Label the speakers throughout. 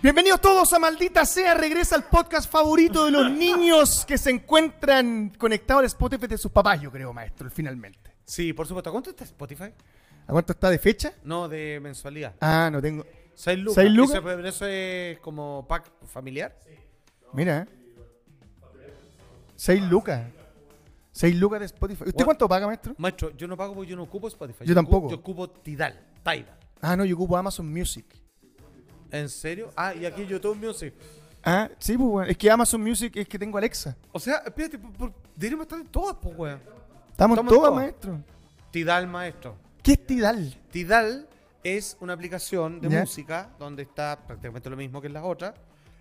Speaker 1: Bienvenidos todos a Maldita Sea, regresa al podcast favorito de los niños que se encuentran conectados al Spotify de sus papás, yo creo, maestro, finalmente.
Speaker 2: Sí, por supuesto. ¿A cuánto está Spotify?
Speaker 1: ¿A cuánto está de fecha?
Speaker 2: No, de mensualidad.
Speaker 1: Ah, no tengo.
Speaker 2: 6 lucas.
Speaker 1: 6 lucas.
Speaker 2: ¿Eso es como pack familiar? Sí.
Speaker 1: Mira, 6 lucas. 6 lucas de Spotify. ¿Usted cuánto paga, maestro?
Speaker 2: Maestro, yo no pago porque yo no ocupo Spotify.
Speaker 1: Yo tampoco.
Speaker 2: Yo ocupo Tidal.
Speaker 1: Ah, no, yo ocupo Amazon Music.
Speaker 2: ¿En serio? Ah, y aquí YouTube Music.
Speaker 1: Ah, sí, pues, bueno. Es que Amazon Music es que tengo Alexa.
Speaker 2: O sea, espérate, deberíamos estar en todas, pues, weón.
Speaker 1: Estamos
Speaker 2: en
Speaker 1: todas,
Speaker 2: todas.
Speaker 1: maestro.
Speaker 2: Tidal, maestro.
Speaker 1: ¿Qué es Tidal?
Speaker 2: Tidal es una aplicación de
Speaker 1: ¿Ya?
Speaker 2: música donde está prácticamente lo mismo que en las otras,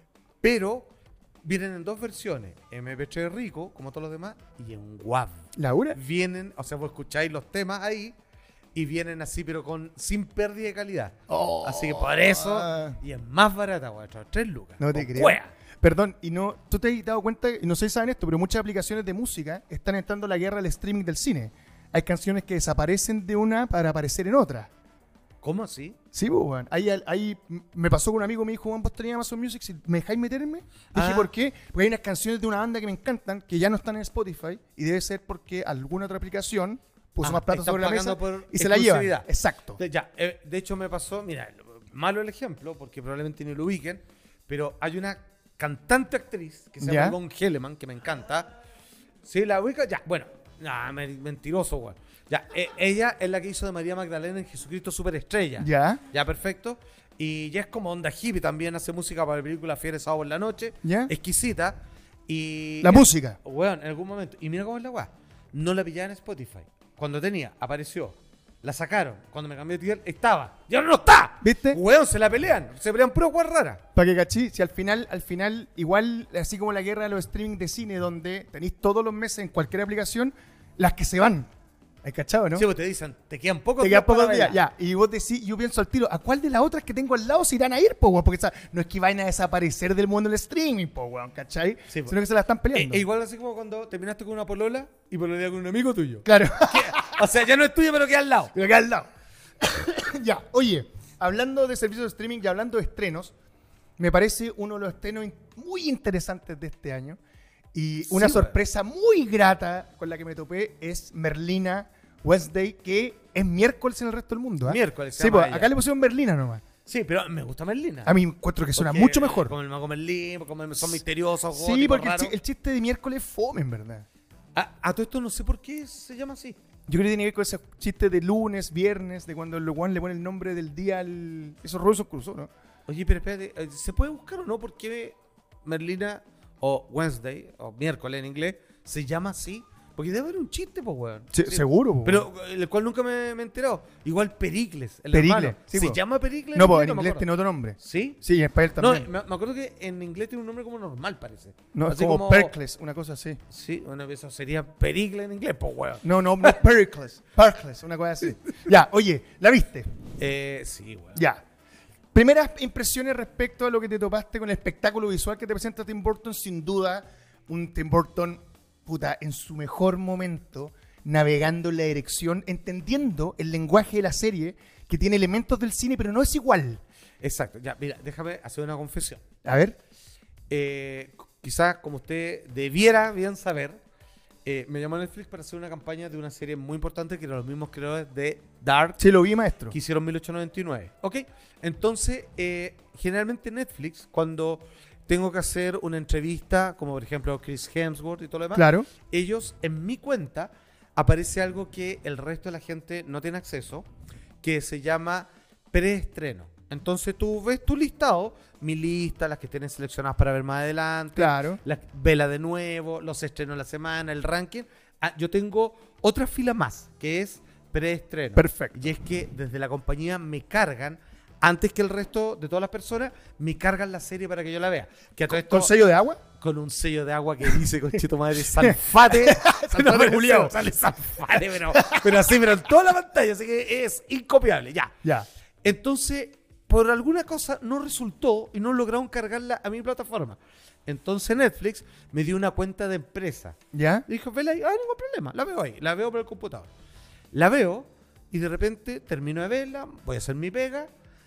Speaker 2: pero vienen en dos versiones, MP3 rico, como todos los demás, y en WAV.
Speaker 1: ¿Laura?
Speaker 2: Vienen, o sea, vos escucháis los temas ahí y vienen así, pero sin pérdida de calidad.
Speaker 1: Oh.
Speaker 2: Así que por eso, y es más barata, weón, 3 lucas.
Speaker 1: No te
Speaker 2: Con
Speaker 1: creo.
Speaker 2: cuea.
Speaker 1: Perdón, y no, tú te has dado cuenta, y no sé si saben esto, pero muchas aplicaciones de música están entrando a la guerra del streaming del cine. Hay canciones que desaparecen de una para aparecer en otra.
Speaker 2: ¿Cómo así?
Speaker 1: Sí, pues, weón. Ahí me pasó con un amigo, me dijo, Juan, vos tenías Amazon Music, si ¿me dejáis meterme? Dije, ¿por qué? Porque hay unas canciones de una banda que me encantan, que ya no están en Spotify, y debe ser porque alguna otra aplicación puso más plata
Speaker 2: están
Speaker 1: sobre la mesa
Speaker 2: pagando por
Speaker 1: y se la llevan.
Speaker 2: exclusividad.
Speaker 1: Exacto.
Speaker 2: Ya, de hecho me pasó, mira, malo el ejemplo, porque probablemente ni lo ubiquen, pero hay una cantante actriz que se
Speaker 1: ¿Ya?
Speaker 2: llama Yvonne Helleman, que me encanta. ¿Sí la ubica? Ya, bueno, mentiroso, güey. Ya, ella es la que hizo de María Magdalena en Jesucristo Superestrella.
Speaker 1: ¿Ya?
Speaker 2: Ya, perfecto. Y ya es como onda hippie, también hace música para la película Fiebre Sábado por la Noche.
Speaker 1: ¿Ya?
Speaker 2: Exquisita. Y
Speaker 1: La música.
Speaker 2: Weón, en algún momento. Y mira cómo es la weá. No la pillaba en Spotify. Cuando tenía, apareció. La sacaron. Cuando me cambié de tier, estaba. ¡Ya no está!
Speaker 1: ¿Viste?
Speaker 2: Weón, se la pelean. Se pelean puro weá rara.
Speaker 1: Para que cachí, si al final, igual, así como la guerra de los streaming de cine, donde tenéis todos los meses en cualquier aplicación, las que se van. ¿Hay cachado, no?
Speaker 2: Sí, pues te dicen, te quedan pocos
Speaker 1: Te quedan pocos
Speaker 2: para
Speaker 1: días,
Speaker 2: bailar.
Speaker 1: ya. Y vos decís, yo pienso al tiro, ¿a cuál de las otras que tengo al lado se irán a ir, po, weón? Porque no es que vayan a desaparecer del mundo del streaming, po, weón, ¿cachai?
Speaker 2: Sí, po.
Speaker 1: Sino que se la están peleando.
Speaker 2: Igual así como cuando terminaste con una polola y pololeas con un amigo tuyo.
Speaker 1: Claro.
Speaker 2: O sea, ya no es tuyo, pero queda al lado.
Speaker 1: Pero queda al lado. Ya, oye, hablando de servicios de streaming y hablando de estrenos, me parece uno de los estrenos muy interesantes de este año. Y una
Speaker 2: Sí,
Speaker 1: sorpresa muy grata con la que me topé es Merlina Wednesday, que es miércoles en el resto del mundo.
Speaker 2: Miércoles, se
Speaker 1: Sí,
Speaker 2: llama
Speaker 1: pues
Speaker 2: ella.
Speaker 1: acá le pusieron Merlina nomás.
Speaker 2: Sí, pero me gusta Merlina.
Speaker 1: A mí encuentro que suena
Speaker 2: Porque
Speaker 1: mucho mejor.
Speaker 2: Como el mago Merlín, como son misteriosos,
Speaker 1: Sí,
Speaker 2: góticos,
Speaker 1: porque
Speaker 2: raros.
Speaker 1: el chiste de miércoles es fome, en verdad.
Speaker 2: A todo esto no sé por qué se llama así.
Speaker 1: Yo creo que tiene que ver con ese chiste de lunes, viernes, de cuando el Juan le pone el nombre del día al... Esos Robinson Crusoe, ¿no?
Speaker 2: Oye, pero espérate, ¿se puede buscar o no? ¿Por qué Merlina o Wednesday, o miércoles en inglés, se llama así? Porque debe haber un chiste, pues, weón.
Speaker 1: Sí, seguro, po.
Speaker 2: Pero el cual nunca me he enterado. Igual Pericles, el
Speaker 1: Pericles,
Speaker 2: hermano.
Speaker 1: sí,
Speaker 2: ¿Se
Speaker 1: po.
Speaker 2: llama Pericles?
Speaker 1: No, pues en
Speaker 2: me
Speaker 1: inglés
Speaker 2: acuerdo.
Speaker 1: tiene otro nombre.
Speaker 2: ¿Sí?
Speaker 1: Sí, en español
Speaker 2: No,
Speaker 1: también.
Speaker 2: me acuerdo que en inglés tiene un nombre como normal, parece.
Speaker 1: No, es
Speaker 2: Así
Speaker 1: como Pericles, una cosa así.
Speaker 2: Sí, bueno, eso sería Pericles en inglés, pues, weón.
Speaker 1: No es Pericles. Pericles, una cosa así. Ya, oye, ¿la viste?
Speaker 2: Sí, weón.
Speaker 1: Ya. Primeras impresiones respecto a lo que te topaste con el espectáculo visual que te presenta Tim Burton. Sin duda, un Tim Burton, puta, en su mejor momento, navegando en la dirección, entendiendo el lenguaje de la serie, que tiene elementos del cine, pero no es igual.
Speaker 2: Exacto. Ya, mira, déjame hacer una confesión.
Speaker 1: A ver.
Speaker 2: Quizás, como usted debiera bien saber, me llamó Netflix para hacer una campaña de una serie muy importante que eran los mismos creadores de Dark,
Speaker 1: Sí, lo vi, maestro.
Speaker 2: que hicieron 1899. ¿Ok? Entonces, generalmente Netflix, cuando tengo que hacer una entrevista, como por ejemplo Chris Hemsworth y todo lo demás,
Speaker 1: Claro.
Speaker 2: ellos, en mi cuenta, aparece algo que el resto de la gente no tiene acceso, que se llama preestreno. Entonces tú ves tu listado, mi lista, las que tienen seleccionadas para ver más adelante,
Speaker 1: Claro.
Speaker 2: vela de nuevo, los estrenos de la semana, el ranking. Yo tengo otra fila más, que es preestreno.
Speaker 1: Perfecto.
Speaker 2: Y es que desde la compañía me cargan, antes que el resto de todas las personas, me cargan la serie para que yo la vea. Que a todo esto,
Speaker 1: ¿Con sello de agua?
Speaker 2: con un sello de agua que dice, conchito madre, Sanfate.
Speaker 1: nombre culiao.
Speaker 2: Sale Sanfate, pero así, pero en toda la pantalla. Así que es incopiable, ya.
Speaker 1: Ya.
Speaker 2: Entonces, por alguna cosa no resultó y no lograron cargarla a mi plataforma. Entonces Netflix me dio una cuenta de empresa.
Speaker 1: ¿Ya?
Speaker 2: Y dijo, vela ahí, ningún problema, la veo ahí, la veo por el computador. La veo y de repente termino de verla, voy a hacer mi pega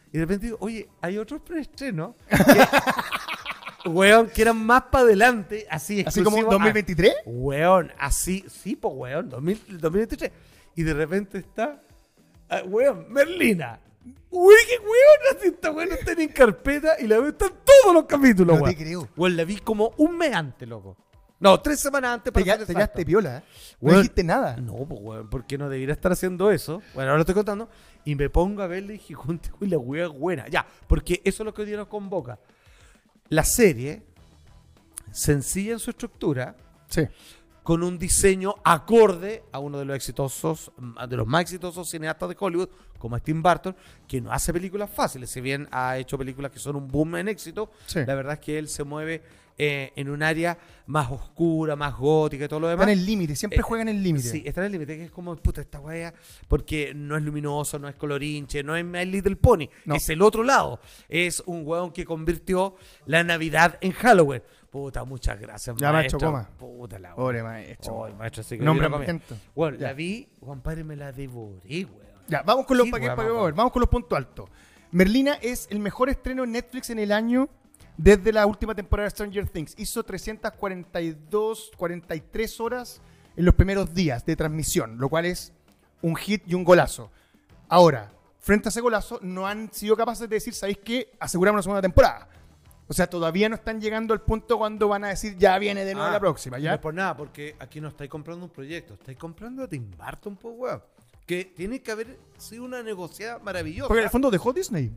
Speaker 2: Y de repente digo, oye, hay otros preestrenos weón, que eran más para adelante, así
Speaker 1: como 2023.
Speaker 2: Weón, así, sí, pues weón, 2023. Y de repente está, weón, Merlina. Uy, qué weón, así está weón, está en carpeta y la veo, están todos los capítulos,
Speaker 1: No
Speaker 2: weón.
Speaker 1: te creo.
Speaker 2: Weón, la vi como un mes antes, loco. No, 3 semanas antes
Speaker 1: Te
Speaker 2: para ser exacto.
Speaker 1: quedaste piola, ¿eh? No
Speaker 2: Weón,
Speaker 1: dijiste nada.
Speaker 2: No, pues weón, ¿por qué no debería estar haciendo eso? Bueno, ahora lo estoy contando. Y me pongo a verle y dije, junte, uy, la weá es buena. Ya, porque eso es lo que hoy día nos convoca. La serie, sencilla en su estructura,
Speaker 1: Sí.
Speaker 2: con un diseño acorde a uno de los exitosos, de los más exitosos cineastas de Hollywood, como es Tim Burton, que no hace películas fáciles. Si bien ha hecho películas que son un boom en éxito,
Speaker 1: Sí.
Speaker 2: la verdad es que él se mueve en un área más oscura, más gótica y todo lo
Speaker 1: Está
Speaker 2: demás.
Speaker 1: en el límite, siempre juega en el límite.
Speaker 2: Sí, está en el límite, que es como, puta, esta wea, porque no es luminoso, no es colorinche, no es My Little Pony,
Speaker 1: No.
Speaker 2: es el otro lado. Es un weón que convirtió la Navidad en Halloween. Puta, muchas gracias,
Speaker 1: Ya, maestro, coma.
Speaker 2: Puta la wea.
Speaker 1: Pobre maestro.
Speaker 2: Oh, el maestro sí que
Speaker 1: Un hombre
Speaker 2: vino a comer.
Speaker 1: hambriento.
Speaker 2: Bueno,
Speaker 1: Ya.
Speaker 2: la vi, Juan Padre, me la devoré, weón.
Speaker 1: Ya, vamos con los
Speaker 2: Sí,
Speaker 1: paquetes
Speaker 2: weón,
Speaker 1: para
Speaker 2: vamos.
Speaker 1: vamos con los puntos altos. Merlina es el mejor estreno en Netflix en el año desde la última temporada de Stranger Things. Hizo 43 horas en los primeros días de transmisión, lo cual es un hit y un golazo. Ahora, frente a ese golazo, no han sido capaces de decir, ¿sabéis qué? Aseguramos una segunda temporada. O sea, todavía no están llegando al punto cuando van a decir, ya viene de nuevo la próxima,
Speaker 2: No
Speaker 1: ¿ya?
Speaker 2: es por nada, porque aquí no estáis comprando un proyecto, estáis comprando a Tim Burton, pues, weón. Que tiene que haber sido una negociada maravillosa.
Speaker 1: Porque en el fondo dejó Disney.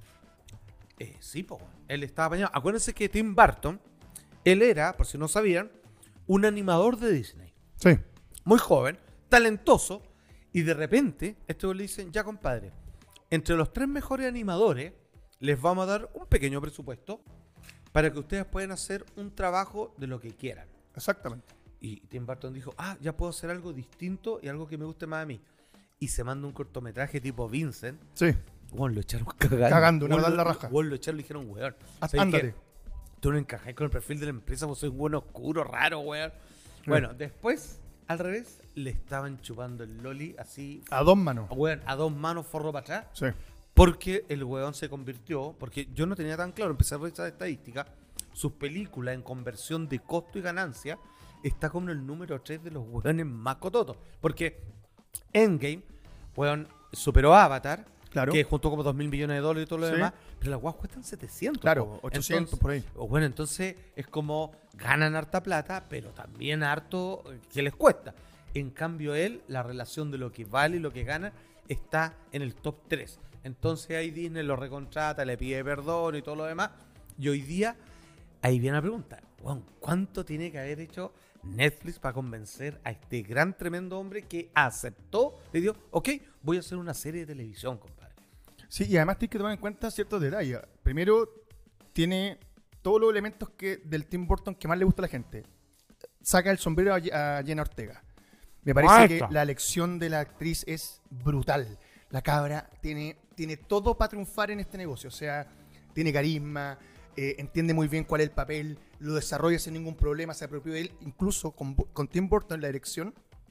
Speaker 2: Sí, po. Él estaba apañado. Acuérdense que Tim Burton, él era, por si no sabían, un animador de Disney.
Speaker 1: Sí.
Speaker 2: Muy joven, talentoso, y de repente, le dicen, ya compadre, entre los 3 mejores animadores, les vamos a dar un pequeño presupuesto para que ustedes puedan hacer un trabajo de lo que quieran.
Speaker 1: Exactamente.
Speaker 2: Y Tim Burton dijo, ya puedo hacer algo distinto y algo que me guste más a mí. Y se manda un cortometraje tipo Vincent.
Speaker 1: Sí.
Speaker 2: Bueno, lo echaron cagando.
Speaker 1: Cagando, una
Speaker 2: Weón,
Speaker 1: verdad en la raja.
Speaker 2: Lo echaron y le dijeron, weón.
Speaker 1: Ándale.
Speaker 2: Tú no encajás con el perfil de la empresa, vos sois un buen oscuro, raro, weón. Bueno, después, al revés, le estaban chupando el loli así,
Speaker 1: A 2 manos.
Speaker 2: weón, a 2 manos, forro para atrás.
Speaker 1: Sí.
Speaker 2: Porque el weón se convirtió, porque yo no tenía tan claro, empecé a revisar estadísticas, sus películas en conversión de costo y ganancia está como en el número 3 de los weones más cototos. Porque Endgame, weón, superó a Avatar,
Speaker 1: Claro.
Speaker 2: que juntó como 2.000 millones de dólares y todo lo
Speaker 1: Sí.
Speaker 2: demás, pero las guas cuestan 700.
Speaker 1: Claro,
Speaker 2: po.
Speaker 1: 800
Speaker 2: Entonces,
Speaker 1: por ahí.
Speaker 2: Bueno, entonces es como ganan harta plata, pero también harto que les cuesta. En cambio él, la relación de lo que vale y lo que gana está en el top 3. Entonces ahí Disney lo recontrata, le pide perdón y todo lo demás. Y hoy día, ahí viene la pregunta, bueno, ¿cuánto tiene que haber hecho Netflix para convencer a este gran, tremendo hombre que aceptó, le dio, ok, voy a hacer una serie de televisión, compadre?
Speaker 1: Sí, y además tienes que tomar en cuenta ciertos detalles. Primero, tiene todos los elementos del Tim Burton que más le gusta a la gente. Saca el sombrero a Jenna Ortega. Me parece
Speaker 2: Maestra.
Speaker 1: que la elección de la actriz es brutal. La cabra tiene todo para triunfar en este negocio. O sea, tiene carisma, entiende muy bien cuál es el papel, lo desarrolla sin ningún problema, se apropió de él. Incluso con Tim Burton en la dirección,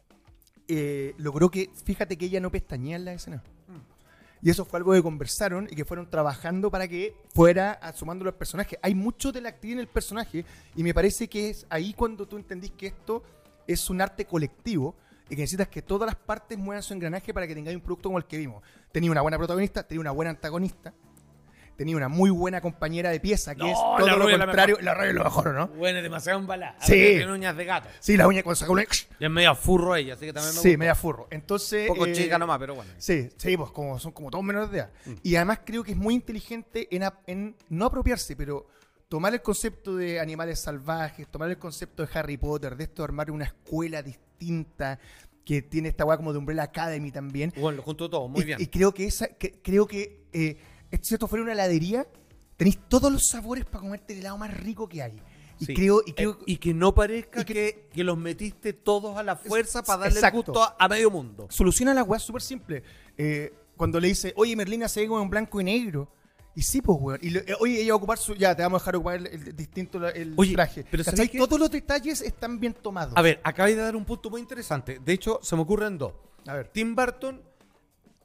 Speaker 1: logró que, fíjate que ella no pestañea en la escena. Y eso fue algo que conversaron y que fueron trabajando para que fuera sumando los personajes. Hay mucho de la actriz en el personaje y me parece que es ahí cuando tú entendís que esto es un arte colectivo y que necesitas que todas las partes muevan su engranaje para que tengáis un producto como el que vimos. Tenía una buena protagonista, tenía una buena antagonista, tenía una muy buena compañera de pieza, que
Speaker 2: No,
Speaker 1: es
Speaker 2: la
Speaker 1: todo lo
Speaker 2: Rubia es la
Speaker 1: contrario. La Rubia es lo mejor, ¿no?
Speaker 2: Bueno, es demasiado embalada.
Speaker 1: Sí.
Speaker 2: Tiene uñas de gato.
Speaker 1: Sí, la uña cuando sacó una...
Speaker 2: Y es medio furro ella, así que también me
Speaker 1: Sí,
Speaker 2: gusta.
Speaker 1: media furro. Entonces...
Speaker 2: Un poco chica nomás, pero bueno.
Speaker 1: Sí, pues son como todos menores de edad. Y además creo que es muy inteligente en no apropiarse, pero tomar el concepto de animales salvajes, tomar el concepto de Harry Potter, de esto de armar una escuela distinta, que tiene esta weá como de Umbrella Academy también.
Speaker 2: Bueno, lo junto todo, muy
Speaker 1: Y-
Speaker 2: bien.
Speaker 1: Y creo que si esto fuera una heladería, tenéis todos los sabores para comerte el helado más rico que hay. Y
Speaker 2: Sí.
Speaker 1: creo
Speaker 2: Y que no parezca
Speaker 1: y
Speaker 2: que los metiste todos a la fuerza para darle
Speaker 1: Exacto.
Speaker 2: el gusto a medio mundo.
Speaker 1: soluciona la weá súper simple. Cuando le dice, oye, Merlina se ve como en blanco y negro. Y sí, pues, weón. Y oye, ella va a ocupar ya, te vamos a dejar ocupar distinto el
Speaker 2: Oye,
Speaker 1: traje.
Speaker 2: pero
Speaker 1: ¿Cachai?
Speaker 2: ¿sabes qué?
Speaker 1: Todos los detalles están bien tomados.
Speaker 2: A ver, acabáis de dar un punto muy interesante. De hecho, se me ocurren dos.
Speaker 1: A ver.
Speaker 2: Tim Burton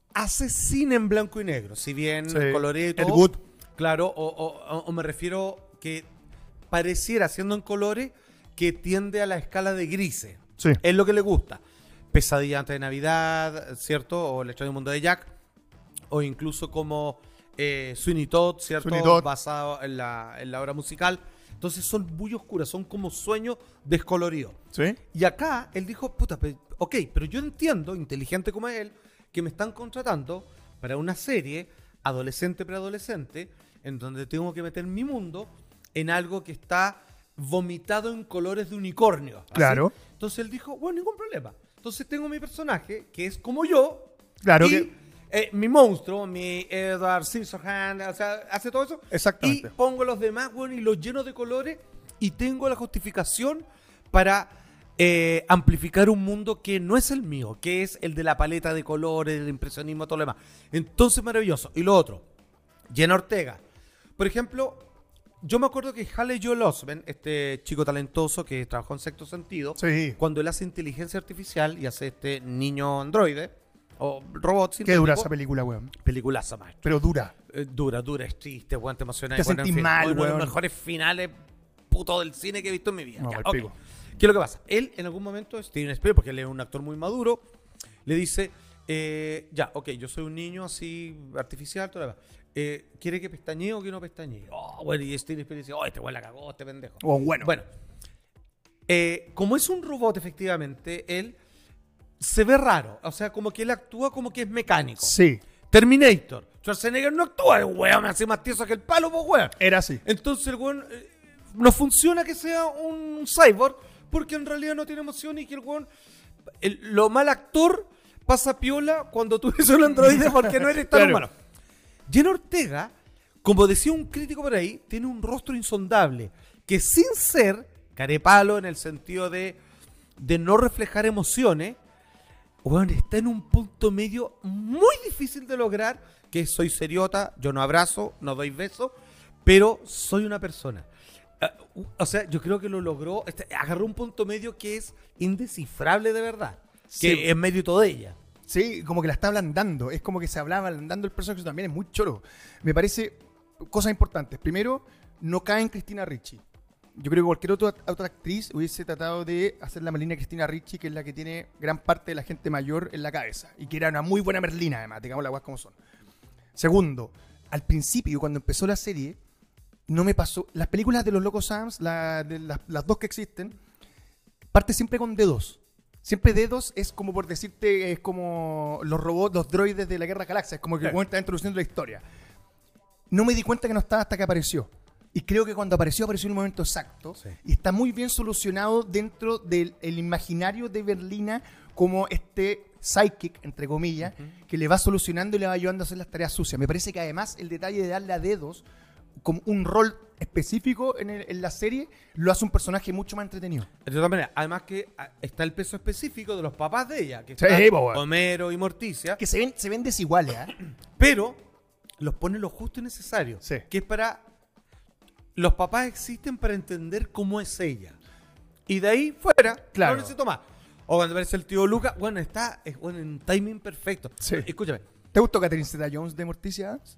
Speaker 2: hace cine en blanco y negro, si bien
Speaker 1: Sí.
Speaker 2: colorido y
Speaker 1: Ed
Speaker 2: todo.
Speaker 1: Wood.
Speaker 2: Claro, o me refiero que pareciera, siendo en colores, que tiende a la escala de grises.
Speaker 1: Sí.
Speaker 2: Es lo que le gusta. Pesadilla antes de Navidad, ¿cierto? O El extraño mundo de Jack. O incluso como Sweeney Todd, ¿cierto?
Speaker 1: Sweeney Todd.
Speaker 2: Basado en la obra musical. Entonces son muy oscuras, son como sueños descoloridos.
Speaker 1: Sí.
Speaker 2: Y acá él dijo, puta, ok, pero yo entiendo, inteligente como es él, que me están contratando para una serie adolescente-preadolescente en donde tengo que meter mi mundo en algo que está vomitado en colores de unicornio. ¿así?
Speaker 1: Claro.
Speaker 2: Entonces él dijo, bueno, ningún problema. Entonces tengo mi personaje, que es como yo,
Speaker 1: Claro
Speaker 2: y
Speaker 1: que.
Speaker 2: mi monstruo, mi Edward Scissorhands, o sea, hace todo eso.
Speaker 1: Exactamente.
Speaker 2: Y pongo los demás, bueno, y los lleno de colores y tengo la justificación para amplificar un mundo que no es el mío, que es el de la paleta de colores, del impresionismo, todo lo demás. Entonces, maravilloso. Y lo otro, Jenna Ortega. Por ejemplo, yo me acuerdo que Haley Joel Osment, este chico talentoso que trabajó en Sexto Sentido,
Speaker 1: Sí.
Speaker 2: cuando él hace inteligencia artificial y hace este niño androide o robot
Speaker 1: Qué dura esa
Speaker 2: sintético,
Speaker 1: película, weón.
Speaker 2: peliculaza, maestro.
Speaker 1: Pero dura.
Speaker 2: Dura, es triste, weón, te emociona.
Speaker 1: Te sentís mal,
Speaker 2: uno de
Speaker 1: weón.
Speaker 2: los mejores finales puto del cine que he visto en mi vida.
Speaker 1: No,
Speaker 2: Ya,
Speaker 1: al
Speaker 2: ok.
Speaker 1: pico.
Speaker 2: ¿Qué es lo que pasa? Él, en algún momento, Steven Spielberg, porque él es un actor muy maduro, le dice, ya, ok, yo soy un niño así artificial, todo lo demás. ¿Quiere que pestañee o que no pestañee? Oh, bueno, y Steven Spielberg dice, oh, este weón la cagó, este pendejo.
Speaker 1: O bueno.
Speaker 2: Bueno, como es un robot, efectivamente, él se ve raro. O sea, como que él actúa como que es mecánico.
Speaker 1: Sí.
Speaker 2: Terminator. Schwarzenegger no actúa, el weón me hace más tieso que el palo, pues weón.
Speaker 1: Era así.
Speaker 2: Entonces el weón no funciona que sea un cyborg porque en realidad no tiene emoción y que el weón, lo mal actor pasa piola cuando tú eres un androide porque no eres tan
Speaker 1: Claro.
Speaker 2: humano. Jenna Ortega, como decía un crítico por ahí, tiene un rostro insondable que sin ser carepalo en el sentido de no reflejar emociones, weón, está en un punto medio muy difícil de lograr, que soy seriota, yo no abrazo, no doy besos, pero soy una persona. O sea, yo creo que lo logró, agarró un punto medio que es indescifrable de verdad, que
Speaker 1: Sí.
Speaker 2: es mérito de ella.
Speaker 1: Sí, como que la está ablandando. Es como que se hablaba ablandando el personaje, que eso también es muy choro. Me parece cosas importantes. Primero, no cae en Cristina Ricci. Yo creo que cualquier otra actriz hubiese tratado de hacer la Merlina Cristina Ricci, que es la que tiene gran parte de la gente mayor en la cabeza. Y que era una muy buena Merlina, además, digamos las cosas como son. Segundo, al principio, cuando empezó la serie, no me pasó. Las películas de los Locos Adams, las dos que existen, parte siempre con D2. Siempre D2 es como por decirte, es como los robots, los droides de la Guerra Galaxia. Es como que el weón está introduciendo la historia. No me di cuenta que no estaba hasta que apareció. Y creo que cuando apareció en un momento exacto.
Speaker 2: Sí.
Speaker 1: Y está muy bien solucionado dentro del el imaginario de Berlina como este psychic, entre comillas, que le va solucionando y le va ayudando a hacer las tareas sucias. Me parece que además el detalle de darle a dedos como un rol específico en la serie lo hace un personaje mucho más entretenido.
Speaker 2: De todas maneras, además que está el peso específico de los papás de ella, que
Speaker 1: Sí,
Speaker 2: están
Speaker 1: po, weón.
Speaker 2: Homero y Morticia,
Speaker 1: Que se ven desiguales, ¿eh?
Speaker 2: pero los pone lo justo y necesario,
Speaker 1: Sí.
Speaker 2: que es para... Los papás existen para entender cómo es ella. Y de ahí fuera,
Speaker 1: Claro.
Speaker 2: no necesito más. O cuando aparece el tío Luca, bueno, está en un timing perfecto.
Speaker 1: Sí.
Speaker 2: Escúchame,
Speaker 1: ¿Te gustó Catherine Zeta-Jones de Morticia Adams?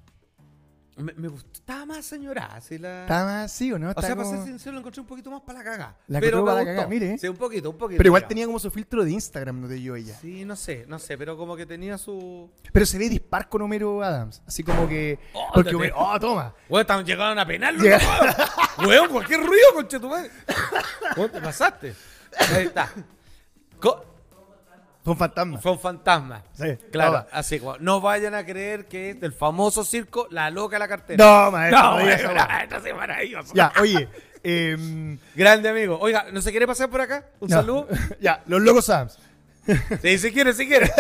Speaker 2: me gustó. Estaba más señora, así la...
Speaker 1: ¿Está más así o no?
Speaker 2: O
Speaker 1: Está
Speaker 2: sea, para
Speaker 1: como-
Speaker 2: ser sincero, lo encontré un poquito más para la caga.
Speaker 1: La
Speaker 2: pero
Speaker 1: encontró
Speaker 2: me
Speaker 1: para la
Speaker 2: gustó.
Speaker 1: caga, mire.
Speaker 2: Sí, un poquito.
Speaker 1: Pero igual
Speaker 2: digamos.
Speaker 1: tenía como su filtro de Instagram, no te dio ella.
Speaker 2: Sí, no sé, pero como que tenía su...
Speaker 1: Pero se ve dispar con Homero Adams. Así como que.
Speaker 2: Oh,
Speaker 1: Porque
Speaker 2: te-
Speaker 1: Homero. ¡Oh, toma!
Speaker 2: Weón, están llegando a penal,
Speaker 1: Llega-
Speaker 2: weón, cualquier ruido, conchetumadre. Weón, te pasaste. Ahí está.
Speaker 1: Fue un fantasma.
Speaker 2: Fue un fantasma.
Speaker 1: Sí,
Speaker 2: Claro,
Speaker 1: toma.
Speaker 2: así como, no vayan a creer que es del famoso circo La Loca la Cartera.
Speaker 1: No, maestro.
Speaker 2: no,
Speaker 1: no digas
Speaker 2: weón,
Speaker 1: esa weá.
Speaker 2: esto es maravilloso.
Speaker 1: Ya, oye.
Speaker 2: Grande amigo. Oiga, ¿no se quiere pasar por acá? Un
Speaker 1: no.
Speaker 2: saludo.
Speaker 1: Ya, los Locos Adams.
Speaker 2: Sí, si quiere, si quiere.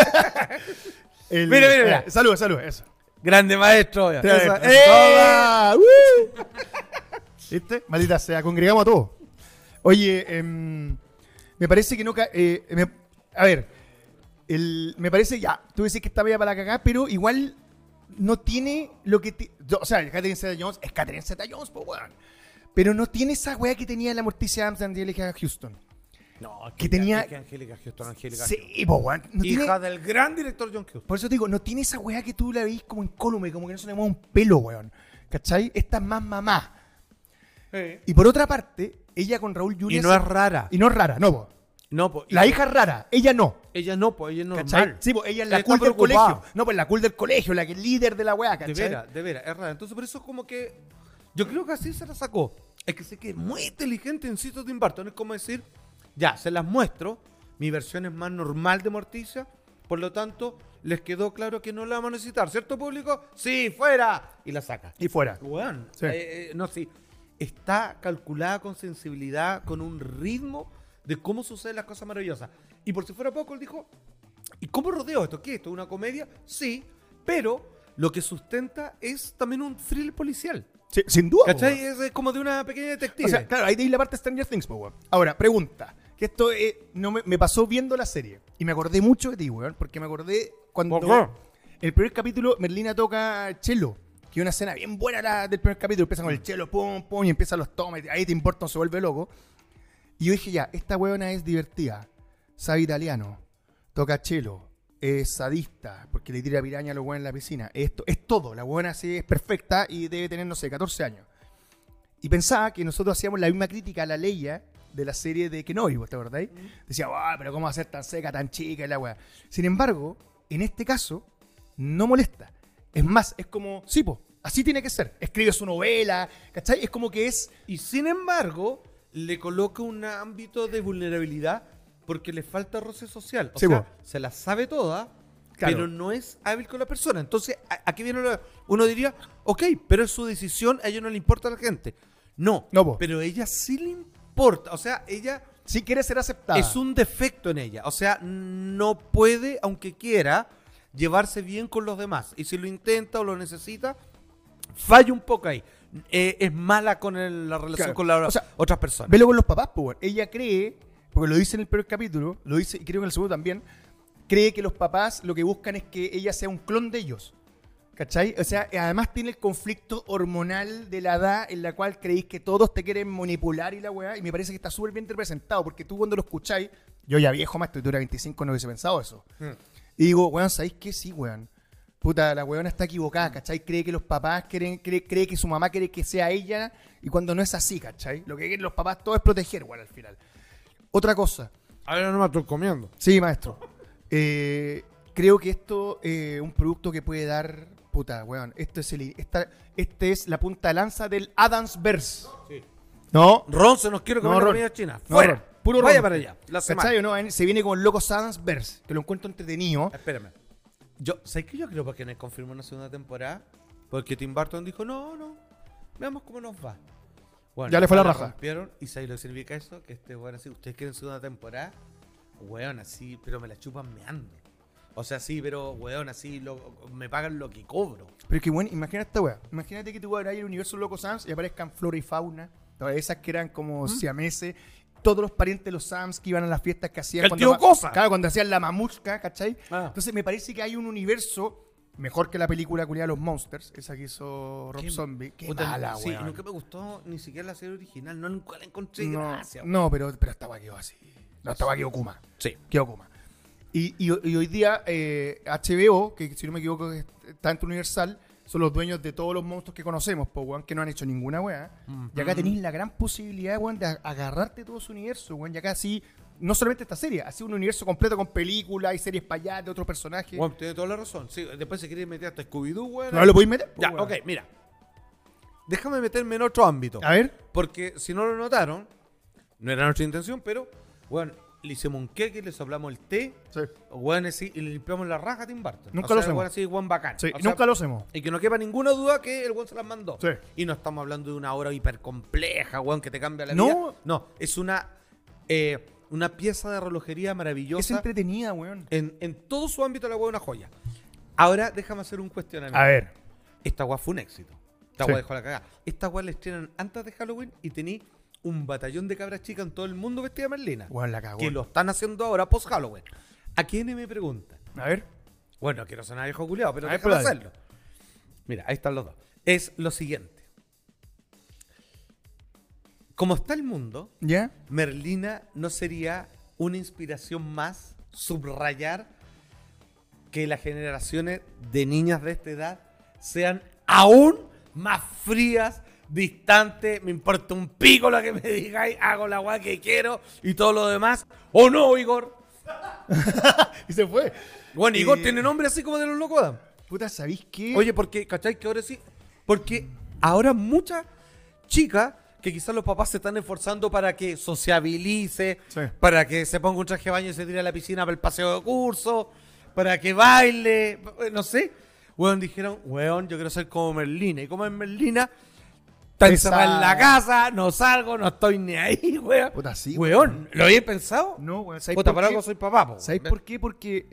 Speaker 2: Mira.
Speaker 1: Salud, eso.
Speaker 2: Grande maestro. oiga. Esa-
Speaker 1: ¡Toma! ¡Woo! ¿Viste? Maldita sea, congregamos a todos. Oye, me parece que no. A ver, me parece ya. Tú decís que está bella para la cagada, pero igual no tiene lo que. O sea, Catherine Zeta-Jones es Catherine Zeta-Jones, pues weón. Pero no tiene esa weá que tenía la Morticia Adams de Angelica Houston.
Speaker 2: No, es
Speaker 1: que tenía...
Speaker 2: es que Angélica Houston, Angélica
Speaker 1: Sí,
Speaker 2: Houston.
Speaker 1: po, weón. No
Speaker 2: Hija
Speaker 1: tiene-
Speaker 2: del gran director John Huston.
Speaker 1: Por eso te digo, no tiene esa weá que tú la veis como incólume, como que no se le mueve un pelo, weón. ¿Cachai? Esta es más mamá. Y por otra parte, ella con Raúl Julia...
Speaker 2: Y no es rara.
Speaker 1: Y no es rara, no, po.
Speaker 2: No, pues.
Speaker 1: La hija es rara, ella no.
Speaker 2: Ella no, pues ella no es
Speaker 1: ¿Cachai?
Speaker 2: normal.
Speaker 1: Sí, pues ella es la
Speaker 2: Está
Speaker 1: cool del
Speaker 2: preocupada.
Speaker 1: colegio. No, pues la cool del colegio, la que es líder de la weá, ¿cachai?
Speaker 2: De veras, es rara. Entonces, por eso es como que. Yo creo que así se la sacó. Es que sé que es muy inteligente en sitio Tim Burton. Es como decir, ya, se las muestro. Mi versión es más normal de Morticia. Por lo tanto, les quedó claro que no la vamos a necesitar. ¿Cierto, público? Sí, fuera. Y la saca.
Speaker 1: Y fuera.
Speaker 2: Weón.
Speaker 1: Sí.
Speaker 2: No, sí. Está calculada con sensibilidad, con un ritmo de cómo suceden las cosas maravillosas. Y por si fuera poco, él dijo, ¿y cómo rodeo esto? ¿Qué? ¿Esto es una comedia? Sí, pero lo que sustenta es también un thriller policial.
Speaker 1: Sí, sin duda. po,
Speaker 2: ¿Cachai?
Speaker 1: weón.
Speaker 2: Es como de una pequeña detective.
Speaker 1: O sea, claro, ahí tenéis la parte de Stranger Things, po, weón. Ahora, pregunta. Que esto no me pasó viendo la serie. Y me acordé mucho de ti, weón. Porque me acordé cuando...
Speaker 2: ¿Por qué?
Speaker 1: El primer capítulo, Merlina toca cello. Que es una escena bien buena del primer capítulo. Empiezan con el cello, pum, pum, y empiezan los tomes. Ahí Tim Burton se vuelve loco. Y yo dije, ya, esta weona es divertida. Sabe italiano. Toca cello. Es sadista. Porque le tira piraña a los weones en la piscina. Esto es todo. La weona sí es perfecta y debe tener, no sé, 14 años. Y pensaba que nosotros hacíamos la misma crítica a la Leia de la serie de Kenobi, ¿te acordáis? Decía, pero ¿cómo va a ser tan seca, tan chica y la weá? Sin embargo, en este caso, no molesta. Es más, es como, sí, po, así tiene que ser. Escribe su novela, ¿cachai? Es como que es...
Speaker 2: Y sin embargo, le coloca un ámbito de vulnerabilidad porque le falta roce social. O
Speaker 1: Sí,
Speaker 2: sea,
Speaker 1: po.
Speaker 2: se la sabe toda,
Speaker 1: Claro.
Speaker 2: pero no es hábil con la persona. Entonces, aquí viene uno diría, ok, pero es su decisión, a ella no le importa a la gente. No,
Speaker 1: No, po.
Speaker 2: pero a ella sí le importa. O sea, ella
Speaker 1: Sí quiere ser aceptada.
Speaker 2: es un defecto en ella. O sea, no puede, aunque quiera, llevarse bien con los demás. Y si lo intenta o lo necesita, falla un poco ahí. Es mala con la relación
Speaker 1: Claro.
Speaker 2: con las
Speaker 1: O sea,
Speaker 2: otras personas.
Speaker 1: Velo con los papás, po, weón. Ella cree, porque lo dice en el primer capítulo, lo dice, y creo que en el segundo también, cree que los papás lo que buscan es que ella sea un clon de ellos. ¿Cachai? O sea, además tiene el conflicto hormonal de la edad en la cual creéis que todos te quieren manipular y la weá, y me parece que está súper bien representado, porque tú cuando lo escucháis, yo ya viejo más, estoy 25, no hubiese pensado eso. Y digo, weón, ¿sabéis qué? Sí, weón. Puta, la weona está equivocada, ¿cachai? Cree que los papás cree que su mamá quiere que sea ella, y cuando no es así, ¿cachai? Lo que quieren los papás todo es proteger, weón, al final. Otra cosa.
Speaker 2: Ahora no me estoy comiendo.
Speaker 1: Sí, maestro. Creo que esto es un producto que puede dar... Puta, weón. Este es la punta de lanza del Adamsverse.
Speaker 2: Sí.
Speaker 1: No.
Speaker 2: Ron se nos quiere comer
Speaker 1: No,
Speaker 2: la
Speaker 1: Ron.
Speaker 2: comida china.
Speaker 1: No,
Speaker 2: Fuera.
Speaker 1: Ron. Puro
Speaker 2: Vaya
Speaker 1: Ron.
Speaker 2: para allá. La semana.
Speaker 1: ¿Cachai o no? Se viene con Locos Adamsverse, que lo encuentro entretenido.
Speaker 2: Espérame. ¿Sabes qué? Yo creo que no confirmó una segunda temporada. Porque Tim Burton dijo, no. Veamos cómo nos va. Bueno,
Speaker 1: Ya le fue la raja.
Speaker 2: rompieron, y ¿sabes lo que significa eso? Que weón así, ustedes quieren segunda temporada, weón así, pero me la chupan meando. O sea, sí, pero weón así, me pagan lo que cobro.
Speaker 1: Pero es que, bueno, imagínate esta weá. Imagínate que tú vas a ir al universo Locos Adams y aparezcan flora y fauna. Todas esas que eran como siameses. Todos los parientes de los Sams que iban a las fiestas que hacían.
Speaker 2: ¡El tío Cosa!
Speaker 1: Claro, cuando hacían la mamushka, ¿cachai?
Speaker 2: Ah.
Speaker 1: Entonces me parece que hay un universo mejor que la película culiada Los Monsters, esa que hizo Rob Zombie. Qué
Speaker 2: Puta,
Speaker 1: mala,
Speaker 2: sí, y
Speaker 1: weón.
Speaker 2: nunca me gustó ni siquiera la serie original. Nunca la encontré
Speaker 1: No,
Speaker 2: gracia. weón.
Speaker 1: no, pero esta weá quedó así. No, esta weá quedó Kuma.
Speaker 2: Sí.
Speaker 1: Quedó Kuma. Y hoy día HBO, que si no me equivoco está en Universal, son los dueños de todos los monstruos que conocemos, po, weón, que no han hecho ninguna weá. Y acá tenéis la gran posibilidad, weón, de agarrarte todo su universo, weón. Y acá sí, no solamente esta serie, así un universo completo con películas y series para allá de otros personajes.
Speaker 2: Weón, tiene toda la razón. Sí, después se quiere meter hasta Scooby-Doo, weón.
Speaker 1: ¿No lo podéis meter?
Speaker 2: Ya,
Speaker 1: Po, weón.
Speaker 2: ok, mira. Déjame meterme en otro ámbito.
Speaker 1: A ver.
Speaker 2: Porque si no lo notaron, no era nuestra intención, pero, bueno, le hicimos un queque, le soplamos el té,
Speaker 1: Sí.
Speaker 2: bueno, así, y le limpiamos la raja a Tim Burton.
Speaker 1: Nunca lo hacemos.
Speaker 2: Bueno, así, buen bacán.
Speaker 1: Sí,
Speaker 2: O sea,
Speaker 1: nunca lo hacemos.
Speaker 2: y que no quepa ninguna duda que el weón se las mandó.
Speaker 1: Sí.
Speaker 2: Y no estamos hablando de una obra hiper compleja, weón, que te cambia la
Speaker 1: No.
Speaker 2: vida. No, es una pieza de relojería
Speaker 1: Es
Speaker 2: maravillosa.
Speaker 1: entretenida, weón.
Speaker 2: En todo su ámbito la weá es una joya. Ahora, déjame hacer un cuestionamiento.
Speaker 1: A ver.
Speaker 2: Esta weá fue un éxito. Esta
Speaker 1: Sí.
Speaker 2: weá dejó la cagada. Esta weá la estrenan antes de Halloween y tení un batallón de cabras chicas en todo el mundo vestida de Merlina.
Speaker 1: Weón, la cagó.
Speaker 2: Que lo están haciendo ahora post Halloween. ¿A quiénes me preguntan?
Speaker 1: A ver.
Speaker 2: Bueno, quiero sonar viejo culiado, pero
Speaker 1: A ver,
Speaker 2: déjame
Speaker 1: pero dale.
Speaker 2: hacerlo. Mira, ahí están los dos. Es lo siguiente. como está el mundo,
Speaker 1: ¿Ya?
Speaker 2: Merlina no sería una inspiración más subrayar que las generaciones de niñas de esta edad sean aún más frías, distantes, me importa un pico lo que me digáis, hago la weá que quiero y todo lo demás. ¿O no, Igor?
Speaker 1: Y se fue.
Speaker 2: Bueno, Igor tiene nombre así como de los locos.
Speaker 1: Puta, ¿sabéis qué?
Speaker 2: Oye, porque, ¿cachai? Que ahora sí. Porque ahora muchas chicas que quizás los papás se están esforzando para que sociabilice,
Speaker 1: Sí.
Speaker 2: para que se ponga un traje de baño y se tire a la piscina para el paseo de curso, para que baile, no sé. Weón, dijeron, weón, yo quiero ser como Merlina. Y como es Merlina, está encerrada en la casa, no salgo, no estoy ni ahí, weón.
Speaker 1: Puta, sí,
Speaker 2: Weón, ¿lo habéis pensado?
Speaker 1: No, weón. ¿Sabéis
Speaker 2: Puta,
Speaker 1: por
Speaker 2: para
Speaker 1: qué?
Speaker 2: algo soy papá, po.
Speaker 1: ¿Sabéis por qué?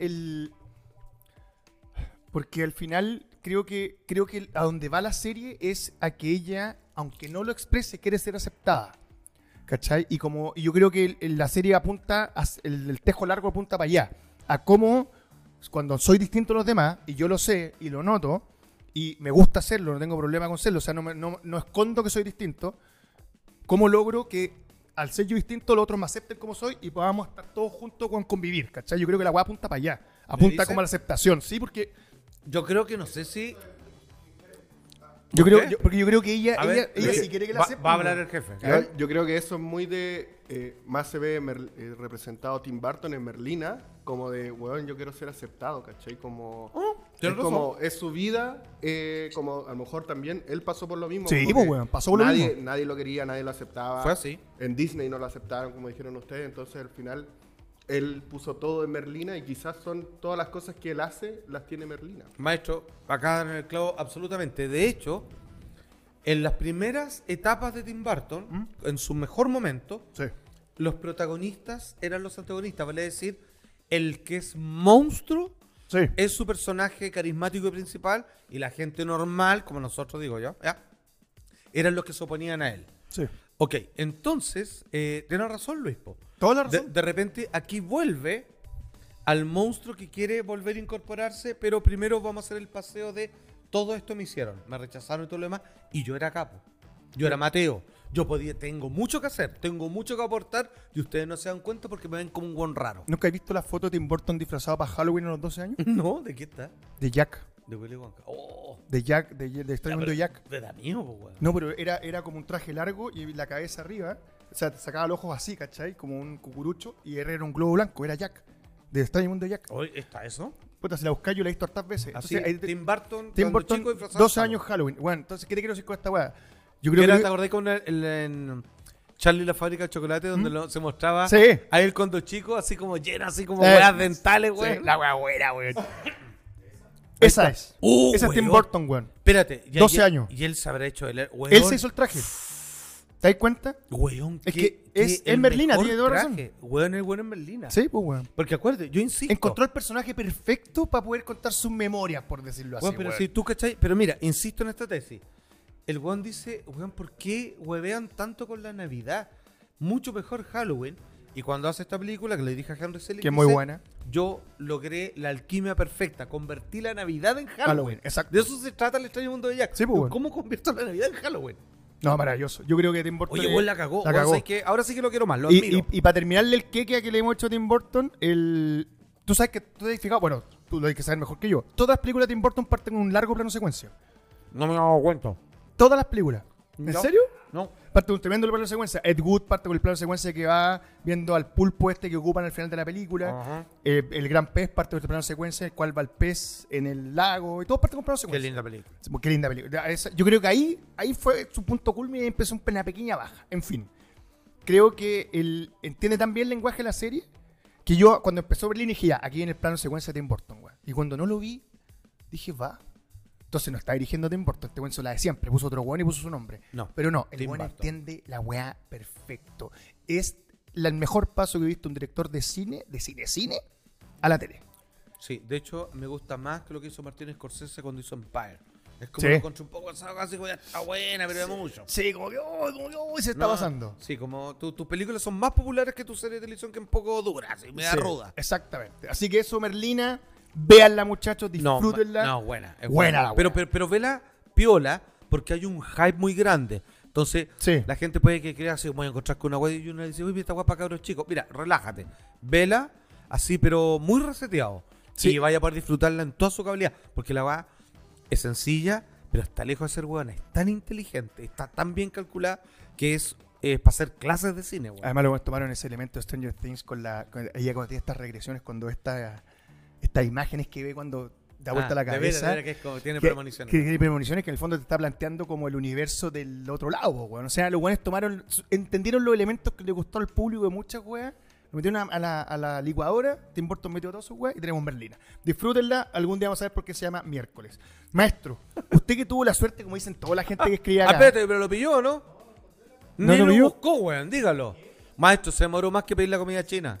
Speaker 1: Porque al final creo que a donde va la serie es a que ella, aunque no lo exprese, quiere ser aceptada. ¿Cachai? Y yo creo que la serie apunta, el tejo largo apunta para allá. A cómo, cuando soy distinto a los demás, y yo lo sé y lo noto, y me gusta hacerlo, no tengo problema con serlo, o sea, no escondo que soy distinto, cómo logro que al ser yo distinto los otros me acepten como soy y podamos estar todos juntos con convivir, ¿cachai? Yo creo que la weá apunta para allá, apunta
Speaker 2: dice?
Speaker 1: como a la aceptación, ¿sí? Porque
Speaker 2: Yo creo que no sé si...
Speaker 1: yo
Speaker 2: ¿Por
Speaker 1: creo,
Speaker 2: qué?
Speaker 1: porque yo creo que ella,
Speaker 2: A ver,
Speaker 1: ella sí quiere que la acepten.
Speaker 2: va a hablar el jefe.
Speaker 3: Yo creo que eso es muy de... más se ve representado Tim Burton en Merlina, como de, weón, yo quiero ser aceptado, ¿cachai? Como... es
Speaker 2: tienes razón.
Speaker 3: como, es su vida, como a lo mejor también él pasó por lo mismo.
Speaker 1: Sí,
Speaker 3: como
Speaker 1: pues,
Speaker 3: que
Speaker 1: weón, pasó por lo
Speaker 3: nadie,
Speaker 1: mismo.
Speaker 3: Nadie lo quería, nadie lo aceptaba.
Speaker 2: Fue así.
Speaker 3: En Disney no lo aceptaron, como dijeron ustedes, entonces al final él puso todo en Merlina y quizás son todas las cosas que él hace, las tiene Merlina.
Speaker 2: Maestro, acá en el clavo, absolutamente. De hecho, en las primeras etapas de Tim Burton, en su mejor momento,
Speaker 1: Sí.
Speaker 2: los protagonistas eran los antagonistas. Vale decir, el que es monstruo
Speaker 1: Sí.
Speaker 2: es su personaje carismático y principal, y la gente normal, como nosotros digo yo, ¿ya? Eran los que se oponían a él.
Speaker 1: Sí.
Speaker 2: Ok, entonces, tiene razón Luis, po.
Speaker 1: Toda la razón.
Speaker 2: De repente aquí vuelve al monstruo que quiere volver a incorporarse, pero primero vamos a hacer el paseo de todo esto me hicieron, me rechazaron y todo lo demás, y yo era capo, yo era Mateo, yo tengo mucho que hacer, tengo mucho que aportar, y ustedes no se dan cuenta porque me ven como un buen raro.
Speaker 1: ¿Nunca has visto la foto de Tim Burton disfrazado para Halloween a los 12 años?
Speaker 2: No, ¿de qué está?
Speaker 1: De Jack.
Speaker 2: De Willy Wonka. Oh,
Speaker 1: De Jack, de Extraño Mundo de Jack.
Speaker 2: de da miedo, po, weón.
Speaker 1: No, pero era como un traje largo y la cabeza arriba. O sea, te sacaba los ojos así, ¿cachai? Como un cucurucho. Y era un globo blanco, era Jack. De Extraño Mundo de Jack.
Speaker 2: Hoy está eso.
Speaker 1: Puta, si la buscáis, yo la he visto hartas veces.
Speaker 2: Así,
Speaker 1: Entonces,
Speaker 2: Tim Burton,
Speaker 1: Tim
Speaker 2: cuando
Speaker 1: Burton,
Speaker 2: chico, disfrazado
Speaker 1: 12
Speaker 2: de
Speaker 1: años Halloween. Bueno, entonces, ¿qué te quiero decir con esta weá? Yo
Speaker 2: ¿Te
Speaker 1: creo que...
Speaker 2: acordás con en Charlie la fábrica de chocolate donde se mostraba
Speaker 1: Sí.
Speaker 2: a él cuando chico, así como lleno, así como
Speaker 1: Eh,
Speaker 2: weas dentales,
Speaker 1: sí,
Speaker 2: weón?
Speaker 1: la weá buena, weón. Esa es. Esa es Tim
Speaker 2: weón.
Speaker 1: Burton, weón.
Speaker 2: Espérate.
Speaker 1: 12 años.
Speaker 2: Y él se habrá hecho weón.
Speaker 1: Él se hizo el traje. ¿Te das cuenta?
Speaker 2: Weón,
Speaker 1: Es que es en Merlina, tiene toda razón.
Speaker 2: Weón, el weón en Merlina.
Speaker 1: Sí, pues, weón.
Speaker 2: Porque acuérdate, yo insisto.
Speaker 1: Encontró el personaje perfecto para poder contar sus memorias, por decirlo así.
Speaker 2: Weón, pero
Speaker 1: weón.
Speaker 2: si tú cachai. Pero mira, insisto en esta tesis. El weón dice, weón, ¿por qué huevean tanto con la Navidad? Mucho mejor Halloween. Y cuando hace esta película, que le dije a Henry Selick,
Speaker 1: Que es muy
Speaker 2: dice,
Speaker 1: buena.
Speaker 2: yo logré la alquimia perfecta, convertí la Navidad en Halloween.
Speaker 1: Halloween, exacto.
Speaker 2: De eso se trata el extraño mundo de Jack.
Speaker 1: Sí, pues, bueno.
Speaker 2: ¿Cómo convierto la Navidad en Halloween?
Speaker 1: No, maravilloso. Yo creo que Tim Burton...
Speaker 2: Oye, weón, la cagó.
Speaker 1: La
Speaker 2: Weón,
Speaker 1: cagó.
Speaker 2: ¿sabes qué? Ahora sí que lo quiero más, lo admiro.
Speaker 1: Y para terminarle el queque a que le hemos hecho a Tim Burton, tú sabes que tú te has fijado, bueno, tú lo hay que saber mejor que yo. Todas las películas de Tim Burton parten con un largo plano secuencia.
Speaker 2: No me he dado cuenta.
Speaker 1: Todas las películas. ¿En
Speaker 2: No.
Speaker 1: serio?
Speaker 2: No.
Speaker 1: Parte con un tremendo plano secuencia. Ed Wood parte con el plano secuencia que va viendo al pulpo este que ocupan al final de la película.
Speaker 2: Ajá.
Speaker 1: El gran pez parte con el plano secuencia, el cual va el pez en el lago. Y todo parte con plano
Speaker 2: Qué
Speaker 1: secuencia.
Speaker 2: linda película.
Speaker 1: Qué linda película. Yo creo que ahí fue su punto culmine y empezó una pequeña baja. En fin. Creo que él entiende tan bien el lenguaje de la serie que yo cuando empezó Berlín dije ya, aquí en el plano secuencia de Tim Burton, weón. Y cuando no lo vi, dije va. Entonces no está dirigiendo a Tim Burton, este weón se la de siempre, puso otro weón y puso su nombre.
Speaker 2: No,
Speaker 1: Pero no, el
Speaker 2: Tim
Speaker 1: weón
Speaker 2: Burton.
Speaker 1: entiende la weá perfecto. Es el mejor paso que he visto un director de cine, a la tele.
Speaker 2: Sí, de hecho, me gusta más que lo que hizo Martin Scorsese cuando hizo Empire. Es como
Speaker 1: Sí.
Speaker 2: lo encontré un poco cansado, casi como ya está buena, pero de mucho.
Speaker 1: Sí, como que se está
Speaker 2: No,
Speaker 1: pasando.
Speaker 2: Sí, como tus películas son más populares que tu serie de televisión, que es un poco dura, así, me da
Speaker 1: Sí,
Speaker 2: ruda.
Speaker 1: Exactamente. Así que eso, Merlina, véanla muchachos, disfrútenla.
Speaker 2: No, buena. Es
Speaker 1: Buena la
Speaker 2: pero,
Speaker 1: buena.
Speaker 2: pero vela piola, porque hay un hype muy grande. Entonces,
Speaker 1: Sí.
Speaker 2: la gente puede que crea así, voy a encontrar con una weá y uno le dice, uy, esta weá para cabros chicos. Mira, relájate, vela así, pero muy reseteado.
Speaker 1: Sí.
Speaker 2: Y vaya a poder disfrutarla en toda su capacidad. Porque la weá es sencilla, pero está lejos de ser weón. Es tan inteligente, está tan bien calculada que es para hacer clases de cine, weón.
Speaker 1: Además, luego tomaron ese elemento de Stranger Things ella cuando tiene estas regresiones, cuando estas imágenes que ve cuando da vuelta la
Speaker 2: de veras,
Speaker 1: cabeza.
Speaker 2: de veras que es como, tiene
Speaker 1: que
Speaker 2: premoniciones.
Speaker 1: tiene premoniciones que en el fondo te está planteando como el universo del otro lado, weón. O sea, los weones entendieron los elementos que le gustó al público de muchas weas, lo metieron a la licuadora, Tim Burton metió todas sus weas y tenemos Merlina. Disfrútenla, algún día vamos a ver por qué se llama Miércoles. Maestro, usted que tuvo la suerte, como dicen toda la gente que escribe acá.
Speaker 2: Espérate, pero lo pilló, ¿no?
Speaker 1: ¿No
Speaker 2: Ni
Speaker 1: lo
Speaker 2: lo
Speaker 1: pilló?
Speaker 2: buscó, weón, dígalo. Maestro, se demoró más que pedir la comida china.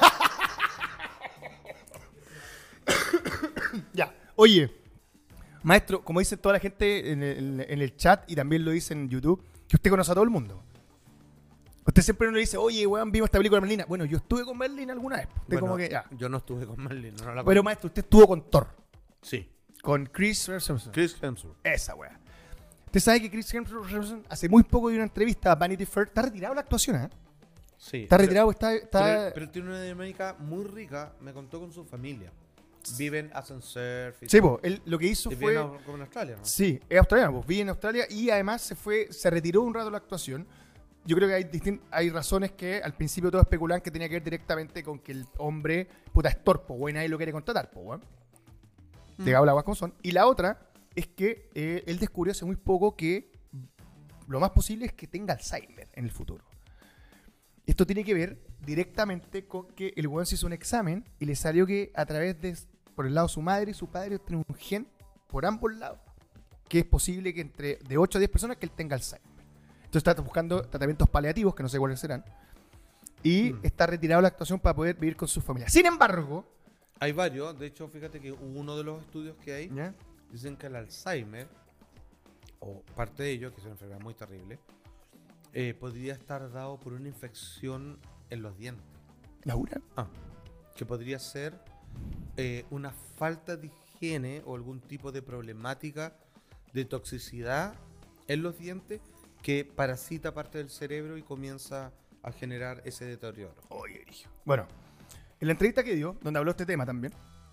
Speaker 1: Ya, oye, maestro, como dice toda la gente en el chat y también lo dice en YouTube, que usted conoce a todo el mundo. Usted siempre no le dice, oye, weón, vimos esta película de Merlina. Bueno, yo estuve con Merlina alguna vez. Usted
Speaker 2: Bueno,
Speaker 1: como que, ya.
Speaker 2: yo no estuve con Merlin, no la
Speaker 1: Pero maestro, usted estuvo con Thor,
Speaker 2: Sí.
Speaker 1: con Chris Hemsworth.
Speaker 2: Chris Hemsworth.
Speaker 1: Esa weá. Usted sabe que Chris Hemsworth hace muy poco dio una entrevista a Vanity Fair. Está retirado de la actuación, ¿eh?
Speaker 2: Sí.
Speaker 1: Está retirado, está...
Speaker 2: Pero él tiene una dinámica muy rica, me contó con su familia. Viven, hacen surf.
Speaker 1: Sí, pues, él lo que hizo fue...
Speaker 2: como en Australia, ¿no?
Speaker 1: Sí, es australiano, pues vive en Australia y además se retiró un rato de la actuación. Yo creo que hay razones que al principio todos especulaban que tenía que ver directamente con que el hombre, puta, es torpo, güey, nadie lo quiere contratar, pues, weón. Llegado las aguas como son. Y la otra es que él descubrió hace muy poco que lo más posible es que tenga Alzheimer en el futuro. Esto tiene que ver directamente con que el weón se hizo un examen y le salió que a través de, por el lado de su madre y su padre, tiene un gen por ambos lados, que es posible que entre de 8 a 10 personas que él tenga Alzheimer. Entonces está buscando tratamientos paliativos, que no sé cuáles serán, y está retirado de la actuación para poder vivir con su familia. Sin embargo...
Speaker 2: Hay varios, de hecho, fíjate que uno de los estudios que hay
Speaker 1: ¿Ya?
Speaker 2: dicen que el Alzheimer, o parte de ello, que es una enfermedad muy terrible, podría estar dado por una infección en los dientes.
Speaker 1: ¿Laura?
Speaker 2: Que podría ser una falta de higiene o algún tipo de problemática de toxicidad en los dientes que parasita parte del cerebro y comienza a generar ese deterioro.
Speaker 1: Oye, hijo. Bueno, en la entrevista que dio, donde habló este tema también,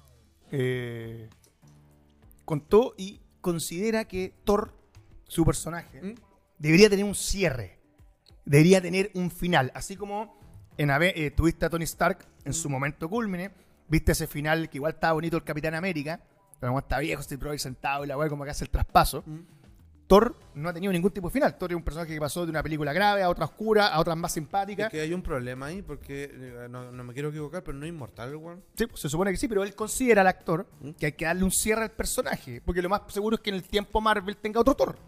Speaker 1: contó y considera que Thor, su personaje, debería tener un cierre. Debería tener un final. Así como tuviste a Tony Stark en su momento cúlmine, viste ese final que igual estaba bonito el Capitán América, pero como está viejo, estoy ahí sentado y la weá como que hace el traspaso. Thor no ha tenido ningún tipo de final. Thor es un personaje que pasó de una película grave a otra oscura, a otras más simpáticas.
Speaker 2: Es que hay un problema ahí porque no me quiero equivocar, pero no es inmortal el weón.
Speaker 1: Sí, pues, se supone que sí, pero él considera al actor que hay que darle un cierre al personaje, porque lo más seguro es que en el tiempo Marvel tenga otro Thor.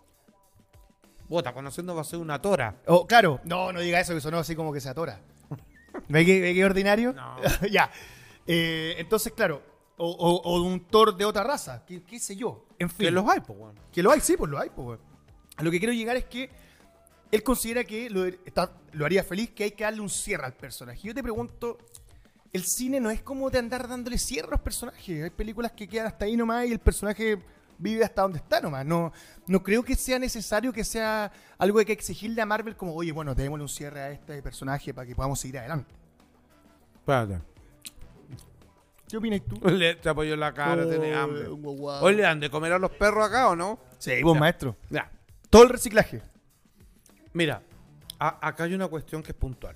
Speaker 2: Bota, conociendo va a ser una tora.
Speaker 1: O, claro, no diga eso, que sonó así como que se atora. ¿Ve que ordinario?
Speaker 2: No.
Speaker 1: Ya. Entonces, claro, o un Thor de otra raza, qué sé yo. En fin.
Speaker 2: Que los hay, pues, weón.
Speaker 1: Que lo hay, sí, pues lo hay, pues. Weón. A lo que quiero llegar es que él considera que lo haría feliz, que hay que darle un cierre al personaje. Yo te pregunto, el cine no es como de andar dándole cierre a los personajes. Hay películas que quedan hasta ahí nomás y el personaje vive hasta donde está nomás. No creo que sea necesario que sea algo que hay que exigirle a Marvel como, oye, bueno, démosle un cierre a este personaje para que podamos seguir adelante.
Speaker 2: Espérate.
Speaker 1: ¿Qué opinas tú?
Speaker 2: Te apoyó en la cara, tiene hambre.
Speaker 1: Guau.
Speaker 2: Oye, ¿le han de comer a los perros acá o no?
Speaker 1: Sí, vos,
Speaker 2: Ya.
Speaker 1: maestro.
Speaker 2: Ya.
Speaker 1: Todo el reciclaje.
Speaker 2: Mira, acá hay una cuestión que es puntual.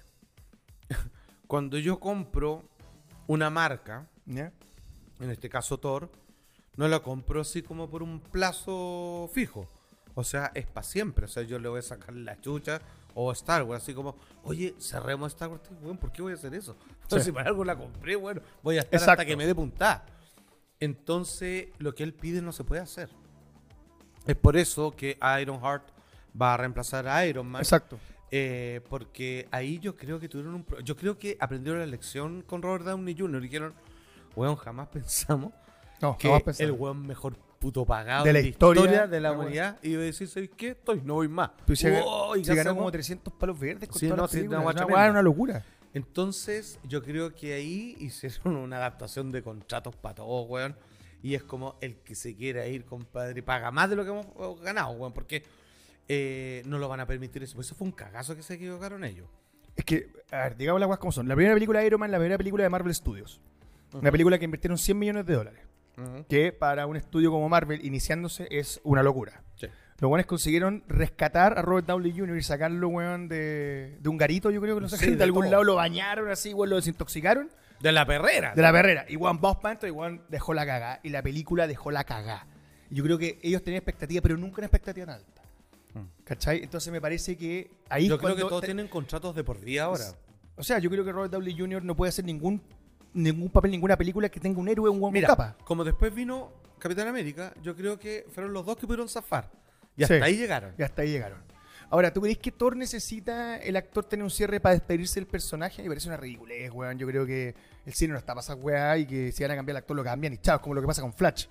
Speaker 2: Cuando yo compro una marca,
Speaker 1: ¿Ya?
Speaker 2: en este caso Thor, no la compro así como por un plazo fijo. O sea, es para siempre. O sea, yo le voy a sacar la chucha o Star Wars, así como, oye, cerremos Star Wars, weón, ¿por qué voy a hacer eso?
Speaker 1: Sí.
Speaker 2: Si para algo la compré, bueno, voy a estar
Speaker 1: Exacto.
Speaker 2: hasta que me dé puntada. Entonces, lo que él pide no se puede hacer. Es por eso que Ironheart va a reemplazar a Iron Man.
Speaker 1: Exacto.
Speaker 2: Porque ahí yo creo que tuvieron yo creo que aprendieron la lección con Robert Downey Jr. y dijeron, weón, jamás pensamos
Speaker 1: No,
Speaker 2: que
Speaker 1: jamás pensar.
Speaker 2: el weón mejor puto pagado
Speaker 1: De la historia
Speaker 2: de la
Speaker 1: Ah,
Speaker 2: humanidad y iba a decir, ¿sabes qué? No voy más.
Speaker 1: Pues se,
Speaker 2: Oh, ¿y
Speaker 1: se
Speaker 2: qué
Speaker 1: ganó
Speaker 2: hacemos?
Speaker 1: como 300 palos verdes con
Speaker 2: Sí,
Speaker 1: todas
Speaker 2: no,
Speaker 1: las
Speaker 2: sí,
Speaker 1: películas.
Speaker 2: una
Speaker 1: Una
Speaker 2: tremenda.
Speaker 1: weá, una locura.
Speaker 2: Entonces, yo creo que ahí hicieron una adaptación de contratos para todos, weón. Y es como el que se quiera ir, compadre, paga más de lo que hemos ganado, weón. Porque no lo van a permitir eso. Pues eso fue un cagazo que se equivocaron ellos.
Speaker 1: Es que, a ver, digamos las cosas como son. La primera película de Iron Man, la primera película de Marvel Studios. Una película que invirtieron $100 millones, que para un estudio como Marvel, iniciándose, es una locura.
Speaker 2: Sí.
Speaker 1: Los buenos consiguieron rescatar a Robert Downey Jr. y sacarlo, weón, de un garito, yo creo que lo sacaron
Speaker 2: Sí,
Speaker 1: de algún
Speaker 2: todo.
Speaker 1: lado, lo bañaron así, weón, lo desintoxicaron
Speaker 2: De la perrera.
Speaker 1: de la perrera. Y Juan Boss Panto y Juan dejó la cagá. Y la película dejó la cagá. Y yo creo que ellos tenían expectativa, pero nunca una expectativa tan alta. ¿Cachai? Entonces me parece que ahí
Speaker 2: Yo creo que
Speaker 1: cuando
Speaker 2: todos tienen contratos de por vida ahora.
Speaker 1: O sea, yo creo que Robert Downey Jr. no puede hacer ningún papel, ninguna película que tenga un héroe o un
Speaker 2: Mira,
Speaker 1: capa.
Speaker 2: como después vino Capitán América, yo creo que fueron los dos que pudieron zafar. Y
Speaker 1: Sí.
Speaker 2: hasta ahí llegaron.
Speaker 1: Y hasta ahí llegaron. Ahora, ¿tú crees que Thor necesita el actor tener un cierre para despedirse del personaje? Me parece una ridiculez, weón. Yo creo que el cine no está para esas weá y que si van a cambiar el actor lo cambian y chao, como lo que pasa con Flash.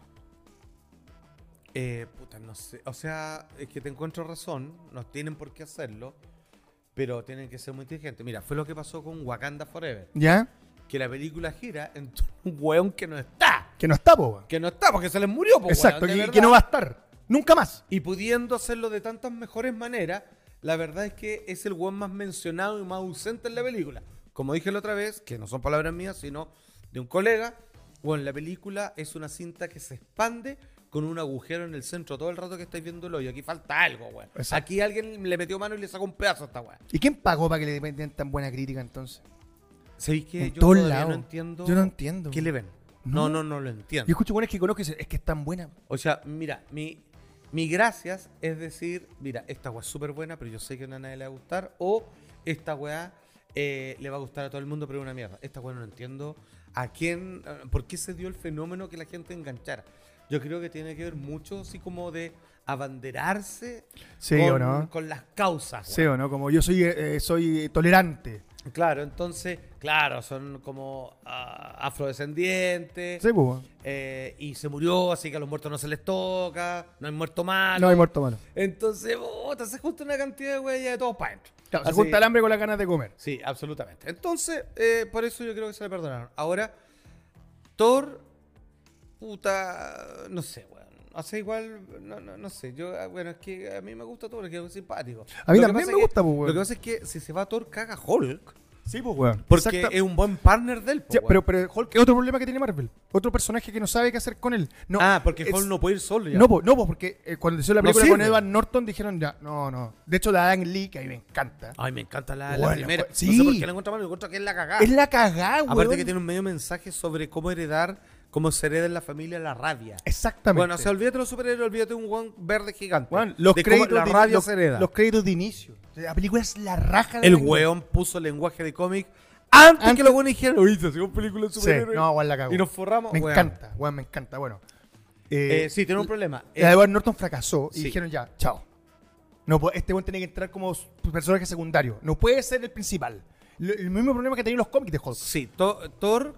Speaker 2: Puta, no sé. O sea, es que te encuentro razón. No tienen por qué hacerlo. Pero tienen que ser muy inteligentes. Mira, fue lo que pasó con Wakanda Forever.
Speaker 1: ¿Ya?
Speaker 2: Que la película gira en torno a un weón que no está.
Speaker 1: Que no está, po, weón.
Speaker 2: Que no está porque se les murió, po,
Speaker 1: Exacto,
Speaker 2: weón, de
Speaker 1: que
Speaker 2: verdad.
Speaker 1: no va a estar. Nunca más.
Speaker 2: Y pudiendo hacerlo de tantas mejores maneras, la verdad es que es el weón más mencionado y más ausente en la película. Como dije la otra vez, que no son palabras mías, sino de un colega, bueno, la película es una cinta que se expande con un agujero en el centro todo el rato que estáis viendo el hoyo. Aquí falta algo, weón.
Speaker 1: Exacto.
Speaker 2: Aquí alguien le metió mano y le sacó un pedazo a esta weón.
Speaker 1: ¿Y quién pagó para que le den tan buena crítica entonces?
Speaker 2: ¿Sabéis que
Speaker 1: En
Speaker 2: yo
Speaker 1: todos
Speaker 2: todavía
Speaker 1: lados.
Speaker 2: no entiendo?
Speaker 1: Yo no entiendo.
Speaker 2: ¿Qué le ven?
Speaker 1: No.
Speaker 2: No lo entiendo.
Speaker 1: Yo escucho buenas que conozco y dicen, es que es tan buena.
Speaker 2: O sea, mira, mi gracias es decir, mira, esta weá es súper buena, pero yo sé que a nadie le va a gustar. O esta weá le va a gustar a todo el mundo, pero es una mierda. Esta weá no entiendo a quién, por qué se dio el fenómeno que la gente enganchara. Yo creo que tiene que ver mucho así como de abanderarse
Speaker 1: Sí
Speaker 2: con,
Speaker 1: o no.
Speaker 2: con las causas.
Speaker 1: Sí o no, como yo soy tolerante.
Speaker 2: Claro, entonces, claro, son como afrodescendientes.
Speaker 1: Sí, pues.
Speaker 2: Y se murió, así que a los muertos no se les toca, no hay muerto malo.
Speaker 1: No hay muerto malo.
Speaker 2: Entonces, puta, se junta una cantidad de huellas de todos para adentro.
Speaker 1: Claro, se
Speaker 2: Así-
Speaker 1: junta el hambre con las ganas de comer.
Speaker 2: Sí, absolutamente. Entonces, por eso yo creo que se le perdonaron. Ahora, Thor, puta, no sé, weón. O sea, igual, no sé. Yo, bueno, es que a mí me gusta Thor, es que es simpático.
Speaker 1: A mí
Speaker 2: Lo que
Speaker 1: también
Speaker 2: pasa
Speaker 1: me
Speaker 2: es que-
Speaker 1: gusta, pues, weón.
Speaker 2: Lo que pasa es que si se va Thor, caga Hulk.
Speaker 1: Sí, pues, weón.
Speaker 2: Porque
Speaker 1: Exacta-
Speaker 2: es un buen partner del
Speaker 1: Sí, pero Hulk es otro problema que tiene Marvel. Otro personaje que no sabe qué hacer con él. No,
Speaker 2: porque
Speaker 1: es-
Speaker 2: Hulk no puede ir solo ya.
Speaker 1: No, porque cuando hicieron la
Speaker 2: No
Speaker 1: película con
Speaker 2: sirve.
Speaker 1: Edward Norton dijeron ya, no. De hecho, la Dan Lee, que a mí me encanta.
Speaker 2: Ay, me encanta la
Speaker 1: Bueno,
Speaker 2: primera.
Speaker 1: sí.
Speaker 2: No sé por qué la encuentro mal, me encuentro que es la cagada.
Speaker 1: Es la cagada, weón.
Speaker 2: Aparte que tiene un medio mensaje sobre cómo heredar, cómo se hereda en la familia la rabia.
Speaker 1: Exactamente.
Speaker 2: Bueno, o sea, olvídate de los superhéroes, olvídate de un guan verde gigante.
Speaker 1: Weón, los
Speaker 2: de cómo
Speaker 1: créditos
Speaker 2: la
Speaker 1: de,
Speaker 2: rabia
Speaker 1: los,
Speaker 2: se hereda.
Speaker 1: los créditos de inicio. O sea, la película es la raja de
Speaker 2: El
Speaker 1: la película.
Speaker 2: weón puso lenguaje de cómic antes
Speaker 1: Antes-
Speaker 2: que los buenos dijeron, oye, se hacía una película de
Speaker 1: Sí,
Speaker 2: superhéroes.
Speaker 1: no, igual la cagó.
Speaker 2: Y nos forramos.
Speaker 1: Me
Speaker 2: weón.
Speaker 1: encanta, weón, me encanta. Bueno.
Speaker 2: Sí, tiene un problema.
Speaker 1: La de Edward Norton fracasó y
Speaker 2: sí.
Speaker 1: dijeron ya, chao. No, este weón tiene que entrar como personaje secundario. No puede ser el principal. El mismo problema que tenían los cómics de Hulk.
Speaker 2: Sí, Thor.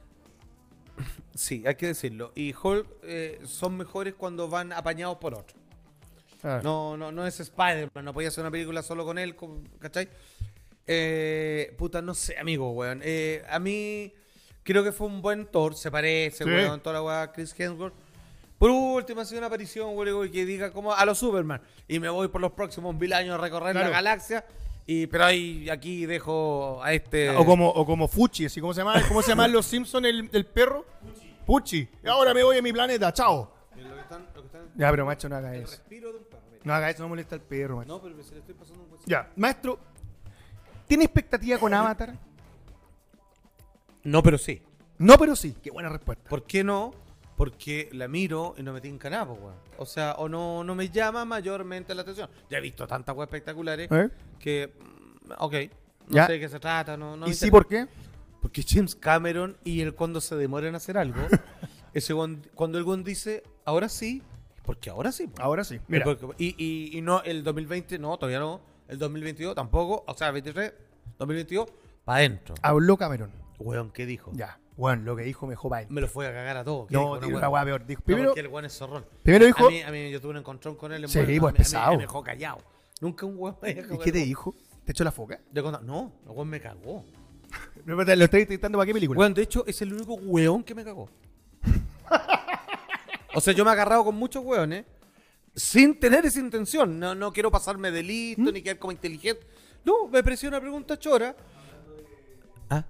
Speaker 2: Sí, hay que decirlo. Y Hulk son mejores cuando van apañados por otro.
Speaker 1: Ah.
Speaker 2: No es Spider-Man, no podía hacer una película solo con él, ¿cachai? Puta, no sé, amigo, weón. A mí creo que fue un buen Thor, se parece,
Speaker 1: Sí.
Speaker 2: weón, toda la weá a Chris Hemsworth. Por último, ha sido una aparición, weón, que diga como a los Superman. Y me voy por los próximos 1000 años a recorrer
Speaker 1: Claro.
Speaker 2: la galaxia. Pero aquí dejo a este...
Speaker 1: O como Fuchi, así como se llaman los Simpsons el perro. Puchi. Y ahora me voy a mi planeta, chao. Ya, pero macho, no haga
Speaker 2: El
Speaker 1: eso.
Speaker 2: respiro de un perro, mira.
Speaker 1: No haga eso, no molesta al perro, macho.
Speaker 2: No, pero se le estoy pasando un buen...
Speaker 1: Ya, maestro, ¿tiene expectativa con Avatar?
Speaker 2: No, pero sí.
Speaker 1: No, pero sí. Qué buena respuesta.
Speaker 2: ¿Por qué no? Porque la miro y no me tinca nada, pues, weón. O sea, o no me llama mayormente la atención. Ya he visto tantas weas espectaculares
Speaker 1: ¿Eh?
Speaker 2: que, ok, no
Speaker 1: Ya.
Speaker 2: sé de qué se trata, no
Speaker 1: ¿Y
Speaker 2: me
Speaker 1: sí
Speaker 2: interesa.
Speaker 1: por qué?
Speaker 2: Porque James Cameron y él cuando se demora en hacer algo, cuando el weón dice, ahora sí, porque ahora sí. pues.
Speaker 1: Ahora sí. Mira,
Speaker 2: Y no, el 2020, no, todavía no. El 2022 tampoco, o sea, 23, 2022, para adentro.
Speaker 1: habló Cameron.
Speaker 2: Weón, ¿qué dijo?
Speaker 1: Ya. Bueno, lo que dijo me dejó para
Speaker 2: Me lo fue a cagar a todos. ¿Qué
Speaker 1: No,
Speaker 2: dijo?
Speaker 1: dijo
Speaker 2: weón.
Speaker 1: una hueá peor. Dijo,
Speaker 2: No,
Speaker 1: primero,
Speaker 2: porque el weón es zorrón.
Speaker 1: primero dijo...
Speaker 2: A mí yo tuve un encontrón con él.
Speaker 1: Sí,
Speaker 2: bueno,
Speaker 1: pues,
Speaker 2: a mí
Speaker 1: pesado.
Speaker 2: me dejó callado. Nunca un weón me dejó
Speaker 1: ¿Y qué te dijo? ¿Te echó la foca?
Speaker 2: No, el weón me cagó.
Speaker 1: ¿Lo estoy intentando para qué película?
Speaker 2: Weón, de hecho, es el único weón que me cagó. O sea, yo me he agarrado con muchos weones, sin tener esa intención. No quiero pasarme de listo ni quedar como inteligente. No, me pareció una pregunta chora. ¿Ah?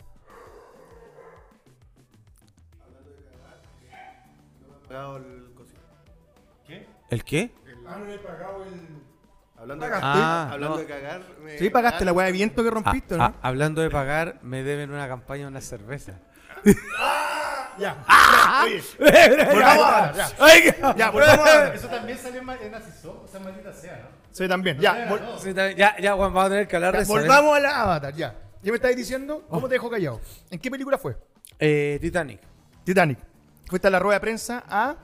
Speaker 1: ¿Qué?
Speaker 2: ¿El qué?
Speaker 1: No le he pagado el...
Speaker 3: Hablando,
Speaker 2: no.
Speaker 3: de cagar.
Speaker 1: Sí, pagaste la weá de viento que rompiste, ¿no?
Speaker 2: Hablando de pagar, me deben una campaña de una cerveza.
Speaker 1: Ya. Oye, volvamos a ver, ya. Ya, volvamos a ver.
Speaker 4: Eso también salió en Asisó, o sea, maldita sea, ¿no?
Speaker 1: Sí, también. Ya,
Speaker 2: Sí, ya, Juan, vamos a tener que hablar de eso.
Speaker 1: volvamos a la Avatar, ya. ¿Ya me estáis diciendo? ¿Cómo te dejó callado? ¿En qué película fue?
Speaker 2: Titanic.
Speaker 1: Titanic. Fuiste a la rueda de prensa a...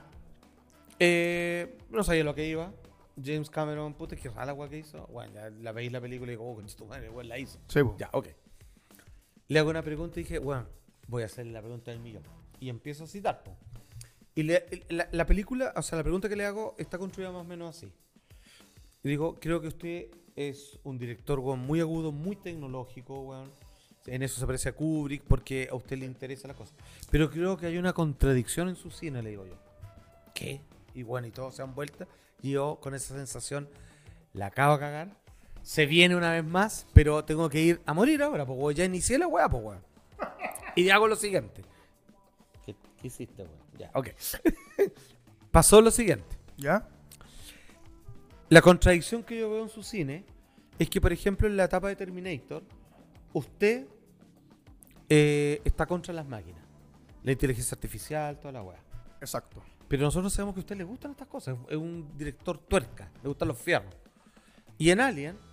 Speaker 2: No sabía lo que iba. James Cameron, puta, qué rara la weá que hizo. Bueno, ya la veis la película y digo, oh, con tu madre, weón, la hizo.
Speaker 1: Sí, po.
Speaker 2: Ya, ok. Le hago una pregunta y dije, bueno, voy a hacerle la pregunta del millón. Y empiezo a citar, po. Y la película, o sea, la pregunta que le hago está construida más o menos así. Y digo, creo que usted es un director, weón, muy agudo, muy tecnológico, weón. En eso se parece a Kubrick porque a usted le interesa la cosa. Pero creo que hay una contradicción en su cine, le digo yo. ¿Qué? Y bueno, y todos se han vuelto. Y yo con esa sensación la acabo de cagar. Se viene una vez más, pero tengo que ir a morir ahora, porque ya inicié la weá, pues weón. Y hago lo siguiente. ¿Qué hiciste, weón? Ya, ok. Pasó lo siguiente.
Speaker 1: ¿Ya?
Speaker 2: La contradicción que yo veo en su cine es que, por ejemplo, en la etapa de Terminator, usted está contra las máquinas. La inteligencia artificial, toda la weá.
Speaker 1: Exacto.
Speaker 2: Pero nosotros sabemos que a usted le gustan estas cosas. Es un director tuerca. Le gustan los fierros. Y en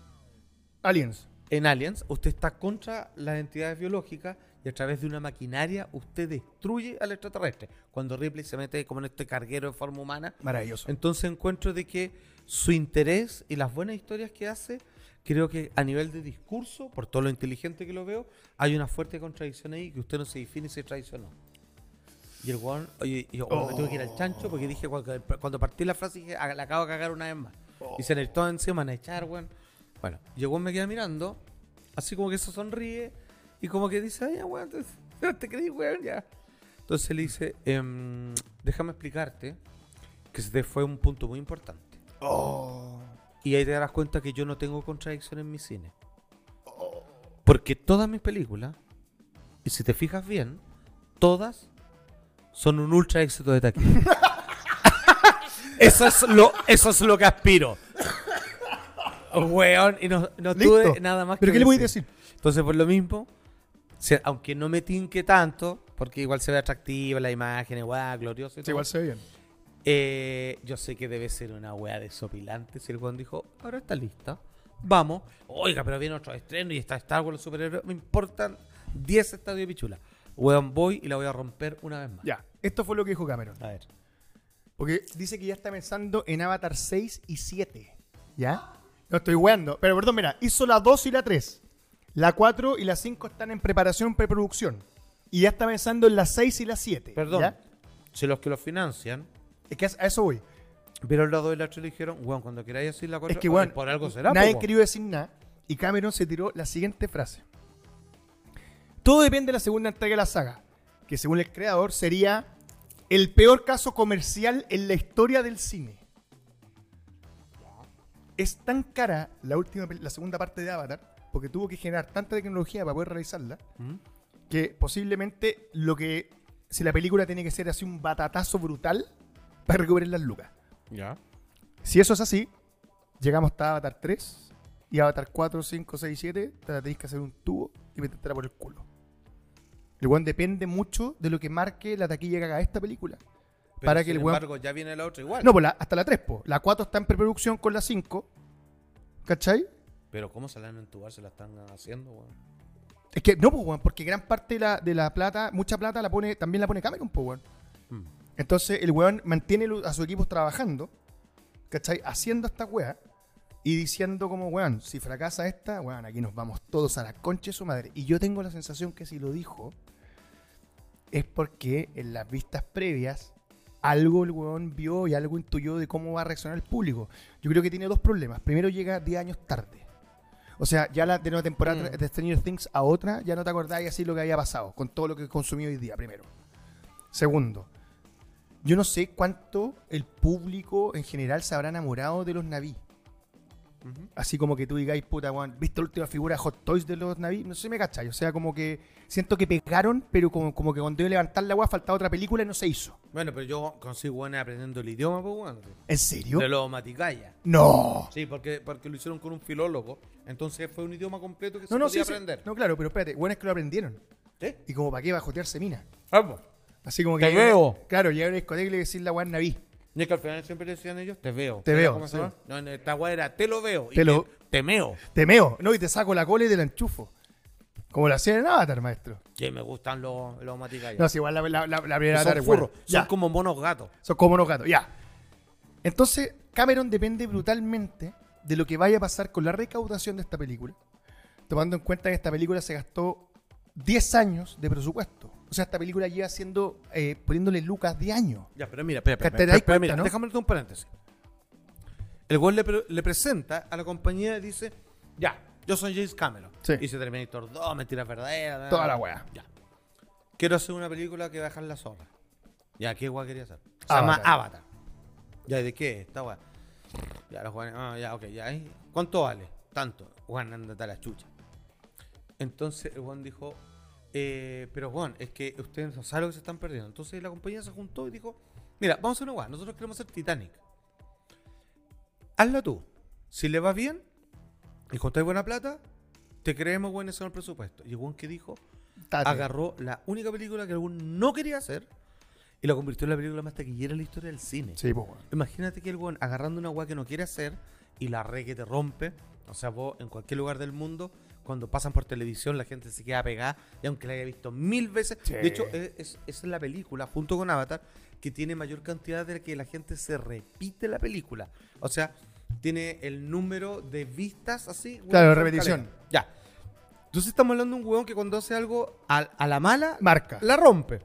Speaker 2: Aliens, usted está contra las entidades biológicas y a través de una maquinaria usted destruye al extraterrestre. Cuando Ripley se mete como en este carguero de forma humana.
Speaker 1: Maravilloso.
Speaker 2: Entonces encuentro de que su interés y las buenas historias que hace, creo que a nivel de discurso, por todo lo inteligente que lo veo, hay una fuerte contradicción ahí que usted no se define si traicionó. Y el weón, oye, yo me tuve que ir al chancho porque dije, cuando partí la frase dije, la acabo de cagar una vez más. Y se le todo encima, van a echar, weón. Bueno, y el weón me queda mirando, así como que se sonríe y como que dice, ay, ya, weón, no te creí, weón, ya. Entonces le dice, déjame explicarte que se te fue un punto muy importante. Y ahí te darás cuenta que yo no tengo contradicción en mi cine. Porque todas mis películas, y si te fijas bien, todas son un ultra éxito de taquilla. Eso es lo que aspiro. Weón, y no tuve nada más que
Speaker 1: ¿Pero qué le voy a decir?
Speaker 2: Entonces, por lo mismo, aunque no me tinque tanto, porque igual se ve atractiva la imagen, igual, glorioso y
Speaker 1: Sí,
Speaker 2: todo,
Speaker 1: igual se ve bien.
Speaker 2: yo sé que debe ser una weá desopilante si el weón dijo, ahora está lista, vamos. Oiga, pero viene otro estreno y está Star Wars, los superhéroes, me importan 10 estadios de pichula. Weón, voy y la voy a romper una vez más.
Speaker 1: Ya, esto fue lo que dijo Cameron.
Speaker 2: A ver.
Speaker 1: Porque dice que ya está pensando en Avatar 6 y 7. ¿Ya? No estoy weando. Pero perdón, mira, hizo la 2 y la 3. La 4 y la 5 están en preparación, preproducción. Y ya está pensando en la 6 y la 7.
Speaker 2: Perdón.
Speaker 1: ¿Ya?
Speaker 2: Si los que lo financian,
Speaker 1: Es que a eso voy.
Speaker 2: vieron la 2 y la 3 y dijeron, weón, cuando queráis decir la 4,
Speaker 1: Es que, weón,
Speaker 2: por algo será.
Speaker 1: nadie
Speaker 2: po,
Speaker 1: quería decir nada. Y Cameron se tiró la siguiente frase. Todo depende de la segunda entrega de la saga. Que según el creador sería el peor caso comercial en la historia del cine. Es tan cara la segunda parte de Avatar, porque tuvo que generar tanta tecnología para poder realizarla,
Speaker 2: ¿Mm?
Speaker 1: que posiblemente si la película tiene que ser así un batatazo brutal para recuperar las lucas.
Speaker 2: Ya.
Speaker 1: Si eso es así, llegamos hasta Avatar 3 y Avatar 4, 5, 6, 7, te la tenéis que hacer un tubo y metértela por el culo. El weón depende mucho de lo que marque la taquilla que haga esta película.
Speaker 2: Pero
Speaker 1: para que
Speaker 2: sin
Speaker 1: el weón...
Speaker 2: embargo, ya viene la otra igual.
Speaker 1: No, pues hasta la 3, po. La 4 está en preproducción con la 5. ¿Cachai?
Speaker 2: Pero ¿cómo se la van a entubar? Se la están haciendo, weón.
Speaker 1: Es que no, pues, weón, porque gran parte de la plata, mucha plata también la pone Cameron, pues, weón.
Speaker 2: Mm.
Speaker 1: Entonces el weón mantiene a sus equipos trabajando, ¿cachai? Haciendo esta weá y diciendo como, weón, si fracasa esta, weón, aquí nos vamos todos a la concha de su madre. Y yo tengo la sensación que si lo dijo es porque en las vistas previas algo el weón vio y algo intuyó de cómo va a reaccionar el público. Yo creo que tiene dos problemas. Primero, llega 10 años tarde. O sea, ya de una temporada de Stranger Things a otra, ya no te acordáis así lo que había pasado, con todo lo que consumí hoy día, primero. Segundo, yo no sé cuánto el público en general se habrá enamorado de los Naví. Así como que tú digáis, puta, weón, ¿viste la última figura de Hot Toys de los Naví? No sé si me cachai. O sea, como que siento que pegaron, pero como que cuando iba a levantar la weá faltaba otra película y no se hizo.
Speaker 2: Bueno, pero yo consigo buenas aprendiendo el idioma, pues, weón.
Speaker 1: ¿En serio?
Speaker 2: De los maticaya.
Speaker 1: No.
Speaker 2: Sí, porque lo hicieron con un filólogo. Entonces fue un idioma completo que se
Speaker 1: No,
Speaker 2: podía
Speaker 1: sí.
Speaker 2: aprender.
Speaker 1: No, claro, pero espérate, bueno es que lo aprendieron.
Speaker 2: ¿Sí?
Speaker 1: Y como para qué va a jotearse mina.
Speaker 2: Vamos.
Speaker 1: Así como que.
Speaker 2: Te veo.
Speaker 1: Claro, llega a una discoteca y le decís la weá en Naví.
Speaker 2: Y es que al final siempre decían ellos, te veo.
Speaker 1: Te
Speaker 2: ¿Era
Speaker 1: veo,
Speaker 2: cómo se
Speaker 1: sí.
Speaker 2: llama? No, esta weá era, te lo veo.
Speaker 1: Te lo-
Speaker 2: Te meo.
Speaker 1: Te meo, ¿no? Y te saco la cola y te la enchufo. Como lo hacían en Avatar, maestro.
Speaker 2: Que me gustan los maticayas.
Speaker 1: No, si igual la primera
Speaker 2: son
Speaker 1: Avatar es
Speaker 2: furros.
Speaker 1: buena.
Speaker 2: Son
Speaker 1: Ya.
Speaker 2: como monos gatos.
Speaker 1: Son como unos gatos, ya. Entonces, Cameron depende brutalmente de lo que vaya a pasar con la recaudación de esta película, tomando en cuenta que esta película se gastó 10 años de presupuesto. O sea, esta película lleva siendo, poniéndole lucas de años.
Speaker 2: Ya, pero mira, espera,
Speaker 1: ¿Te das cuenta,
Speaker 2: mira,
Speaker 1: no?
Speaker 2: déjame hacer un paréntesis. El güey le presenta a la compañía y dice, ya, yo soy James Cameron.
Speaker 1: Sí.
Speaker 2: Hice Terminator 2, Mentiras Verdaderas.
Speaker 1: Toda la weá.
Speaker 2: Ya. Quiero hacer una película que va a dejar la zorra. Ya, ¿qué weá quería hacer? Se
Speaker 1: Avatar.
Speaker 2: llama Avatar. Ya, ¿de qué? Esta weá. Ya, los jóvenes, ya, ok, ya. ahí. ¿Cuánto vale? Tanto. Juan, andate a la chucha. Entonces el Juan dijo, pero Juan, es que ustedes no saben lo que se están perdiendo. Entonces la compañía se juntó y dijo, mira, vamos a hacer una weá. Nosotros queremos hacer Titanic. Hazla tú. Si le va bien y juntáis buena plata, te creemos buen ese en el presupuesto. Y el Juan que dijo,
Speaker 1: Tate.
Speaker 2: agarró la única película que el Juan no quería hacer y la convirtió en la película más taquillera en la historia del cine.
Speaker 1: Sí, pues, bueno.
Speaker 2: Imagínate que el weón agarrando una weá que no quiere hacer y la re que te rompe. O sea, vos en cualquier lugar del mundo, cuando pasan por televisión, la gente se queda pegada. Y aunque la haya visto 1000 veces.
Speaker 1: Sí.
Speaker 2: De hecho, es la película, junto con Avatar, que tiene mayor cantidad de que la gente se repite la película. O sea, tiene el número de vistas así. weón,
Speaker 1: Claro,
Speaker 2: con
Speaker 1: repetición.
Speaker 2: caleta. Ya. Entonces estamos hablando de un weón que cuando hace algo a la mala,
Speaker 1: Marca.
Speaker 2: la rompe.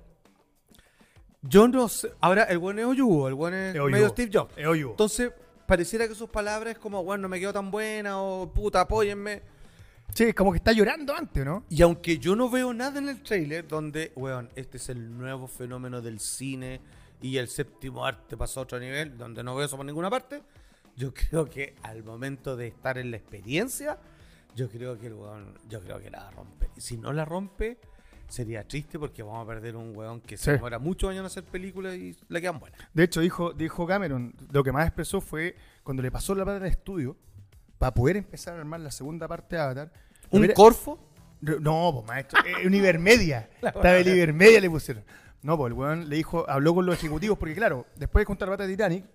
Speaker 2: Yo no sé. Ahora, el weón es oyugo, el weón es
Speaker 1: Es oyugo.
Speaker 2: medio Steve Jobs.
Speaker 1: Es oyugo.
Speaker 2: Entonces, pareciera que sus palabras es como, bueno, no me quedo tan buena o puta, apóyenme.
Speaker 1: Sí, es como que está llorando antes, ¿no?
Speaker 2: Y aunque yo no veo nada en el trailer donde, weón, este es el nuevo fenómeno del cine y el séptimo arte pasó a otro nivel, donde no veo eso por ninguna parte, yo creo que al momento de estar en la experiencia, yo creo que el weón, yo creo que la rompe. Y si no la rompe, sería triste porque vamos a perder un weón que se
Speaker 1: Sí.
Speaker 2: demora muchos años en hacer películas y le quedan buenas.
Speaker 1: De hecho, dijo Cameron, lo que más expresó fue cuando le pasó la plata de estudio, para poder empezar a armar la segunda parte de Avatar.
Speaker 2: ¿Un
Speaker 1: Mira-
Speaker 2: Corfo?
Speaker 1: No, pues maestro, una Ibermedia. Estaba el Ibermedia le pusieron. No, pues el weón le dijo, habló con los ejecutivos, porque claro, después de contar la plata de Titanic,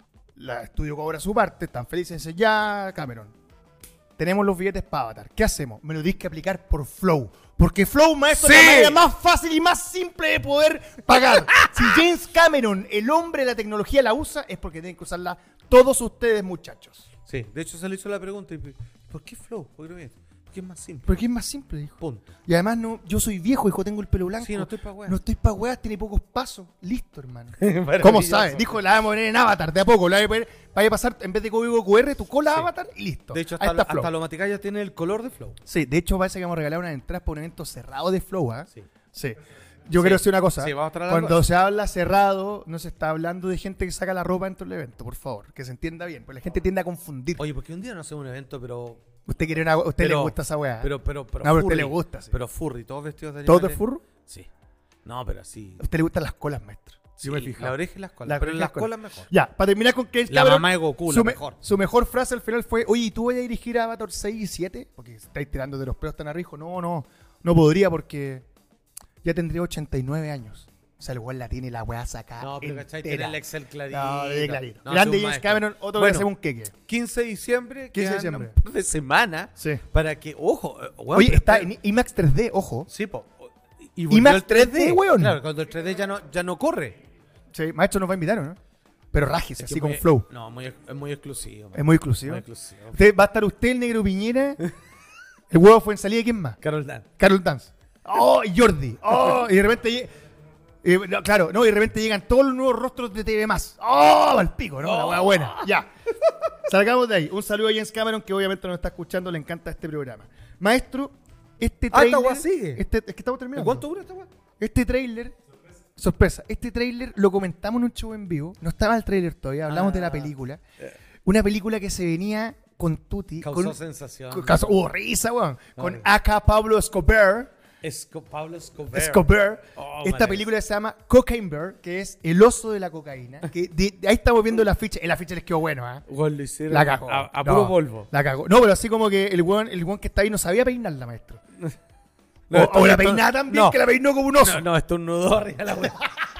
Speaker 1: la estudio cobra su parte, están felices, dicen, ya, Cameron, tenemos los billetes para Avatar. ¿Qué hacemos? Me lo tienes que aplicar por Flow. Porque Flow, maestro, es
Speaker 2: ¡Sí!
Speaker 1: la manera más fácil y más simple de poder pagar. Si James Cameron, el hombre de la tecnología, la usa, es porque tienen que usarla todos ustedes, muchachos.
Speaker 2: Sí, de hecho se le hizo la pregunta. Y, ¿por qué Flow? Porque es más simple.
Speaker 1: Porque es más simple, dijo.
Speaker 2: Punto.
Speaker 1: Y además, no, yo soy viejo, hijo, tengo el pelo blanco.
Speaker 2: Sí, no estoy pa' weas.
Speaker 1: No estoy pa' weas, tiene pocos pasos. Listo, hermano.
Speaker 2: Maravilloso.
Speaker 1: ¿Cómo sabes? Dijo, la vamos a poner en Avatar, de a poco. La vaya a pasar, en vez de código QR, tu cola
Speaker 2: Sí.
Speaker 1: Avatar y listo.
Speaker 2: De hecho,
Speaker 1: Ahí está Flow.
Speaker 2: hasta los maticayas tiene el color de Flow.
Speaker 1: Sí, de hecho, parece que vamos a regalar unas entradas por un evento cerrado de Flow, ¿ah?
Speaker 2: Sí.
Speaker 1: Sí. Yo
Speaker 2: Sí.
Speaker 1: quiero decir una cosa.
Speaker 2: Sí, vamos a estar hablando
Speaker 1: Cuando
Speaker 2: de
Speaker 1: se habla cerrado, no se está hablando de gente que saca la ropa dentro del evento, por favor. Que se entienda bien, porque la gente tiende a confundir.
Speaker 2: Oye, porque un día no hacemos un evento, pero.
Speaker 1: Usted quiere a usted le gusta esa weá.
Speaker 2: Pero
Speaker 1: No, pero a usted
Speaker 2: furry.
Speaker 1: le gusta, sí.
Speaker 2: Pero furry, todos vestidos de
Speaker 1: ¿Todo
Speaker 2: animales.
Speaker 1: de furro?
Speaker 2: Sí. No, pero así.
Speaker 1: A usted le gustan las colas, maestro.
Speaker 2: Sí,
Speaker 1: Yo me he fijado.
Speaker 2: la oreja y las colas.
Speaker 1: La
Speaker 2: pero
Speaker 1: oreja y
Speaker 2: las
Speaker 1: las colas.
Speaker 2: colas mejor.
Speaker 1: Ya, para terminar con James
Speaker 2: La
Speaker 1: Cameron,
Speaker 2: mamá de Goku,
Speaker 1: su
Speaker 2: la
Speaker 1: me-
Speaker 2: mejor.
Speaker 1: Su mejor frase al final fue, oye, ¿y tú vas a dirigir Avatar 6 y 7? Porque estáis tirando de los pelos tan arriba. No podría porque ya tendría 89 años. O sea, el weón la tiene la weá sacada.
Speaker 2: No, pero ¿cachai?
Speaker 1: entera.
Speaker 2: Tiene el Excel clarito.
Speaker 1: No, tiene clarito.
Speaker 2: No,
Speaker 1: Grande
Speaker 2: es un
Speaker 1: James
Speaker 2: maestro.
Speaker 1: Cameron, otro que
Speaker 2: Bueno,
Speaker 1: hace un queque.
Speaker 2: 15 de diciembre.
Speaker 1: 15 de
Speaker 2: quedan
Speaker 1: diciembre.
Speaker 2: un par de semana.
Speaker 1: Sí.
Speaker 2: Para que, ojo. Weón,
Speaker 1: Oye,
Speaker 2: pero-
Speaker 1: está en IMAX 3D, ojo.
Speaker 2: Sí, po. Y volvió
Speaker 1: IMAX
Speaker 2: el 3D,
Speaker 1: 3D, weón.
Speaker 2: Claro, cuando el 3D ya no corre.
Speaker 1: Sí, maestro nos va a invitar, ¿o no? Pero rájese,
Speaker 2: Es
Speaker 1: así
Speaker 2: que
Speaker 1: con
Speaker 2: muy-
Speaker 1: flow.
Speaker 2: No, es muy exclusivo.
Speaker 1: Es muy exclusivo.
Speaker 2: Muy exclusivo.
Speaker 1: Va a estar usted, el negro Piñera. El huevo fue en salida, ¿quién más?
Speaker 2: Carol Dan.
Speaker 1: Carol Dance. ¡Oh! Y Jordi. ¡Oh! Y de repente no, claro, no, y de repente llegan todos los nuevos rostros de TV+. ¡Oh! Al pico, ¿no? La hueá buena. Ya. Salgamos de ahí. Un saludo a James Cameron, que obviamente nos está escuchando, le encanta este programa. Maestro, este
Speaker 2: Ah, esta
Speaker 1: trailer...
Speaker 2: hueá sigue.
Speaker 1: Es que estamos terminando.
Speaker 2: ¿Cuánto dura esta weá?
Speaker 1: Este trailer sorpresa. Este tráiler lo comentamos en un show en vivo. No estaba el tráiler todavía, hablamos de la película. Una película que se venía con Tutti.
Speaker 2: Causó sensación.
Speaker 1: Risa, weón. Con acá Pablo Escobar.
Speaker 2: Pablo Escobar.
Speaker 1: Esta
Speaker 2: maravilloso.
Speaker 1: película se llama Cocaine Bear, que es el oso de la cocaína. Que ahí estamos viendo la ficha. El afiche les quedó bueno, ¿ah?
Speaker 2: Igual lo hicieron
Speaker 1: La cagó.
Speaker 2: a puro polvo.
Speaker 1: La cagó. No, pero así como que el weón que está ahí no sabía peinarla, maestro.
Speaker 2: No,
Speaker 1: o la peinaba tan bien que la peinó como un oso.
Speaker 2: No, esto es un nudo arriba de la wea.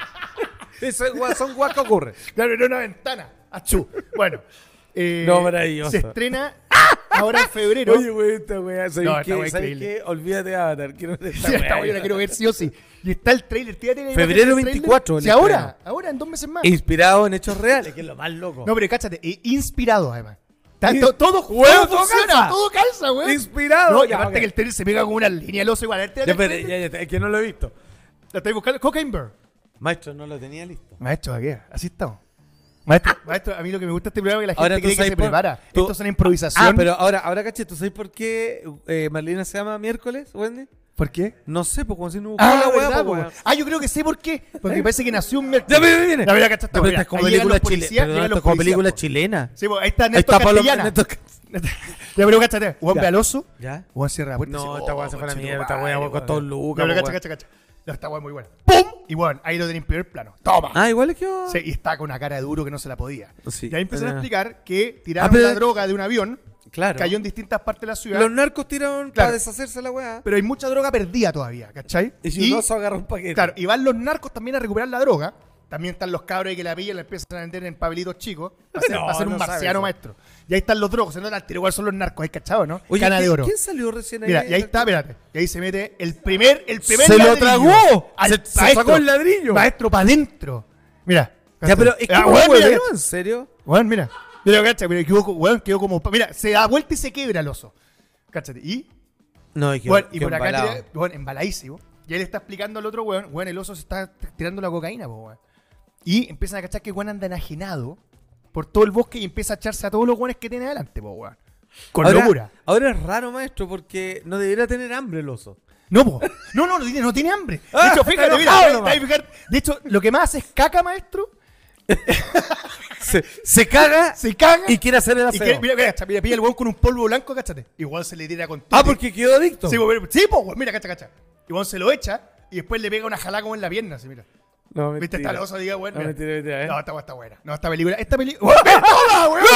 Speaker 2: Eso son guas que ocurre.
Speaker 1: Claro, era una ventana. Achú. Bueno.
Speaker 2: No, maravilloso.
Speaker 1: Se estrena ahora en febrero.
Speaker 2: Oye, güey, esta weá. ¿Sabes
Speaker 1: No, esta
Speaker 2: qué?
Speaker 1: weá
Speaker 2: ¿Sabes
Speaker 1: increíble.
Speaker 2: qué? Olvídate de Avatar. Quiero ver esta
Speaker 1: Sí, esta
Speaker 2: weá.
Speaker 1: weá yo la quiero ver sí o sí. Y está el trailer. Tírate la imagen
Speaker 2: Febrero
Speaker 1: del tráiler.
Speaker 2: 24 el
Speaker 1: Sí, ahora, en 2 meses más.
Speaker 2: Inspirado en hechos reales, que es lo más loco.
Speaker 1: No, pero cáchate, inspirado además. Todo
Speaker 2: Weón, todo
Speaker 1: funciona,
Speaker 2: calza.
Speaker 1: todo calza, weón.
Speaker 2: Inspirado.
Speaker 1: No, y
Speaker 2: Ya,
Speaker 1: aparte
Speaker 2: ok.
Speaker 1: que el trailer se pega como una línea al oso igual. A ver, tírate
Speaker 2: Ya,
Speaker 1: el
Speaker 2: pero,
Speaker 1: trailer.
Speaker 2: es que no lo he visto.
Speaker 1: La estáis buscando. Cocaine Bear.
Speaker 2: Maestro, no lo tenía listo.
Speaker 1: Maestro, ¿a qué? Así estamos. Maestro, a mí lo que me gusta de este programa es que la
Speaker 2: Ahora
Speaker 1: gente
Speaker 2: tú
Speaker 1: cree que
Speaker 2: sabes
Speaker 1: se
Speaker 2: por-
Speaker 1: prepara.
Speaker 2: tú-
Speaker 1: Esto es una improvisación.
Speaker 2: Ah, pero ahora caché, ¿tú sabes por qué Marlena se llama miércoles, Wendy?
Speaker 1: ¿Por qué?
Speaker 2: No sé, pues como si no
Speaker 1: Ah,
Speaker 2: la weá,
Speaker 1: ¿verdad,
Speaker 2: pues,
Speaker 1: po?
Speaker 2: weón.
Speaker 1: Yo creo que sé por qué. Porque parece que nació un
Speaker 2: Ya,
Speaker 1: miércoles.
Speaker 2: viene.
Speaker 1: La verdad, ¿cachaste?
Speaker 2: Ya, pero
Speaker 1: Mira,
Speaker 2: esta es como
Speaker 1: ahí llegan
Speaker 2: película
Speaker 1: los
Speaker 2: chilena.
Speaker 1: policías,
Speaker 2: Pero
Speaker 1: llegan
Speaker 2: esto
Speaker 1: los
Speaker 2: es como
Speaker 1: policías,
Speaker 2: película
Speaker 1: po.
Speaker 2: chilena.
Speaker 1: Sí, pues ahí está
Speaker 2: Ahí
Speaker 1: Néstor
Speaker 2: está Pablo
Speaker 1: Castellana.
Speaker 2: Néstor-
Speaker 1: Ya, pero cáchate. Juan
Speaker 2: Ya.
Speaker 1: ve al oso.
Speaker 2: ¿Ya?
Speaker 1: Juan cierra la puerta y
Speaker 2: No,
Speaker 1: dice,
Speaker 2: esta weá se fue a la
Speaker 1: conche tu
Speaker 2: mierda, esta
Speaker 1: madre,
Speaker 2: weá
Speaker 1: weón.
Speaker 2: costó lucas,
Speaker 1: No, pero
Speaker 2: po,
Speaker 1: cacha. No, esta weá es muy buena. ¡Pum! Y bueno, ahí lo tenés en primer plano. ¡Toma!
Speaker 2: Ah, igual es que yo.
Speaker 1: Sí, y está con una cara de duro que no se la podía.
Speaker 2: Sí.
Speaker 1: Y ahí empiezan a
Speaker 2: Ah.
Speaker 1: explicar que tiraron
Speaker 2: pero-
Speaker 1: la droga de un avión,
Speaker 2: Claro.
Speaker 1: cayó en distintas partes de la ciudad,
Speaker 2: Los narcos tiraron
Speaker 1: Claro.
Speaker 2: para deshacerse de la weá.
Speaker 1: pero hay mucha droga perdida todavía, ¿cachai?
Speaker 2: Y si un oso agarra un paquete.
Speaker 1: Claro, y van los narcos también a recuperar la droga. También están los cabros ahí que la pillan y la empiezan a vender en papelitos chicos. Para
Speaker 2: No,
Speaker 1: ser un
Speaker 2: no sabe
Speaker 1: marciano
Speaker 2: eso.
Speaker 1: maestro. Y ahí están los drogos, se nota al tiro igual son los narcos, ¿hay cachado, no?
Speaker 2: Oye,
Speaker 1: Cana de oro.
Speaker 2: ¿quién salió recién ahí?
Speaker 1: Mira, y ahí está, espérate. Y ahí se mete el primer
Speaker 2: ¡Se
Speaker 1: ladrillo.
Speaker 2: lo tragó!
Speaker 1: Al
Speaker 2: Se sacó el ladrillo.
Speaker 1: Maestro, para adentro. Mira.
Speaker 2: Ya, pero es que
Speaker 1: Ah,
Speaker 2: no,
Speaker 1: weón, mira,
Speaker 2: weón, ¿en serio?
Speaker 1: Weón, mira. Mira, cacha, mira, quedó como. Mira, se da vuelta y se quiebra el oso. Cáchate. Y,
Speaker 2: No, es que
Speaker 1: bueno, y por acá,
Speaker 2: embalado.
Speaker 1: bueno, embaladísimo. Y él está explicando al otro weón, weón, el oso se está tirando la cocaína, po, weón. Y empiezan a cachar que weón anda enajenado por todo el bosque y empieza a echarse a todos los weones que tiene adelante, po, weón. Con
Speaker 2: Ahora-
Speaker 1: locura.
Speaker 2: Ahora es raro, maestro, porque no debería tener hambre el oso.
Speaker 1: No, po. No tiene hambre. De
Speaker 2: Ah,
Speaker 1: hecho, fíjate,
Speaker 2: está
Speaker 1: mira,
Speaker 2: enojado
Speaker 1: te
Speaker 2: nomás.
Speaker 1: vas a fijar. De hecho, lo que más hace es caca, maestro.
Speaker 2: Se caga
Speaker 1: Se caga.
Speaker 2: y quiere hacer el
Speaker 1: Y
Speaker 2: aseo.
Speaker 1: mira, pilla el weón con un polvo blanco, cáchate. Igual se le tira con
Speaker 2: Ah,
Speaker 1: todo.
Speaker 2: porque quedó adicto.
Speaker 1: Sí, pues, mira, cacha. Igual se lo echa y después le pega una jalada como en la pierna, así, mira.
Speaker 2: No,
Speaker 1: ¿Viste? Está el oso, diga, weón.
Speaker 2: No,
Speaker 1: mira.
Speaker 2: mentira,
Speaker 1: No, esta weá está buena. No, esta película. ¡Weón, mira, toma, weón!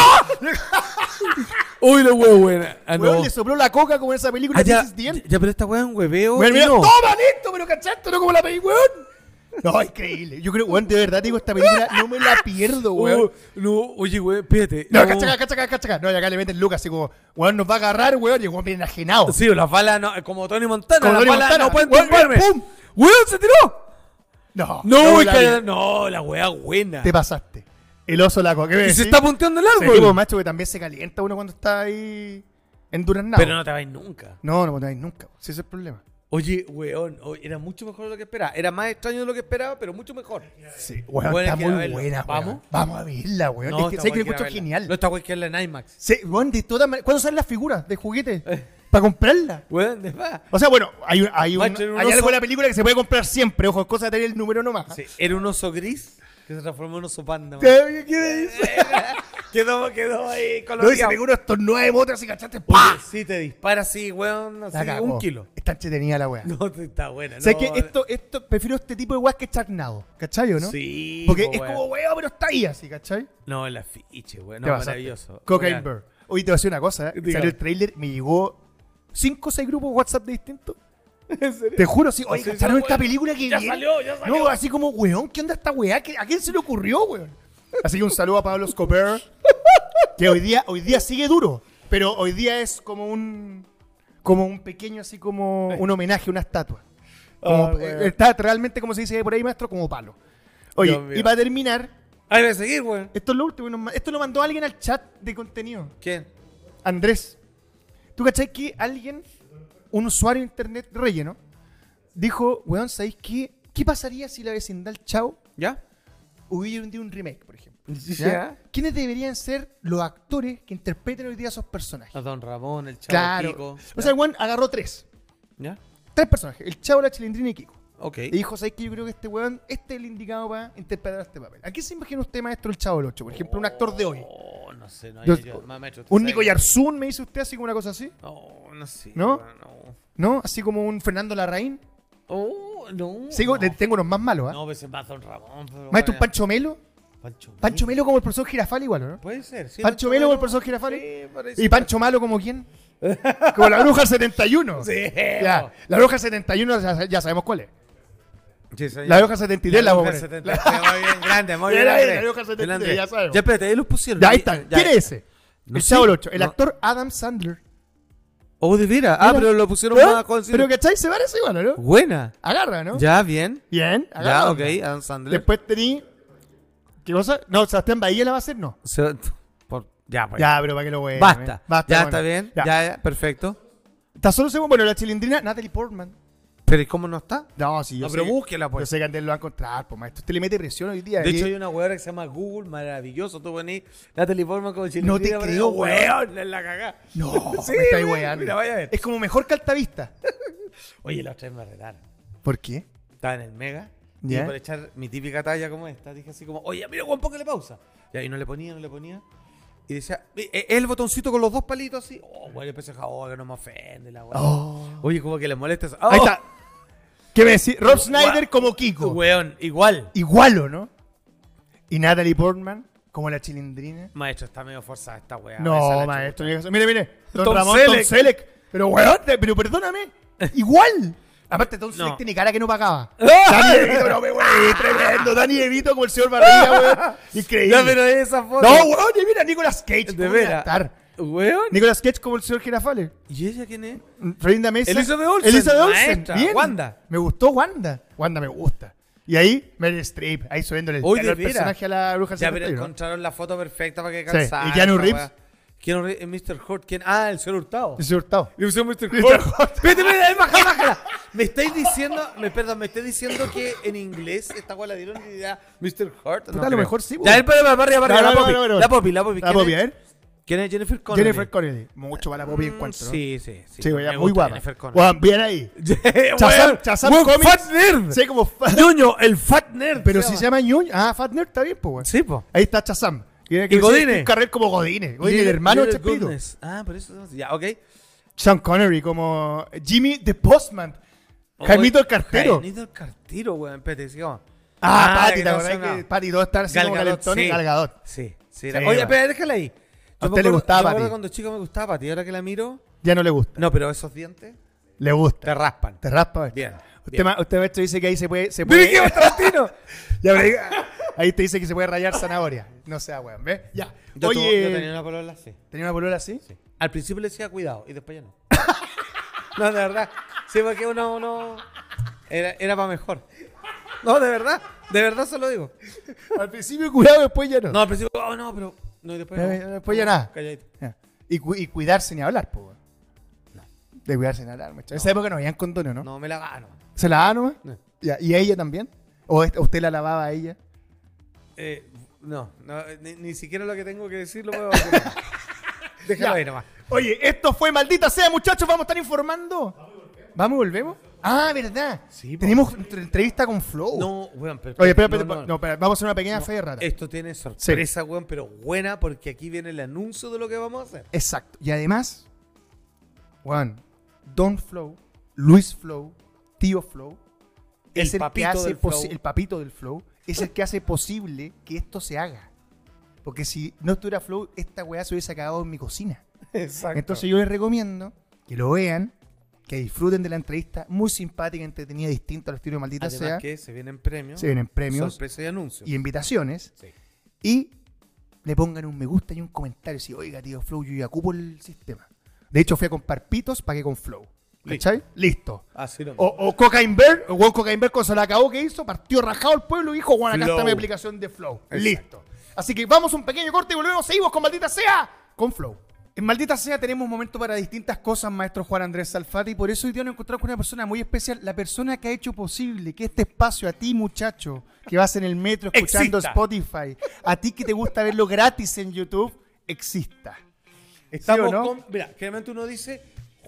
Speaker 2: Uy, la hueá buena. Ah, no.
Speaker 1: Weón, le sopló la coca como en esa película
Speaker 2: Ah,
Speaker 1: de
Speaker 2: ya,
Speaker 1: This is the End.
Speaker 2: ya, pero esta weá es un hueveo.
Speaker 1: Weón,
Speaker 2: y
Speaker 1: mira,
Speaker 2: no.
Speaker 1: toma, listo, pero cachaste, no como la película, weón. No, increíble. Yo creo, weón, de verdad digo, esta película no me la pierdo, weón.
Speaker 2: Oh, no, oye, weón, espérate.
Speaker 1: No, cacha. No, y acá le meten Lucas, así como, weón, nos va a agarrar, weón, y el weón viene enajenado.
Speaker 2: Sí, las balas, no, como Tony Montana,
Speaker 1: Como
Speaker 2: las
Speaker 1: Tony
Speaker 2: balas
Speaker 1: Montana.
Speaker 2: no pueden
Speaker 1: Weón,
Speaker 2: tumbarme.
Speaker 1: ¡pum!
Speaker 2: ¡Weón, se tiró!
Speaker 1: No,
Speaker 2: No,
Speaker 1: la
Speaker 2: que-
Speaker 1: vi.
Speaker 2: no, la weá buena.
Speaker 1: Te pasaste. El oso la coca. ¿Qué me
Speaker 2: Y se
Speaker 1: decís?
Speaker 2: está punteando el
Speaker 1: Sí,
Speaker 2: árbol.
Speaker 1: pues, macho, que también se calienta uno cuando está ahí endurnado.
Speaker 2: Pero no te vais nunca.
Speaker 1: No te vais nunca. Si ese es el problema.
Speaker 2: Oye, weón, era mucho mejor de lo que esperaba. Era más extraño de lo que esperaba, pero mucho mejor.
Speaker 1: Sí, weón,
Speaker 2: Bueno,
Speaker 1: está
Speaker 2: hay que ir a
Speaker 1: muy
Speaker 2: verlo.
Speaker 1: buena,
Speaker 2: ¿Vamos?
Speaker 1: weón. Vamos a verla, weón.
Speaker 2: No,
Speaker 1: Es que,
Speaker 2: esta
Speaker 1: sé que
Speaker 2: weá
Speaker 1: lo
Speaker 2: hay que ir a
Speaker 1: encuentro
Speaker 2: verla.
Speaker 1: genial.
Speaker 2: No, esta weá hay que verla en IMAX.
Speaker 1: Sí, weón, de todas maneras. ¿Cuándo salen las figuras de juguete? Para comprarla.
Speaker 2: Weón, de más.
Speaker 1: O sea, bueno, hay
Speaker 2: Macho, era un
Speaker 1: hay
Speaker 2: oso-
Speaker 1: algo en la película que se puede comprar siempre. Ojo, es cosa de tener el número nomás.
Speaker 2: Sí, era un oso gris que se transformó en oso panda. man.
Speaker 1: ¿Qué dice?
Speaker 2: Quedó ahí
Speaker 1: No, y se
Speaker 2: colorido.
Speaker 1: pegó unos tornudos botas y cachaste.
Speaker 2: Oye,
Speaker 1: ¡Pah!
Speaker 2: sí te dispara así, weón, así
Speaker 1: La cagó.
Speaker 2: 1 kilo.
Speaker 1: Está entretenida la weá.
Speaker 2: No, está buena.
Speaker 1: ¿Sabes
Speaker 2: no,
Speaker 1: qué? Esto, prefiero este tipo de weas que Charnado. ¿Cachai o no?
Speaker 2: Sí.
Speaker 1: Porque
Speaker 2: po,
Speaker 1: es
Speaker 2: weón.
Speaker 1: como weón, pero está ahí así, ¿cachai?
Speaker 2: No, el afiche, weón.
Speaker 1: Te
Speaker 2: No,
Speaker 1: pasaste.
Speaker 2: maravilloso.
Speaker 1: Cocaine
Speaker 2: Weón.
Speaker 1: Bear. Hoy te voy a decir una cosa,
Speaker 2: Diga.
Speaker 1: salió el trailer, me llegó 5 o 6 grupos WhatsApp distintos.
Speaker 2: ¿En serio?
Speaker 1: Te juro, sí. Oye,
Speaker 2: Sí,
Speaker 1: ¿cacharon
Speaker 2: sí,
Speaker 1: esta
Speaker 2: weón.
Speaker 1: película que
Speaker 2: Ya
Speaker 1: viene?
Speaker 2: salió, ya salió.
Speaker 1: No, así como, weón, ¿qué onda esta weá? ¿A quién se le ocurrió, weón? Así que un saludo a Pablo Escobar, que hoy día sigue duro, pero hoy día es como un pequeño, así como un homenaje, una estatua. Como,
Speaker 2: Ah, weón.
Speaker 1: está realmente, como se dice por ahí, maestro, como palo. Oye,
Speaker 2: Dios mío.
Speaker 1: y para terminar,
Speaker 2: Ahí voy a seguir, weón.
Speaker 1: esto es lo último. Esto lo mandó alguien al chat de contenido.
Speaker 2: ¿Quién?
Speaker 1: Andrés. ¿Tú cachai que alguien, un usuario de internet relleno, dijo, weón, ¿sabéis qué? ¿Qué pasaría si la vecindad del Chavo
Speaker 2: ¿Ya?
Speaker 1: hubiera un remake, por ejemplo?
Speaker 2: ¿Ya?
Speaker 1: ¿Quiénes deberían ser los actores que interpreten hoy día a esos personajes?
Speaker 2: A Don Ramón, el Chavo
Speaker 1: Claro.
Speaker 2: Pico.
Speaker 1: O sea, el weón agarró 3.
Speaker 2: ¿Ya?
Speaker 1: 3 personajes. El Chavo, la Chilindrina y Kiko.
Speaker 2: Ok.
Speaker 1: Y dijo, ¿sabes qué? Yo creo que este weón, este es el indicado para interpretar este papel. ¿A qué se imagina usted, maestro, el Chavo del Ocho? Por ejemplo, un actor de hoy.
Speaker 2: Oh, no sé, no hay
Speaker 1: Yo-
Speaker 2: yo, maestro, ¿usted
Speaker 1: Un
Speaker 2: sabe
Speaker 1: Nico
Speaker 2: que-
Speaker 1: Yarzún, me dice usted, así como una cosa así.
Speaker 2: No sé.
Speaker 1: ¿No?
Speaker 2: weón, no.
Speaker 1: ¿No? Así como un Fernando Larraín.
Speaker 2: Oh, no.
Speaker 1: Sigo,
Speaker 2: no.
Speaker 1: tengo unos más malos, ¿ah?
Speaker 2: No, pues es Mazón Ramón. Pero
Speaker 1: Maestro, un
Speaker 2: bueno.
Speaker 1: Pancho Melo. Pancho Melo como el profesor Girafal igual, ¿o ¿no?
Speaker 2: Puede ser, sí.
Speaker 1: Pancho Melo como el profesor Girafal.
Speaker 2: Sí, parece.
Speaker 1: ¿Y Pancho Malo como quién? Como la bruja 71.
Speaker 2: Sí.
Speaker 1: Ya, la bruja 71 ya sabemos cuál es.
Speaker 2: Sí, señor.
Speaker 1: La bruja 73 la
Speaker 2: Bruja
Speaker 1: vamos a
Speaker 2: 73, muy bien, grande, muy bien.
Speaker 1: Era él,
Speaker 2: Andrés.
Speaker 1: la bruja 73,
Speaker 2: Bien, Andrés.
Speaker 1: ya sabemos.
Speaker 2: Ya, espérate, ahí los pusieron.
Speaker 1: Ya, ahí está.
Speaker 2: Ya.
Speaker 1: ¿Quién es ese?
Speaker 2: No
Speaker 1: El
Speaker 2: sé.
Speaker 1: Chavo del Ocho. El
Speaker 2: No.
Speaker 1: actor Adam Sandler.
Speaker 2: Oh, de veras. Ah,
Speaker 1: Mira.
Speaker 2: pero lo pusieron
Speaker 1: ¿Pero?
Speaker 2: más con
Speaker 1: Pero ¿cachai? Se parece igual, ¿no?
Speaker 2: Buena.
Speaker 1: Agarra, ¿no?
Speaker 2: Ya, bien.
Speaker 1: Bien,
Speaker 2: Ya,
Speaker 1: agarra.
Speaker 2: ok, Adam Sandler.
Speaker 1: Después tení... ¿Qué cosa? No, Sebastián Bahía la va a hacer, no.
Speaker 2: Ya, pues.
Speaker 1: Ya, pero para que lo vean.
Speaker 2: Basta. Ya
Speaker 1: bueno.
Speaker 2: está bien.
Speaker 1: Ya.
Speaker 2: Ya, perfecto.
Speaker 1: Está solo segundo. Bueno, la chilindrina, Natalie Portman.
Speaker 2: Pero ¿y cómo no está?
Speaker 1: No, sí, yo
Speaker 2: No, pero
Speaker 1: sé.
Speaker 2: búsquela,
Speaker 1: Yo
Speaker 2: pues.
Speaker 1: sé que Andrés lo va a encontrar, pues, maestro. Usted le mete presión hoy día.
Speaker 2: De
Speaker 1: Y-
Speaker 2: hecho, hay una weona que se llama Google, maravilloso. Tú venís, Natalie Portman como chilindrina.
Speaker 1: No te
Speaker 2: pero
Speaker 1: creo,
Speaker 2: weón. Es la cagá.
Speaker 1: No,
Speaker 2: Sí,
Speaker 1: me estáis
Speaker 2: weón,
Speaker 1: weando.
Speaker 2: mira, vaya a ver.
Speaker 1: Es como mejor que Altavista.
Speaker 2: Oye, la otra vez me retaron.
Speaker 1: ¿Por qué?
Speaker 2: Estaba en el Mega.
Speaker 1: ¿Ya?
Speaker 2: Y por echar mi típica talla como esta, dije así como, oye, mira, Juan, póngale pausa. Y ahí no le ponía. Y decía, el botoncito con los dos palitos así. Oh, güey, empecé a que no me ofende la weá.
Speaker 1: Oh.
Speaker 2: Oye, como que le molesta eso. Oh,
Speaker 1: Ahí está. ¿Qué me decís? Rob Schneider
Speaker 2: Guau.
Speaker 1: como Kiko.
Speaker 2: Weón, igual.
Speaker 1: Igualo, ¿no? Y Natalie Portman como la chilindrina.
Speaker 2: Maestro, está medio forzada esta weá. Esa
Speaker 1: No,
Speaker 2: la
Speaker 1: maestro.
Speaker 2: chucha.
Speaker 1: Mire. Don
Speaker 2: Tom
Speaker 1: Ramón
Speaker 2: Selleck.
Speaker 1: Tom Selleck. Pero, weón, pero perdóname. Igual. Aparte, Tom Selleck
Speaker 2: No.
Speaker 1: tiene cara que no pagaba. Dani DeVito, no me wey, tremendo. Dani DeVito como el señor Barriga, weón. Increíble.
Speaker 2: Ya, pero esa foto.
Speaker 1: No, weón, y mira, Nicolas Cage.
Speaker 2: De
Speaker 1: ¿cómo iba a
Speaker 2: veras.
Speaker 1: estar?
Speaker 2: Weón.
Speaker 1: Nicolas Cage como el señor Girafales.
Speaker 2: ¿Y ella quién es?
Speaker 1: Florinda Mesa.
Speaker 2: Elizabeth Olsen,
Speaker 1: Elizabeth Olsen.
Speaker 2: maestra.
Speaker 1: Bien.
Speaker 2: Wanda.
Speaker 1: Me gustó Wanda. Wanda me gusta. Y ahí, Meryl Streep. Ahí subiéndole el
Speaker 2: Oye,
Speaker 1: pelo al
Speaker 2: de veras.
Speaker 1: personaje a la bruja
Speaker 2: Ya, pero
Speaker 1: 71.
Speaker 2: encontraron la foto perfecta para que
Speaker 1: Sí.
Speaker 2: calzara.
Speaker 1: ¿Y Keanu
Speaker 2: esa
Speaker 1: Reeves?
Speaker 2: weá. Keanu Reeves, Mr. Hurt. ¿Quién? Ah, el señor Hurtado.
Speaker 1: Ese Hurtado.
Speaker 2: Le usó Mr.
Speaker 1: Mr.
Speaker 2: Hurt.
Speaker 1: Hurt.
Speaker 2: Espérate, bájala. Me estáis diciendo, me estáis diciendo que en inglés esta weá la dieron y dirá Mr. Hurt.
Speaker 1: Puta, a lo mejor sí,
Speaker 2: Ya, para arriba,
Speaker 1: No,
Speaker 2: la
Speaker 1: no,
Speaker 2: Poppy.
Speaker 1: no, no.
Speaker 2: La Poppy.
Speaker 1: La
Speaker 2: ¿Quién
Speaker 1: Poppy,
Speaker 2: es?
Speaker 1: a ver.
Speaker 2: ¿Quién es Jennifer Connelly?
Speaker 1: Jennifer Connelly. Mucho para la Poppy encuentro, ¿no?
Speaker 2: Sí.
Speaker 1: Sí, güey,
Speaker 2: Me
Speaker 1: muy
Speaker 2: gusta
Speaker 1: guapa.
Speaker 2: Jennifer Connelly.
Speaker 1: Juan, bien ahí.
Speaker 2: Weón,
Speaker 1: Chazam
Speaker 2: weón,
Speaker 1: Comics.
Speaker 2: Fat Nerd.
Speaker 1: Sí, como
Speaker 2: Ñoño, el Fat Nerd.
Speaker 1: Pero si se llama Ñuñ. Ah, Fat Nerd está bien, pues, güey.
Speaker 2: Sí, po.
Speaker 1: Ahí está Chazam. Y
Speaker 2: Godine.
Speaker 1: Un carril como Godine. Oye, el hermano de
Speaker 2: Little
Speaker 1: Chespirito.
Speaker 2: Goodness. Ah, por eso. Ya, ok.
Speaker 1: Sean Connery como Jimmy the Postman. Jaimito el cartero.
Speaker 2: Jaimito el cartero, weón. Espérate, sigamos.
Speaker 1: Patty,
Speaker 2: que
Speaker 1: ¿te
Speaker 2: no
Speaker 1: acordás
Speaker 2: sonaba.
Speaker 1: que Patty todo está así
Speaker 2: Gal
Speaker 1: como
Speaker 2: Gadot,
Speaker 1: calentón y
Speaker 2: sí.
Speaker 1: Gal Gadot?
Speaker 2: Sí.
Speaker 1: Sí,
Speaker 2: Oye,
Speaker 1: bueno.
Speaker 2: espera, déjala ahí.
Speaker 1: ¿A usted le gustaba
Speaker 2: Yo me acuerdo
Speaker 1: Patty?
Speaker 2: cuando chico me gustaba Patty. Ahora que la miro.
Speaker 1: Ya no le gusta.
Speaker 2: No, pero esos dientes
Speaker 1: Le gusta.
Speaker 2: te raspan.
Speaker 1: Te raspa, ¿ves?
Speaker 2: Bien.
Speaker 1: Usted maestro, dice que ahí se puede.
Speaker 2: ¡Mire qué Tarantino!
Speaker 1: Ya, pero ahí te dice que se puede rayar zanahoria. No sea, weón, ¿ves? Ya.
Speaker 2: Yo
Speaker 1: Oye,
Speaker 2: tenía una polola así.
Speaker 1: ¿tenía una polola así?
Speaker 2: Sí. Al principio le decía cuidado y después ya no. No, de verdad. Sí, porque uno era para mejor. No, de verdad se lo digo.
Speaker 1: Al principio cuidado, después ya no.
Speaker 2: No, al principio, oh, no, pero. No, y después. No.
Speaker 1: Después ya nada.
Speaker 2: Calladito.
Speaker 1: Ya. Y cuidarse ni hablar, pues, weón. De cuidarse ni hablar, macho. En esa época no habían condones, ¿no?
Speaker 2: No, me la gano.
Speaker 1: ¿Se la da nomás?
Speaker 2: No.
Speaker 1: Ya. ¿Y a ella también? ¿O usted la lavaba a ella?
Speaker 2: No, ni siquiera lo que tengo que decir lo puedo decir. Déjalo
Speaker 1: Ya.
Speaker 2: ahí nomás.
Speaker 1: Oye, esto fue Maldita Sea, muchachos. Vamos a estar informando. ¿Vamos y volvemos? Ah, ¿verdad?
Speaker 2: Sí, po.
Speaker 1: Tenemos entrevista con Flow.
Speaker 2: No, weón, pero.
Speaker 1: Oye, espera,
Speaker 2: no.
Speaker 1: espera, vamos a hacer una pequeña fe de rata.
Speaker 2: Esto tiene sorpresa, weón, pero buena porque aquí viene el anuncio de lo que vamos a hacer.
Speaker 1: Exacto. Y además, Juan, Don Flow, Luis Flow, Tío Flow,
Speaker 2: El
Speaker 1: es el que
Speaker 2: papito
Speaker 1: hace
Speaker 2: del Flow.
Speaker 1: el papito del Flow, es el que hace posible que esto se haga. Porque si no estuviera Flow, esta weá se hubiese acabado en mi cocina.
Speaker 2: Exacto.
Speaker 1: Entonces yo les recomiendo que lo vean, que disfruten de la entrevista, muy simpática, entretenida, distinta al estilo de Maldita
Speaker 2: Además
Speaker 1: Sea.
Speaker 2: que se vienen premios.
Speaker 1: Se vienen premios
Speaker 2: Sorpresa y anuncios.
Speaker 1: y invitaciones.
Speaker 2: Sí.
Speaker 1: Y le pongan un me gusta y un comentario. Si, oiga, tío Flow, yo ya ocupo el sistema. De hecho, fui a comprar pitos, pagué con Flow. ¿Cachai? Listo.
Speaker 2: Así no.
Speaker 1: O Cocaine Bear, o Juan Cocaine Bear, cuando se la acabó, ¿qué hizo? Partió rajado el pueblo y dijo, Juan, acá
Speaker 2: Flow.
Speaker 1: está mi aplicación de Flow.
Speaker 2: Exacto.
Speaker 1: Listo. Así que vamos a un pequeño corte y volvemos. Seguimos con Maldita Sea, con Flow. En Maldita Sea tenemos momento para distintas cosas, maestro Juan Andrés Salfati, y por eso hoy día nos encontramos con una persona muy especial, la persona que ha hecho posible que este espacio, a ti muchacho, que vas en el metro escuchando
Speaker 2: Exista.
Speaker 1: Spotify, a ti que te gusta verlo gratis en YouTube, exista.
Speaker 2: Estamos
Speaker 1: ¿Sí o no?
Speaker 2: con. Mira, generalmente uno dice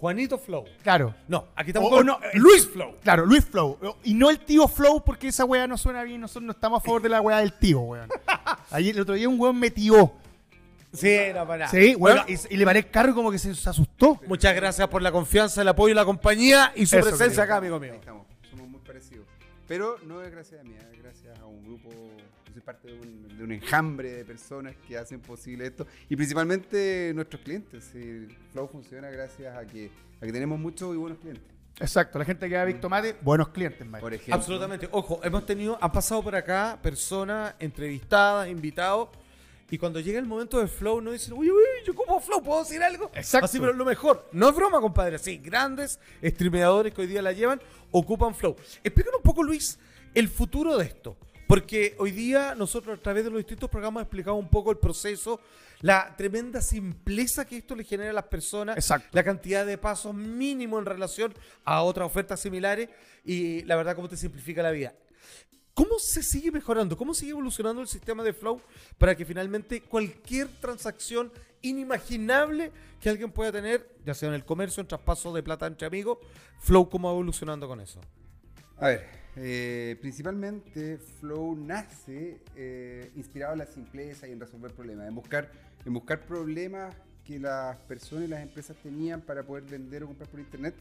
Speaker 2: Juanito Flow.
Speaker 1: Claro.
Speaker 2: No, aquí estamos
Speaker 1: O
Speaker 2: con
Speaker 1: no,
Speaker 2: Luis Flow.
Speaker 1: Claro, Luis Flow. Y no el tío Flow, porque esa weá no suena bien. Nosotros no estamos a favor de la weá del tío, weón. Ayer, el otro día un weón me tió.
Speaker 2: Sí, era para.
Speaker 1: Sí, weón.
Speaker 2: Bueno,
Speaker 1: Y le paré el carro como que se asustó.
Speaker 2: muchas gracias por la confianza, el apoyo y la compañía y su
Speaker 1: Eso,
Speaker 2: presencia
Speaker 1: querido.
Speaker 2: acá, amigo mío.
Speaker 5: Ahí estamos, somos muy parecidos. Pero no es gracias a mí, es gracias a un grupo, yo soy parte de un enjambre de personas que hacen posible esto. Y principalmente nuestros clientes. Flow funciona gracias a que tenemos muchos y buenos clientes.
Speaker 1: Exacto, la gente que va a Big Tomate, buenos clientes, Mike.
Speaker 5: Por ejemplo.
Speaker 2: Absolutamente. Ojo, han pasado por acá personas entrevistadas, invitados. Y cuando llega el momento de Flow, no dicen, uy, yo como Flow, ¿puedo decir algo?
Speaker 1: Exacto.
Speaker 2: Así, pero lo mejor, no es broma, compadre. Sí, grandes streameadores que hoy día la llevan, ocupan Flow. Explícanos un poco, Luis, el futuro de esto. Porque hoy día nosotros a través de los distintos programas explicamos un poco el proceso, la tremenda simpleza que esto le genera a las personas,
Speaker 1: Exacto.
Speaker 2: la cantidad de pasos mínimo en relación a otras ofertas similares y la verdad cómo te simplifica la vida. ¿Cómo se sigue mejorando? ¿Cómo sigue evolucionando el sistema de Flow para que finalmente cualquier transacción inimaginable que alguien pueda tener, ya sea en el comercio, en traspaso de plata entre amigos, Flow cómo va evolucionando con eso?
Speaker 5: A ver, principalmente Flow nace inspirado en la simpleza y en resolver problemas, en buscar problemas que las personas y las empresas tenían para poder vender o comprar por internet.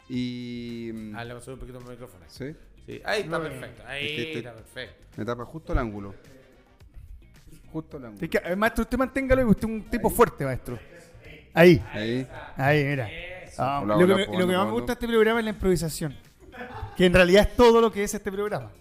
Speaker 5: Y
Speaker 2: Ah, le voy a subir un poquito el micrófono.
Speaker 5: ¿sí?
Speaker 2: Sí, ahí está perfecto. Ahí está perfecto.
Speaker 5: Me tapa justo el ángulo. Justo el ángulo.
Speaker 1: Es que, maestro, usted manténgalo y usted es un tipo fuerte, maestro. Ahí,
Speaker 5: Ahí.
Speaker 1: mira.
Speaker 5: Hola,
Speaker 1: Lo que
Speaker 5: hola,
Speaker 1: me
Speaker 5: probando,
Speaker 1: más me
Speaker 5: probando.
Speaker 1: gusta de este programa es la improvisación. Que en realidad es todo lo que es este programa.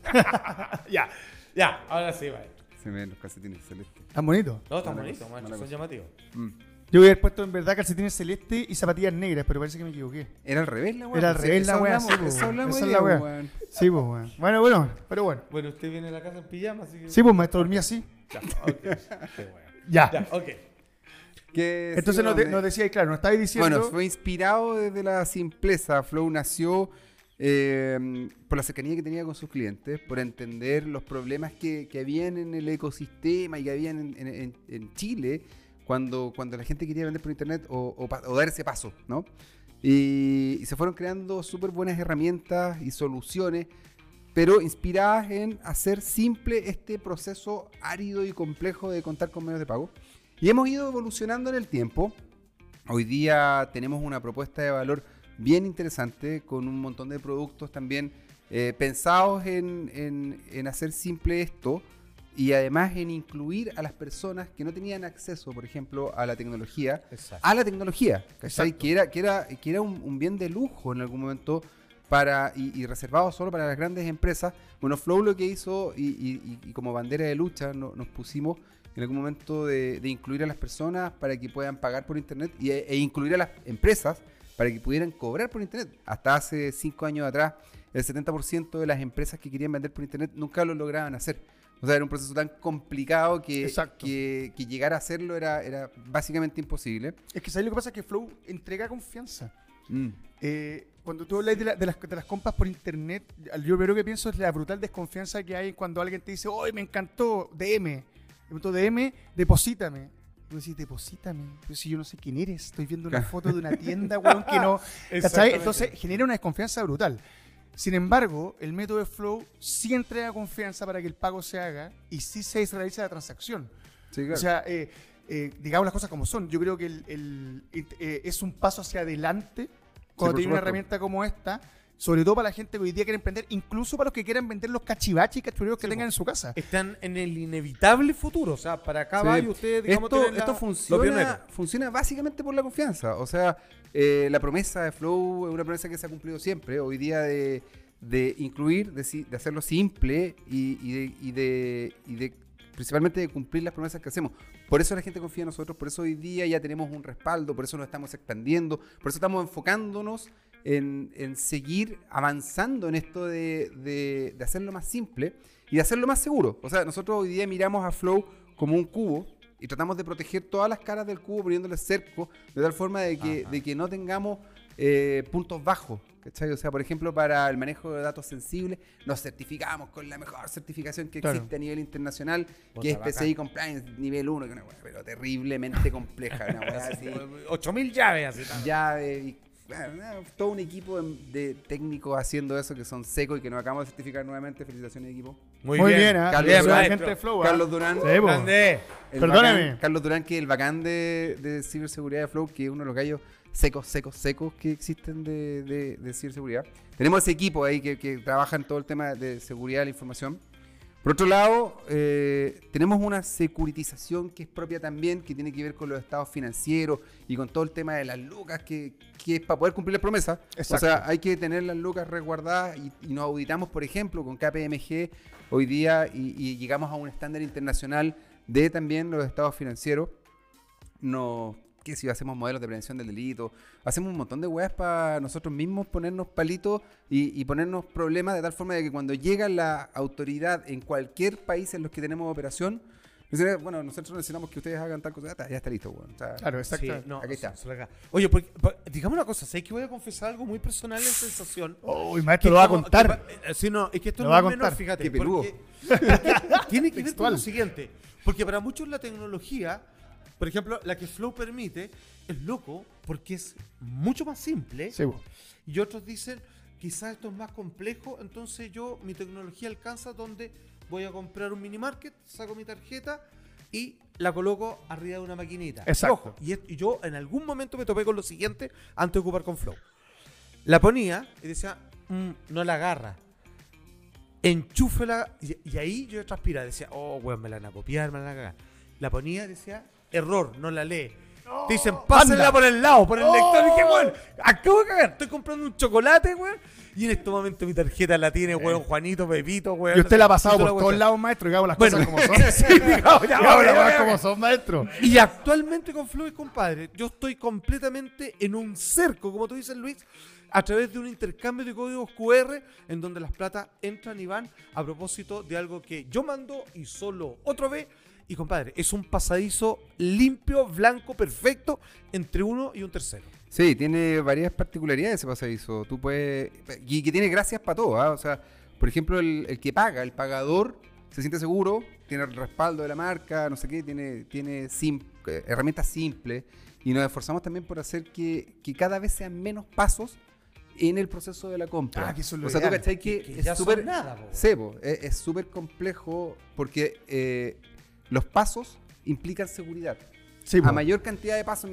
Speaker 2: Ya, ahora sí, va.
Speaker 5: Se me ven los calcetines celestes.
Speaker 1: Tan bonito.
Speaker 2: No, está
Speaker 5: Mala
Speaker 2: bonito,
Speaker 5: cosa,
Speaker 2: maestro,
Speaker 5: mala
Speaker 2: son
Speaker 5: cosa.
Speaker 2: llamativos.
Speaker 1: Yo voy a haber puesto en verdad calcetines celestes y zapatillas negras, pero parece que me equivoqué.
Speaker 5: Era al revés la weá.
Speaker 1: Era al
Speaker 5: pues,
Speaker 1: revés
Speaker 5: eso
Speaker 1: la weá,
Speaker 5: hablamos,
Speaker 1: sí, pues,
Speaker 5: eso hablamos
Speaker 1: esa
Speaker 5: hoy
Speaker 1: es la
Speaker 5: día,
Speaker 1: weá.
Speaker 5: weón.
Speaker 1: Sí, pues, weón. Bueno, pero bueno.
Speaker 2: Bueno, usted viene a la casa en pijama, así que...
Speaker 1: Sí, pues, maestro, dormía así.
Speaker 2: Ya, ok. Qué bueno.
Speaker 1: Ya.
Speaker 2: Ya, ok.
Speaker 5: Que
Speaker 1: Entonces
Speaker 5: sí,
Speaker 1: nos decíais, claro, nos estabais diciendo...
Speaker 5: Bueno, fue inspirado desde la simpleza. Flow nació por la cercanía que tenía con sus clientes, por entender los problemas que habían en el ecosistema y que habían en Chile cuando la gente quería vender por internet o dar ese paso, ¿no? Y se fueron creando súper buenas herramientas y soluciones, pero inspiradas en hacer simple este proceso árido y complejo de contar con medios de pago. Y hemos ido evolucionando en el tiempo. Hoy día tenemos una propuesta de valor bien interesante con un montón de productos también pensados en hacer simple esto y además en incluir a las personas que no tenían acceso, por ejemplo, a la tecnología,
Speaker 2: Exacto.
Speaker 5: ¿cachai? Que era un bien de lujo en algún momento y reservado solo para las grandes empresas. Bueno, Flow lo que hizo y como bandera de lucha nos pusimos en algún momento de incluir a las personas para que puedan pagar por internet e incluir a las empresas para que pudieran cobrar por internet. Hasta hace 5 años atrás, el 70% de las empresas que querían vender por internet nunca lo lograban hacer. O sea, era un proceso tan complicado que llegar a hacerlo era básicamente imposible.
Speaker 1: Es que ¿sabes lo que pasa? Que Flow entrega confianza.
Speaker 5: Mm.
Speaker 1: Cuando tú hablas de las compras por internet, yo lo primero que pienso es la brutal desconfianza que hay cuando alguien te dice, ¡oh, me encantó! DM. DM, deposítame. Y tú decís, deposítame. Pero si yo no sé quién eres, estoy viendo una foto de una tienda, weón, que no. ¿Cachai?
Speaker 2: Exactamente.
Speaker 1: Entonces genera una desconfianza brutal. Sin embargo, el método de Flow sí entrega confianza para que el pago se haga y sí se realiza la transacción.
Speaker 5: Sí, claro.
Speaker 1: O sea, digamos las cosas como son. Yo creo que es un paso hacia adelante cuando
Speaker 5: por
Speaker 1: tiene una
Speaker 5: supuesto.
Speaker 1: herramienta como esta, sobre todo para la gente que hoy día quiere emprender, incluso para los que quieran vender los cachivaches y cachureros que
Speaker 2: Sí,
Speaker 1: tengan
Speaker 2: po.
Speaker 1: en su casa.
Speaker 2: Están en el inevitable futuro. O sea, para acá
Speaker 5: Sí.
Speaker 2: va y ustedes, digamos, tienen
Speaker 5: Esto
Speaker 2: lo pionero.
Speaker 5: funciona básicamente por la confianza. O sea, la promesa de Flow es una promesa que se ha cumplido siempre. Hoy día de incluir, de hacerlo simple y de principalmente de cumplir las promesas que hacemos. Por eso la gente confía en nosotros, por eso hoy día ya tenemos un respaldo, por eso nos estamos expandiendo, por eso estamos enfocándonos en seguir avanzando en esto de hacerlo más simple y de hacerlo más seguro. O sea, nosotros hoy día miramos a Flow como un cubo y tratamos de proteger todas las caras del cubo poniéndole cerco de tal forma de que no tengamos puntos bajos, ¿cachai? O sea, por ejemplo, para el manejo de datos sensibles nos certificamos con la mejor certificación que
Speaker 1: Claro.
Speaker 5: existe a nivel internacional,
Speaker 2: Puta,
Speaker 5: que es
Speaker 2: bacán.
Speaker 5: PCI Compliance nivel 1, que es una weá, pero terriblemente compleja, una weá así.
Speaker 2: 8000 llaves así.
Speaker 5: Llave todo un equipo de técnicos haciendo eso que son secos y que nos acabamos de certificar nuevamente. Felicitaciones, equipo.
Speaker 1: Muy bien, ¿eh?
Speaker 5: Carlos
Speaker 1: Bien,
Speaker 5: Durán,
Speaker 1: gente de Flow, ¿eh?
Speaker 5: Carlos Durán.
Speaker 1: Sí, po.
Speaker 2: Grande.
Speaker 5: El
Speaker 1: Perdóname.
Speaker 5: bacán, Carlos Durán, que es el bacán de ciberseguridad de Flow, que es uno de los gallos secos que existen de ciberseguridad. Tenemos ese equipo ahí que trabaja en todo el tema de seguridad de la información. Por otro lado, tenemos una securitización que es propia también, que tiene que ver con los estados financieros y con todo el tema de las lucas, que es para poder cumplir la promesa.
Speaker 1: Exacto.
Speaker 5: O sea, hay que tener las lucas resguardadas y nos auditamos, por ejemplo, con KPMG hoy día y llegamos a un estándar internacional de también los estados financieros. Que si hacemos modelos de prevención del delito, hacemos un montón de weas para nosotros mismos ponernos palitos y ponernos problemas de tal forma de que cuando llega la autoridad en cualquier país en los que tenemos operación, dicen, bueno, nosotros necesitamos que ustedes hagan tal cosa, ya está listo, weón. O sea,
Speaker 1: Claro, exacto.
Speaker 2: Sí, no,
Speaker 5: Aquí está.
Speaker 2: Oye, digamos una cosa, sé que voy a confesar algo muy personal en sensación.
Speaker 1: Uy, maestro, lo va a contar.
Speaker 2: Sí, no, es que esto
Speaker 1: Lo
Speaker 2: no
Speaker 1: va
Speaker 2: es
Speaker 1: a
Speaker 2: menor,
Speaker 1: contar.
Speaker 2: fíjate.
Speaker 5: Qué peludo.
Speaker 2: Porque tiene que ver con
Speaker 1: Textual.
Speaker 2: lo siguiente. Porque para muchos la tecnología, por ejemplo, la que Flow permite, es loco porque es mucho más simple.
Speaker 1: Sí, po.
Speaker 2: Y otros dicen, quizás esto es más complejo, entonces mi tecnología alcanza donde voy a comprar un mini market, saco mi tarjeta y la coloco arriba de una maquinita.
Speaker 1: Exacto.
Speaker 2: Ojo, y yo en algún momento me topé con lo siguiente antes de ocupar con Flow. La ponía y decía, no la agarra. Enchúfela. Y ahí yo transpiraba, decía, oh, weón, me la van a copiar, me la van a cagar. La ponía y decía, error, no la lee. Te dicen, pásenla por el lado, por el lector. Y dije, weón, acabo de cagar. Estoy comprando un chocolate, weón. Y en este momento mi tarjeta la tiene, weón, Juanito, Pepito, weón.
Speaker 1: Y usted la ha pasado
Speaker 2: Y toda
Speaker 1: por
Speaker 2: la
Speaker 1: todos
Speaker 2: cuestión.
Speaker 1: lados, maestro, digamos las
Speaker 2: Bueno,
Speaker 1: cosas como son.
Speaker 2: sí, digamos, ya,
Speaker 1: Digamos las
Speaker 2: ya,
Speaker 1: cosas
Speaker 2: ya.
Speaker 1: como son, maestro.
Speaker 2: Y actualmente con Flow y compadre, yo estoy completamente en un cerco, como tú dices, Luis, a través de un intercambio de códigos QR en donde las platas entran y van a propósito de algo que yo mando y solo otro ve. Y compadre, es un pasadizo limpio, blanco, perfecto entre uno y un tercero.
Speaker 5: Sí, tiene varias particularidades ese pasadizo. Tú puedes. Y que tiene gracias para todo, ¿ah? O sea, por ejemplo, el que paga, el pagador, se siente seguro, tiene el respaldo de la marca, no sé qué, tiene herramientas simples. Y nos esforzamos también por hacer que cada vez sean menos pasos en el proceso de la compra.
Speaker 1: Ah, que eso es lo
Speaker 5: o sea, tú
Speaker 1: ideal.
Speaker 5: cachai que
Speaker 2: ya
Speaker 5: es
Speaker 2: son
Speaker 5: súper.
Speaker 2: nada, po.
Speaker 5: Sí, po, es súper complejo porque los pasos implican seguridad.
Speaker 1: Sí, po.
Speaker 5: A mayor cantidad de pasos,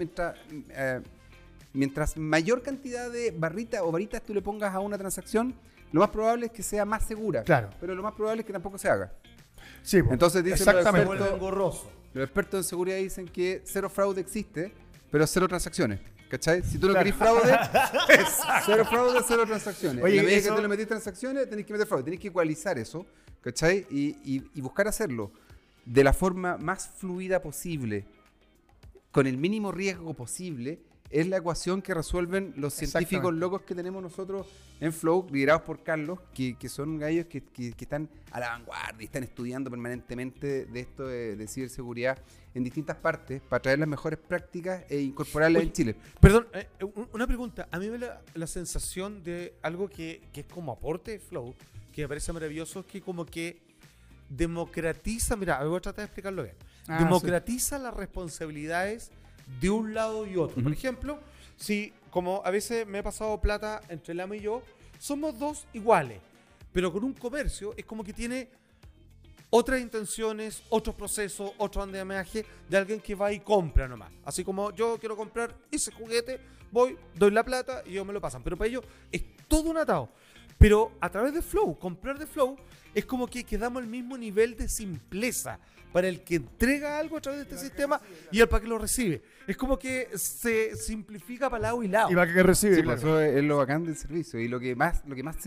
Speaker 5: mientras mayor cantidad de barritas o varitas tú le pongas a una transacción, lo más probable es que sea más segura.
Speaker 1: Claro.
Speaker 5: Pero lo más probable es que tampoco se haga.
Speaker 1: Sí, po.
Speaker 5: Entonces dicen
Speaker 1: exactamente.
Speaker 5: los expertos,
Speaker 2: engorroso.
Speaker 5: los expertos en seguridad dicen que cero fraude existe, pero cero transacciones. ¿Cachai? Si tú no
Speaker 1: Claro.
Speaker 5: querés fraude, cero fraude, cero transacciones.
Speaker 1: Oye,
Speaker 5: en la medida
Speaker 1: eso-
Speaker 5: que tú le metís transacciones, tenés que meter fraude. Tenés que igualizar eso, ¿cachai? Y buscar hacerlo de la forma más fluida posible, con el mínimo riesgo posible, es la ecuación que resuelven los científicos
Speaker 1: Exactamente.
Speaker 5: locos que tenemos nosotros en Flow, liderados por Carlos, que son gallos que están a la vanguardia, están estudiando permanentemente de esto de ciberseguridad en distintas partes para traer las mejores prácticas e incorporarlas
Speaker 2: Oye,
Speaker 5: en Chile.
Speaker 2: Perdón, una pregunta. A mí me da la sensación de algo que es como aporte de Flow, que me parece maravilloso, es que como que democratiza, mira, voy a tratar de explicarlo bien.
Speaker 1: Ah,
Speaker 2: Democratiza las responsabilidades de un lado y otro. Por ejemplo, si como a veces me he pasado plata entre el amo y yo, somos dos iguales, pero con un comercio es como que tiene otras intenciones, otros procesos, otro andamiaje de alguien que va y compra nomás. Así como yo quiero comprar ese juguete, voy, doy la plata y ellos me lo pasan. Pero para ellos es todo un atado. Pero a través de Flow, comprar de Flow, es como que quedamos al mismo nivel de simpleza para el que entrega algo a través de este sistema y el para que lo recibe. Es como que se simplifica para lado y lado.
Speaker 1: Y va a que recibe,
Speaker 5: Sí,
Speaker 1: claro.
Speaker 5: pues eso es lo bacán del servicio. Y lo que más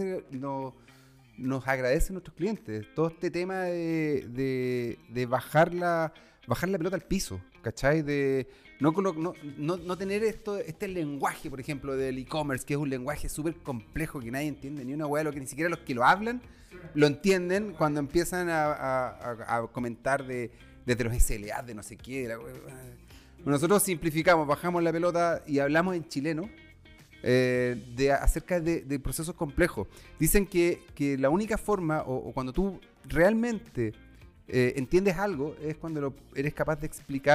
Speaker 5: nos agradecen nuestros clientes, todo este tema de bajar la pelota al piso, ¿cachai? De no tener este lenguaje, por ejemplo, del e-commerce, que es un lenguaje súper complejo que nadie entiende, ni una hueá, lo que ni siquiera los que lo hablan lo entienden cuando empiezan a comentar desde los SLA, de no sé qué. Nosotros simplificamos, bajamos la pelota y hablamos en chileno acerca de procesos complejos. Dicen que la única forma, o cuando tú realmente entiendes algo, es cuando eres capaz de explicar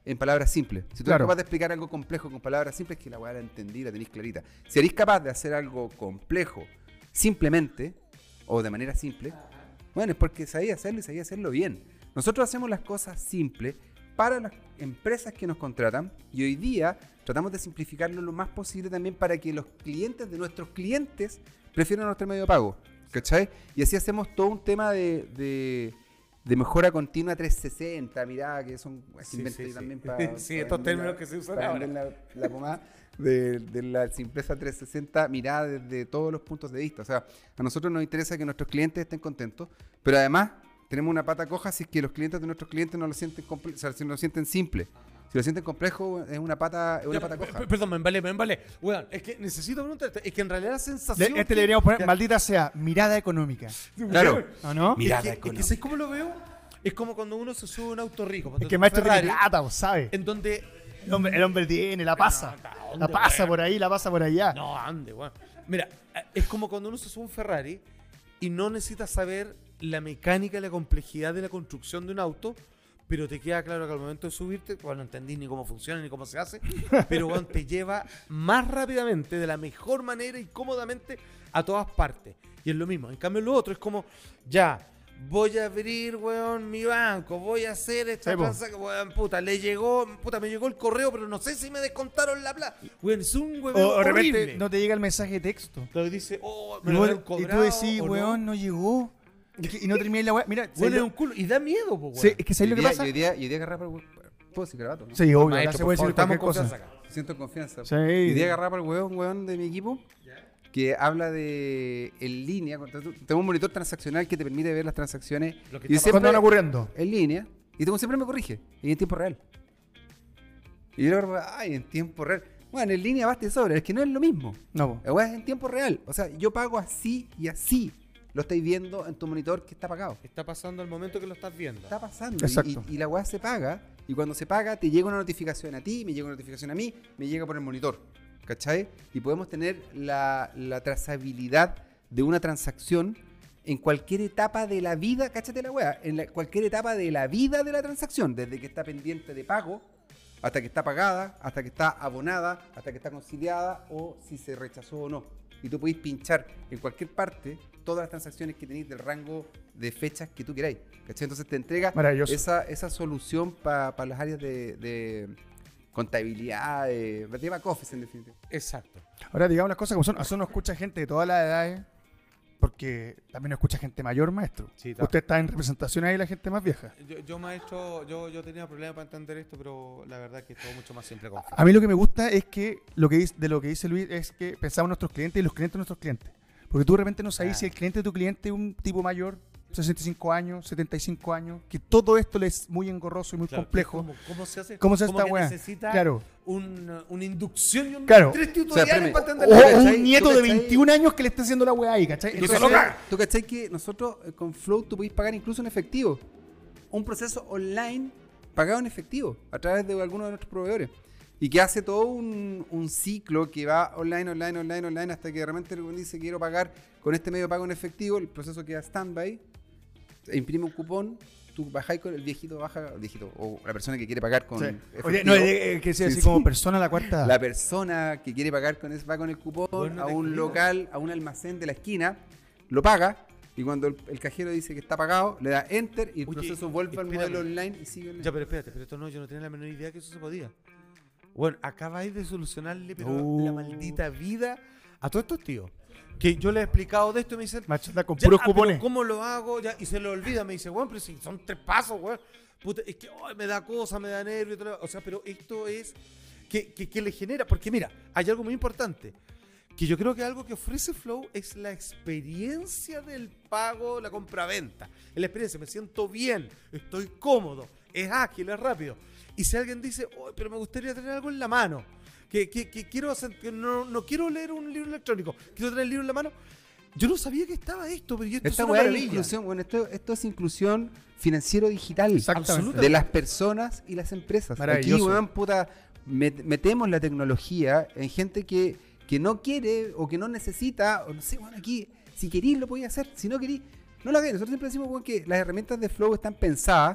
Speaker 5: en palabras simples. Si tú
Speaker 1: Claro.
Speaker 5: eres capaz de explicar algo complejo con palabras simples, que la weá la entendí, la tenéis clarita. Si eres capaz de hacer algo complejo simplemente, o de manera simple, bueno, es porque sabía hacerlo y sabía hacerlo bien. Nosotros hacemos las cosas simples para las empresas que nos contratan y hoy día tratamos de simplificarlo lo más posible también para que los clientes de nuestros clientes prefieran nuestro medio de pago, ¿cachai? Y así hacemos todo un tema de mejora continua 360, mirá, que son
Speaker 2: Sí,
Speaker 5: inventos
Speaker 2: sí, sí.
Speaker 5: también para...
Speaker 2: Sí, estos términos que se usan
Speaker 5: para
Speaker 2: ahora.
Speaker 5: vender la pomada de la simpleza 360 mirada desde todos los puntos de vista. O sea, a nosotros nos interesa que nuestros clientes estén contentos, pero además tenemos una pata coja si es que los clientes de nuestros clientes no lo sienten o sea, si no lo sienten simple. Si lo sienten complejo, es una pata coja.
Speaker 2: Perdón, me embalé. Weón, es que necesito preguntarte. Es que en realidad la sensación.
Speaker 1: Le deberíamos poner, maldita sea, mirada económica.
Speaker 5: Claro.
Speaker 1: ¿O no?
Speaker 5: Mirada
Speaker 2: es que
Speaker 5: económica.
Speaker 2: ¿sabes cómo lo veo? Es como cuando uno se sube a un auto rico. ponte
Speaker 1: Es que
Speaker 2: tú,
Speaker 1: maestro tiene
Speaker 2: Ferrari,
Speaker 1: plata, vos sabes.
Speaker 2: en donde.
Speaker 1: El hombre tiene, la pasa.
Speaker 2: ¿dónde,
Speaker 1: La pasa
Speaker 2: weón?
Speaker 1: por ahí, la pasa por allá.
Speaker 2: No, ande, weón. Mira, es como cuando uno se sube a un Ferrari y no necesitas saber la mecánica y la complejidad de la construcción de un auto, pero te queda claro que al momento de subirte, bueno, no entendí ni cómo funciona ni cómo se hace, pero weón, te lleva más rápidamente, de la mejor manera y cómodamente a todas partes. Y es lo mismo. En cambio, lo otro es como, ya, voy a abrir, weón, mi banco, voy a hacer esta
Speaker 1: Sí, po.
Speaker 2: transacción, weón, puta, me llegó el correo, pero no sé si me descontaron la plata. Weón, es un weón
Speaker 1: O de repente
Speaker 2: horrible.
Speaker 1: no te llega el mensaje de texto.
Speaker 2: Lo dice, oh,
Speaker 1: Y,
Speaker 2: me lo
Speaker 1: vos-
Speaker 2: habían
Speaker 1: y
Speaker 2: cobrado.
Speaker 1: tú decís,
Speaker 2: o
Speaker 1: weón, no llegó. Y no terminé la weá. Mira,
Speaker 2: Bueno,
Speaker 1: ¿sabes
Speaker 2: es
Speaker 1: lo-
Speaker 2: un culo. Y da miedo, po, weón.
Speaker 1: sí, es que ¿sabes lo que pasa?
Speaker 5: Y hoy día agarrar por ¿puedo decir garabato? ¿No?
Speaker 1: Sí, obvio, acá
Speaker 2: Maestro,
Speaker 1: se
Speaker 2: por
Speaker 1: puede
Speaker 2: favor,
Speaker 1: decir
Speaker 2: estamos
Speaker 1: cualquier
Speaker 2: en
Speaker 1: cosa.
Speaker 2: confianza acá.
Speaker 5: Siento confianza.
Speaker 1: Sí.
Speaker 5: Y hoy día agarrar por el weón de mi equipo que habla de en línea. Tengo un monitor transaccional que te permite ver las transacciones
Speaker 2: Lo que
Speaker 5: y
Speaker 2: está
Speaker 1: ¿Cuándo
Speaker 5: siempre
Speaker 1: van ocurriendo?
Speaker 5: en línea y como siempre me corrige y en tiempo real. Y yo agarro, ay, en tiempo real. Bueno, en línea basta y sobra, es que no es lo mismo.
Speaker 1: No, po.
Speaker 5: La weá es en tiempo real. O sea, yo pago así y así. Lo estáis viendo en tu monitor que está pagado.
Speaker 2: Está pasando el momento que lo estás viendo.
Speaker 5: Está pasando.
Speaker 1: Exacto.
Speaker 5: Y la weá se paga. Y cuando se paga, te llega una notificación a ti, me llega una notificación a mí, me llega por el monitor. ¿Cachai? Y podemos tener la trazabilidad de una transacción en cualquier etapa de la vida. Cáchate la weá. Cualquier etapa de la vida de la transacción. Desde que está pendiente de pago, hasta que está pagada, hasta que está abonada, hasta que está conciliada o si se rechazó o no. Y tú podéis pinchar en cualquier parte todas las transacciones que tenéis del rango de fechas que tú queráis. ¿Cachai? Entonces te entrega
Speaker 1: Maravilloso.
Speaker 5: esa solución para las áreas de contabilidad, de back office en definitiva.
Speaker 2: Exacto.
Speaker 1: Ahora digamos las cosas como son. A nosotros nos escucha gente de todas las edades. Porque también nos escucha gente mayor, maestro.
Speaker 2: Sí, está.
Speaker 1: Usted está en representación ahí de la gente más vieja.
Speaker 2: Yo, maestro, yo tenía problemas para entender esto, pero la verdad es que es todo mucho más simple con fe.
Speaker 1: A mí lo que me gusta es que lo que dice Luis es que pensamos en nuestros clientes y los clientes de nuestros clientes. Porque tú de repente no sabes si el cliente de tu cliente es un tipo mayor, 65 años, 75 años, que todo esto le es muy engorroso y muy
Speaker 2: Claro,
Speaker 1: complejo.
Speaker 2: ¿Cómo se hace?
Speaker 1: ¿Cómo se hace
Speaker 2: Como
Speaker 1: esta
Speaker 2: que
Speaker 1: weá?
Speaker 2: necesita
Speaker 1: Claro.
Speaker 2: una inducción y
Speaker 1: Claro.
Speaker 2: 3 tutoriales
Speaker 5: O sea, espérame.
Speaker 2: para
Speaker 1: O
Speaker 2: entenderlo.
Speaker 5: ¿cachai?
Speaker 1: un nieto
Speaker 5: ¿Tú
Speaker 1: de
Speaker 5: cachai?
Speaker 1: 21 años que le está haciendo la weá ahí, ¿cachai?
Speaker 2: Que
Speaker 1: Entonces,
Speaker 2: se lo caga.
Speaker 5: ¿Tú cachai que nosotros con Flow tú podéis pagar incluso en efectivo? Un proceso online pagado en efectivo a través de alguno de nuestros proveedores. Y que hace todo un ciclo que va online hasta que de repente el dice quiero pagar con este medio de pago en efectivo, el proceso queda standby, imprime un cupón, tú bajáis con el viejito, o la persona que quiere pagar con
Speaker 1: sí.
Speaker 5: efectivo.
Speaker 1: Oye, no, que sea
Speaker 5: Sí,
Speaker 1: así
Speaker 5: sí.
Speaker 1: como persona a la cuarta edad.
Speaker 5: La persona que quiere pagar va con el cupón
Speaker 2: Bueno,
Speaker 5: a
Speaker 2: te
Speaker 5: un
Speaker 2: creo.
Speaker 5: local, a un almacén de la esquina, lo paga y cuando el cajero dice que está pagado, le da enter y el
Speaker 2: Oye,
Speaker 5: proceso vuelve al
Speaker 2: espérame.
Speaker 5: modelo online y sigue online.
Speaker 2: Ya, pero espérate, pero esto no, yo no tenía la menor idea que eso se podía. Bueno, acabáis de solucionarle pero la maldita vida a todos estos tíos. Que yo les he explicado de esto y me dicen,
Speaker 1: Macho, está con
Speaker 2: ya,
Speaker 1: puros
Speaker 2: pero
Speaker 1: cupones.
Speaker 2: ¿cómo lo hago? Ya, y se lo olvida, me dice, bueno, pero si son 3 pasos, weón. Puta, es que ay, me da cosa, me da nervio. O sea, pero esto es que le genera. Porque mira, hay algo muy importante. Que yo creo que algo que ofrece Flow es la experiencia del pago, la compraventa. Es la experiencia, me siento bien, estoy cómodo, es ágil, es rápido. Y si alguien dice, oh, pero me gustaría tener algo en la mano, que quiero hacer, que no quiero leer un libro electrónico, quiero tener el libro en la mano. Yo no sabía que estaba esto, pero esto
Speaker 5: Esta
Speaker 2: es una
Speaker 5: weá es
Speaker 2: maravilla.
Speaker 5: inclusión, bueno, esto es inclusión financiero digital
Speaker 1: Exactamente.
Speaker 5: de las personas y las empresas. Aquí,
Speaker 1: Maravilloso.
Speaker 5: weón, puta, metemos la tecnología en gente que no quiere o que no necesita, o no sé, bueno, aquí, si querís lo podéis hacer, si no querís, no lo hagáis. Nosotros siempre decimos, weón, que las herramientas de Flow están pensadas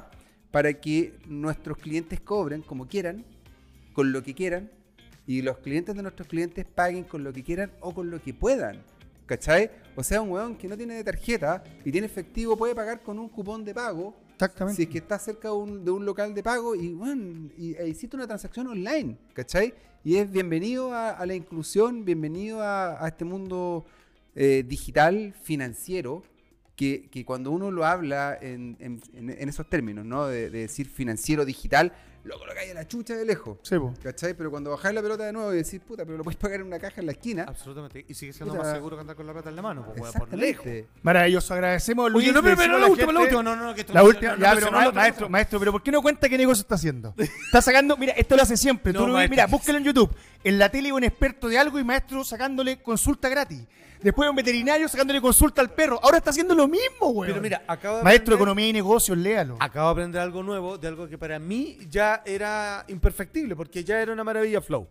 Speaker 5: para que nuestros clientes cobren como quieran, con lo que quieran, y los clientes de nuestros clientes paguen con lo que quieran o con lo que puedan. ¿Cachai? O sea, un weón que no tiene tarjeta y tiene efectivo puede pagar con un cupón de pago.
Speaker 1: Exactamente.
Speaker 5: Si es que está cerca de un local de pago y, bueno, hiciste una transacción online, ¿cachai? Y es bienvenido a la inclusión, bienvenido a este mundo digital, financiero, que cuando uno lo habla en esos términos, ¿no? De decir financiero digital, lo colocáis a la chucha de lejos,
Speaker 1: Sí, po.
Speaker 5: ¿cachai? Pero cuando bajáis la pelota de nuevo y decís, puta, pero lo puedes pagar en una caja en la esquina.
Speaker 2: Absolutamente. Y sigue siendo
Speaker 5: Puta.
Speaker 2: más seguro que andar con la plata en la mano. Pues, weón, por lejos.
Speaker 5: Exactamente.
Speaker 1: Maravilloso, agradecemos, Luis.
Speaker 2: Oye, no,
Speaker 1: le
Speaker 2: pero
Speaker 1: decimos a
Speaker 2: la última,
Speaker 1: gente-
Speaker 2: no, que esto
Speaker 1: La
Speaker 2: no-
Speaker 1: última,
Speaker 2: no
Speaker 1: ya,
Speaker 2: mencionó
Speaker 1: pero
Speaker 2: la otra
Speaker 1: maestro,
Speaker 2: cosa.
Speaker 1: maestro, pero ¿por qué no cuenta qué negocio está haciendo? Está sacando, mira, esto lo hace siempre.
Speaker 2: No,
Speaker 1: Tú lo ves,
Speaker 2: maestro.
Speaker 1: mira, búsquelo en YouTube. En la tele un experto de algo y maestro sacándole consulta gratis. Después un veterinario sacándole consulta al perro. Ahora está haciendo lo mismo, güey.
Speaker 2: Pero mira, acabo de
Speaker 1: Maestro de
Speaker 2: aprender-
Speaker 1: Economía y Negocios, léalo.
Speaker 2: Acabo de aprender algo nuevo, de algo que para mí ya era imperfectible, porque ya era una maravilla Flow.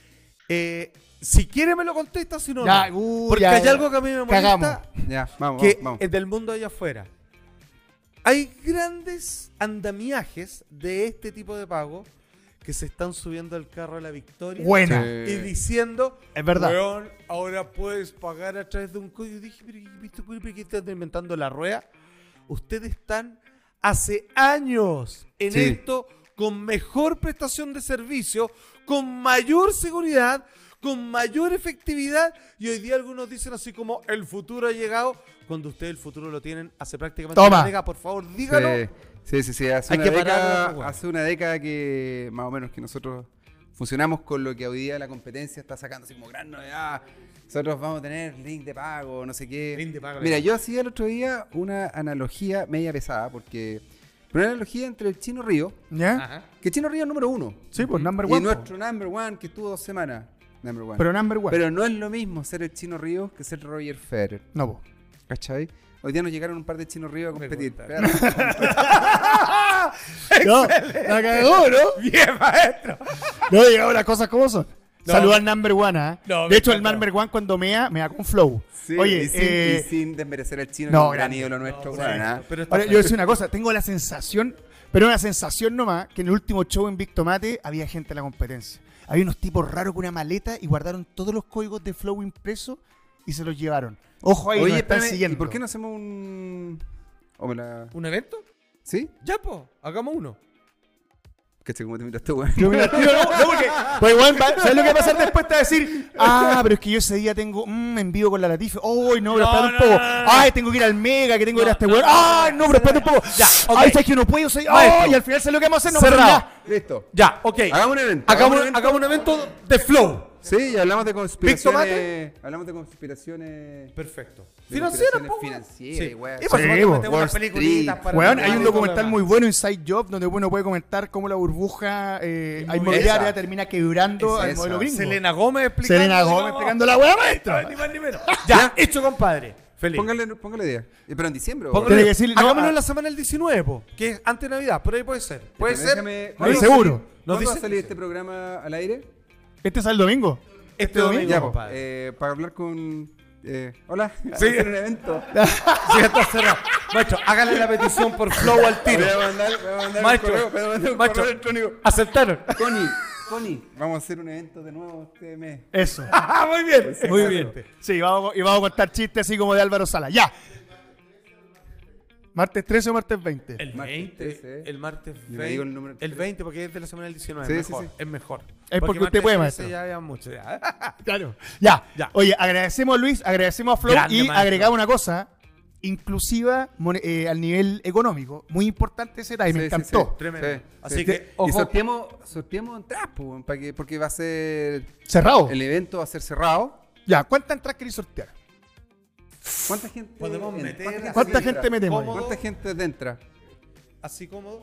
Speaker 2: Si quiere me lo contesta, si no,
Speaker 1: Ya,
Speaker 2: no. Porque
Speaker 1: ya,
Speaker 2: hay
Speaker 1: ya.
Speaker 2: algo que a mí me
Speaker 1: Cagamos.
Speaker 2: molesta,
Speaker 5: Ya, vamos,
Speaker 2: que
Speaker 5: vamos.
Speaker 2: es del mundo allá afuera. Hay grandes andamiajes de este tipo de pago que se están subiendo al carro de la victoria
Speaker 1: Buena.
Speaker 2: y diciendo,
Speaker 1: Es verdad.
Speaker 2: weón, ahora puedes pagar a través de un código. Y dije, pero ¿qué están inventando la rueda? Ustedes están hace años en
Speaker 5: Sí.
Speaker 2: esto con mejor prestación de servicio, con mayor seguridad, con mayor efectividad, y hoy día algunos dicen así como el futuro ha llegado, cuando ustedes el futuro lo tienen hace prácticamente
Speaker 1: Toma.
Speaker 2: una década. Por favor, dígalo.
Speaker 5: Sí. Hace
Speaker 2: Hay
Speaker 5: una
Speaker 2: que parar la
Speaker 5: década,
Speaker 2: jugada.
Speaker 5: hace una década que más o menos que nosotros funcionamos con lo que hoy día la competencia está sacando así como gran novedad. Nosotros vamos a tener link de pago, no sé qué.
Speaker 2: Link de pago,
Speaker 5: Mira,
Speaker 2: link.
Speaker 5: yo hacía el otro día una analogía media pesada, porque una analogía entre el Chino Río,
Speaker 1: ¿Ya?
Speaker 2: Ajá.
Speaker 5: que Chino Río es número 1.
Speaker 1: Sí, pues number
Speaker 5: Y
Speaker 1: one.
Speaker 5: nuestro number 1 que estuvo 2 semanas. Number one.
Speaker 1: Pero number one.
Speaker 5: Pero no es lo mismo ser el Chino Río que ser Roger Federer.
Speaker 1: No, po.
Speaker 5: ¿Cachai? Hoy día nos llegaron un par de chinos ríos a competir.
Speaker 2: gusta.
Speaker 1: No, la cagó, ¿no?
Speaker 2: Bien, maestro.
Speaker 1: No, digamos las cosas como son.
Speaker 2: No.
Speaker 1: Saluda al number one, ¿ah?
Speaker 2: No,
Speaker 1: de
Speaker 2: me
Speaker 1: hecho, el
Speaker 2: encanta.
Speaker 1: number one cuando mea con flow.
Speaker 5: Sí,
Speaker 1: Oye,
Speaker 5: y sin desmerecer al chino,
Speaker 1: no,
Speaker 5: que es un gran
Speaker 1: grande.
Speaker 5: ídolo nuestro.
Speaker 2: No,
Speaker 5: weón,
Speaker 2: sí,
Speaker 5: ¿ah?
Speaker 2: pero está
Speaker 1: ahora, yo voy a decir una cosa, tengo la sensación, pero una sensación nomás, que en el último show en Big Tomate había gente en la competencia. Había unos tipos raros con una maleta y guardaron todos los códigos de flow impresos y se los llevaron. Ojo ahí,
Speaker 5: Oye,
Speaker 1: nos están
Speaker 5: espérame,
Speaker 1: siguiendo.
Speaker 5: ¿y por qué no hacemos un...? ¿O me la...?
Speaker 2: ¿Un evento?
Speaker 5: ¿Sí?
Speaker 2: Ya, po, hagamos uno.
Speaker 5: ¿Cachai cómo te miraste, weón?
Speaker 1: Yo mira, tío, no, porque, pues, weón, ¿sabes lo que va a pasar después? Te va a decir, pero es que yo ese día tengo envío con la Latife. ¡Ay, no, pero
Speaker 2: No,
Speaker 1: espérate un
Speaker 2: no,
Speaker 1: poco!
Speaker 2: no, no.
Speaker 1: ¡Ay, tengo que ir al Mega, que tengo que ir a este
Speaker 2: No,
Speaker 1: weón!
Speaker 2: no,
Speaker 1: ¡Ay, no, pero espérate un poco!
Speaker 2: Ya, ok.
Speaker 1: ¡Ay, sabes que no puedo! ¡Ay!
Speaker 2: Maestro.
Speaker 1: Y al final, ¿sabes lo que vamos a hacer? No,
Speaker 2: Cerrado.
Speaker 5: Listo.
Speaker 2: Ya, ok.
Speaker 5: Hagamos un evento.
Speaker 2: Hagamos un evento de flow.
Speaker 5: Sí, y hablamos de
Speaker 2: Tomate?
Speaker 5: conspiraciones... Hablamos de conspiraciones...
Speaker 2: Perfecto.
Speaker 5: de
Speaker 2: Financiera,
Speaker 5: conspiraciones
Speaker 2: po, weón.
Speaker 5: financieras,
Speaker 2: Sí.
Speaker 5: weón.
Speaker 2: Y por
Speaker 1: Sí,
Speaker 2: supuesto,
Speaker 1: po.
Speaker 2: metemos
Speaker 5: Wall
Speaker 2: unas peliculitas
Speaker 5: Street.
Speaker 2: para
Speaker 1: Weón,
Speaker 2: el
Speaker 1: hay un
Speaker 2: público,
Speaker 1: documental
Speaker 2: lo
Speaker 1: muy
Speaker 2: demás.
Speaker 1: bueno, Inside Job, donde uno puede comentar cómo la burbuja inmobiliaria
Speaker 5: Esa.
Speaker 1: termina quebrando
Speaker 5: Es
Speaker 1: al
Speaker 5: esa.
Speaker 1: modelo gringo.
Speaker 2: Selena Gómez explicando.
Speaker 1: Selena Gómez
Speaker 2: digamos,
Speaker 1: explicando la weá, maestro.
Speaker 2: Ni más ni menos. Ya, hecho, compadre. Feliz.
Speaker 5: Póngale idea. Pero en diciembre, ¿o?
Speaker 1: Tiene que decir, no,
Speaker 2: Hagámoslo
Speaker 1: ah.
Speaker 2: en la semana del 19, po, que es antes de Navidad, por ahí puede ser. Puede ser.
Speaker 5: Déjame-
Speaker 1: No, seguro.
Speaker 5: ¿Cuándo
Speaker 2: Nos
Speaker 5: va a
Speaker 2: dice-
Speaker 5: salir este programa al aire?
Speaker 1: ¿Este sale el domingo?
Speaker 2: Este domingo,
Speaker 5: Ya, po,
Speaker 2: compadre.
Speaker 5: para hablar con... hola,
Speaker 2: Sí.
Speaker 5: vamos a hacer un evento.
Speaker 2: Sí, ya está cerrado. Macho, hágale la petición por flow al tiro.
Speaker 5: Voy a mandar
Speaker 2: Macho,
Speaker 5: un correo, voy a mandar un
Speaker 2: macho.
Speaker 5: correo electrónico.
Speaker 2: Aceptaron.
Speaker 5: Connie, vamos a hacer un evento de nuevo este mes.
Speaker 1: Eso.
Speaker 2: Muy bien, muy bien.
Speaker 1: Sí, vamos a contar chistes así como de Álvaro Sala. ¡Ya! ¿Martes 13 o martes 20?
Speaker 2: El
Speaker 5: Martes
Speaker 2: 20,
Speaker 5: 13.
Speaker 2: el martes
Speaker 5: Yo
Speaker 2: 20.
Speaker 5: digo el número
Speaker 2: El 20 porque es de la semana del 19,
Speaker 5: Sí,
Speaker 2: es
Speaker 5: sí,
Speaker 2: mejor.
Speaker 5: sí.
Speaker 2: Es mejor.
Speaker 1: Es porque usted
Speaker 2: martes
Speaker 1: puede,
Speaker 2: 13
Speaker 1: maestro.
Speaker 2: Ya había mucho. Ya.
Speaker 1: Claro. Ya.
Speaker 2: Ya.
Speaker 1: Oye, agradecemos a Luis, agradecemos a Flow
Speaker 2: Grande,
Speaker 1: y
Speaker 2: maestro.
Speaker 1: agregamos una cosa inclusiva al nivel económico. Muy importante ese detalle, me
Speaker 5: Sí, sí,
Speaker 1: encantó.
Speaker 5: sí.
Speaker 2: Tremendo.
Speaker 5: Sí,
Speaker 2: Así
Speaker 5: sí.
Speaker 2: que,
Speaker 5: Y
Speaker 2: ojo.
Speaker 5: sorteemos entradas, pues, porque va a ser...
Speaker 1: Cerrado.
Speaker 5: El evento va a ser cerrado.
Speaker 1: Ya, ¿cuántas entradas queréis sortear?
Speaker 5: ¿Cuánta gente
Speaker 2: Podemos
Speaker 5: entra?
Speaker 2: meter
Speaker 1: ¿Cuánta
Speaker 2: así,
Speaker 1: gente metemos?
Speaker 2: cómodo.
Speaker 5: ¿Cuánta gente entra?
Speaker 2: Así cómodo.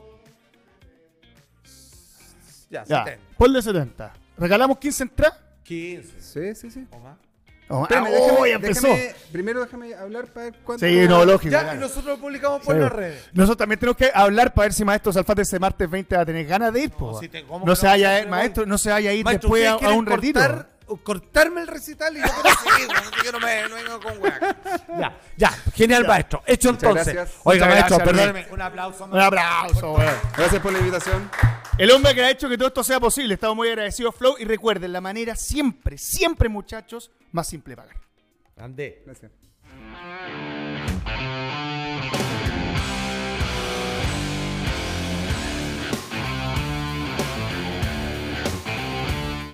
Speaker 2: Ya,
Speaker 1: Ya,
Speaker 2: 70.
Speaker 1: ponle 70. ¿Regalamos 15 entradas?
Speaker 2: 15
Speaker 5: Sí.
Speaker 2: o más.
Speaker 1: Oh,
Speaker 5: Espérame,
Speaker 1: ya empezó.
Speaker 5: Primero déjame hablar para ver cuánto...
Speaker 1: Sí, no, lógico.
Speaker 2: Ya,
Speaker 1: claro.
Speaker 2: y nosotros lo publicamos por
Speaker 1: Sí.
Speaker 2: las redes.
Speaker 1: Nosotros también tenemos que hablar para ver si Maestro Salfate ese martes 20 va a tener ganas de ir. po.
Speaker 2: si te- ¿cómo
Speaker 1: No
Speaker 2: que
Speaker 1: se
Speaker 2: no?
Speaker 1: vaya,
Speaker 2: Siempre
Speaker 1: maestro, no se vaya a ir
Speaker 2: Maestro,
Speaker 1: después
Speaker 2: ¿ustedes
Speaker 1: a un
Speaker 2: quieren
Speaker 1: retiro.
Speaker 2: cortar cortarme el recital y yo quiero seguir, así que no vengo con weá. Ya, genial,
Speaker 1: Ya.
Speaker 2: maestro. Hecho
Speaker 5: Muchas
Speaker 2: entonces.
Speaker 5: gracias.
Speaker 2: Oiga,
Speaker 1: Muchas
Speaker 2: maestro,
Speaker 1: gracias,
Speaker 2: perdóneme. Un aplauso.
Speaker 1: Un aplauso, weón.
Speaker 5: Gracias por la invitación.
Speaker 1: El hombre que ha hecho que todo esto sea posible. Estamos muy agradecidos, Flow. Y recuerden, la manera siempre, siempre, muchachos, más simple de pagar.
Speaker 2: Andé.
Speaker 5: Gracias.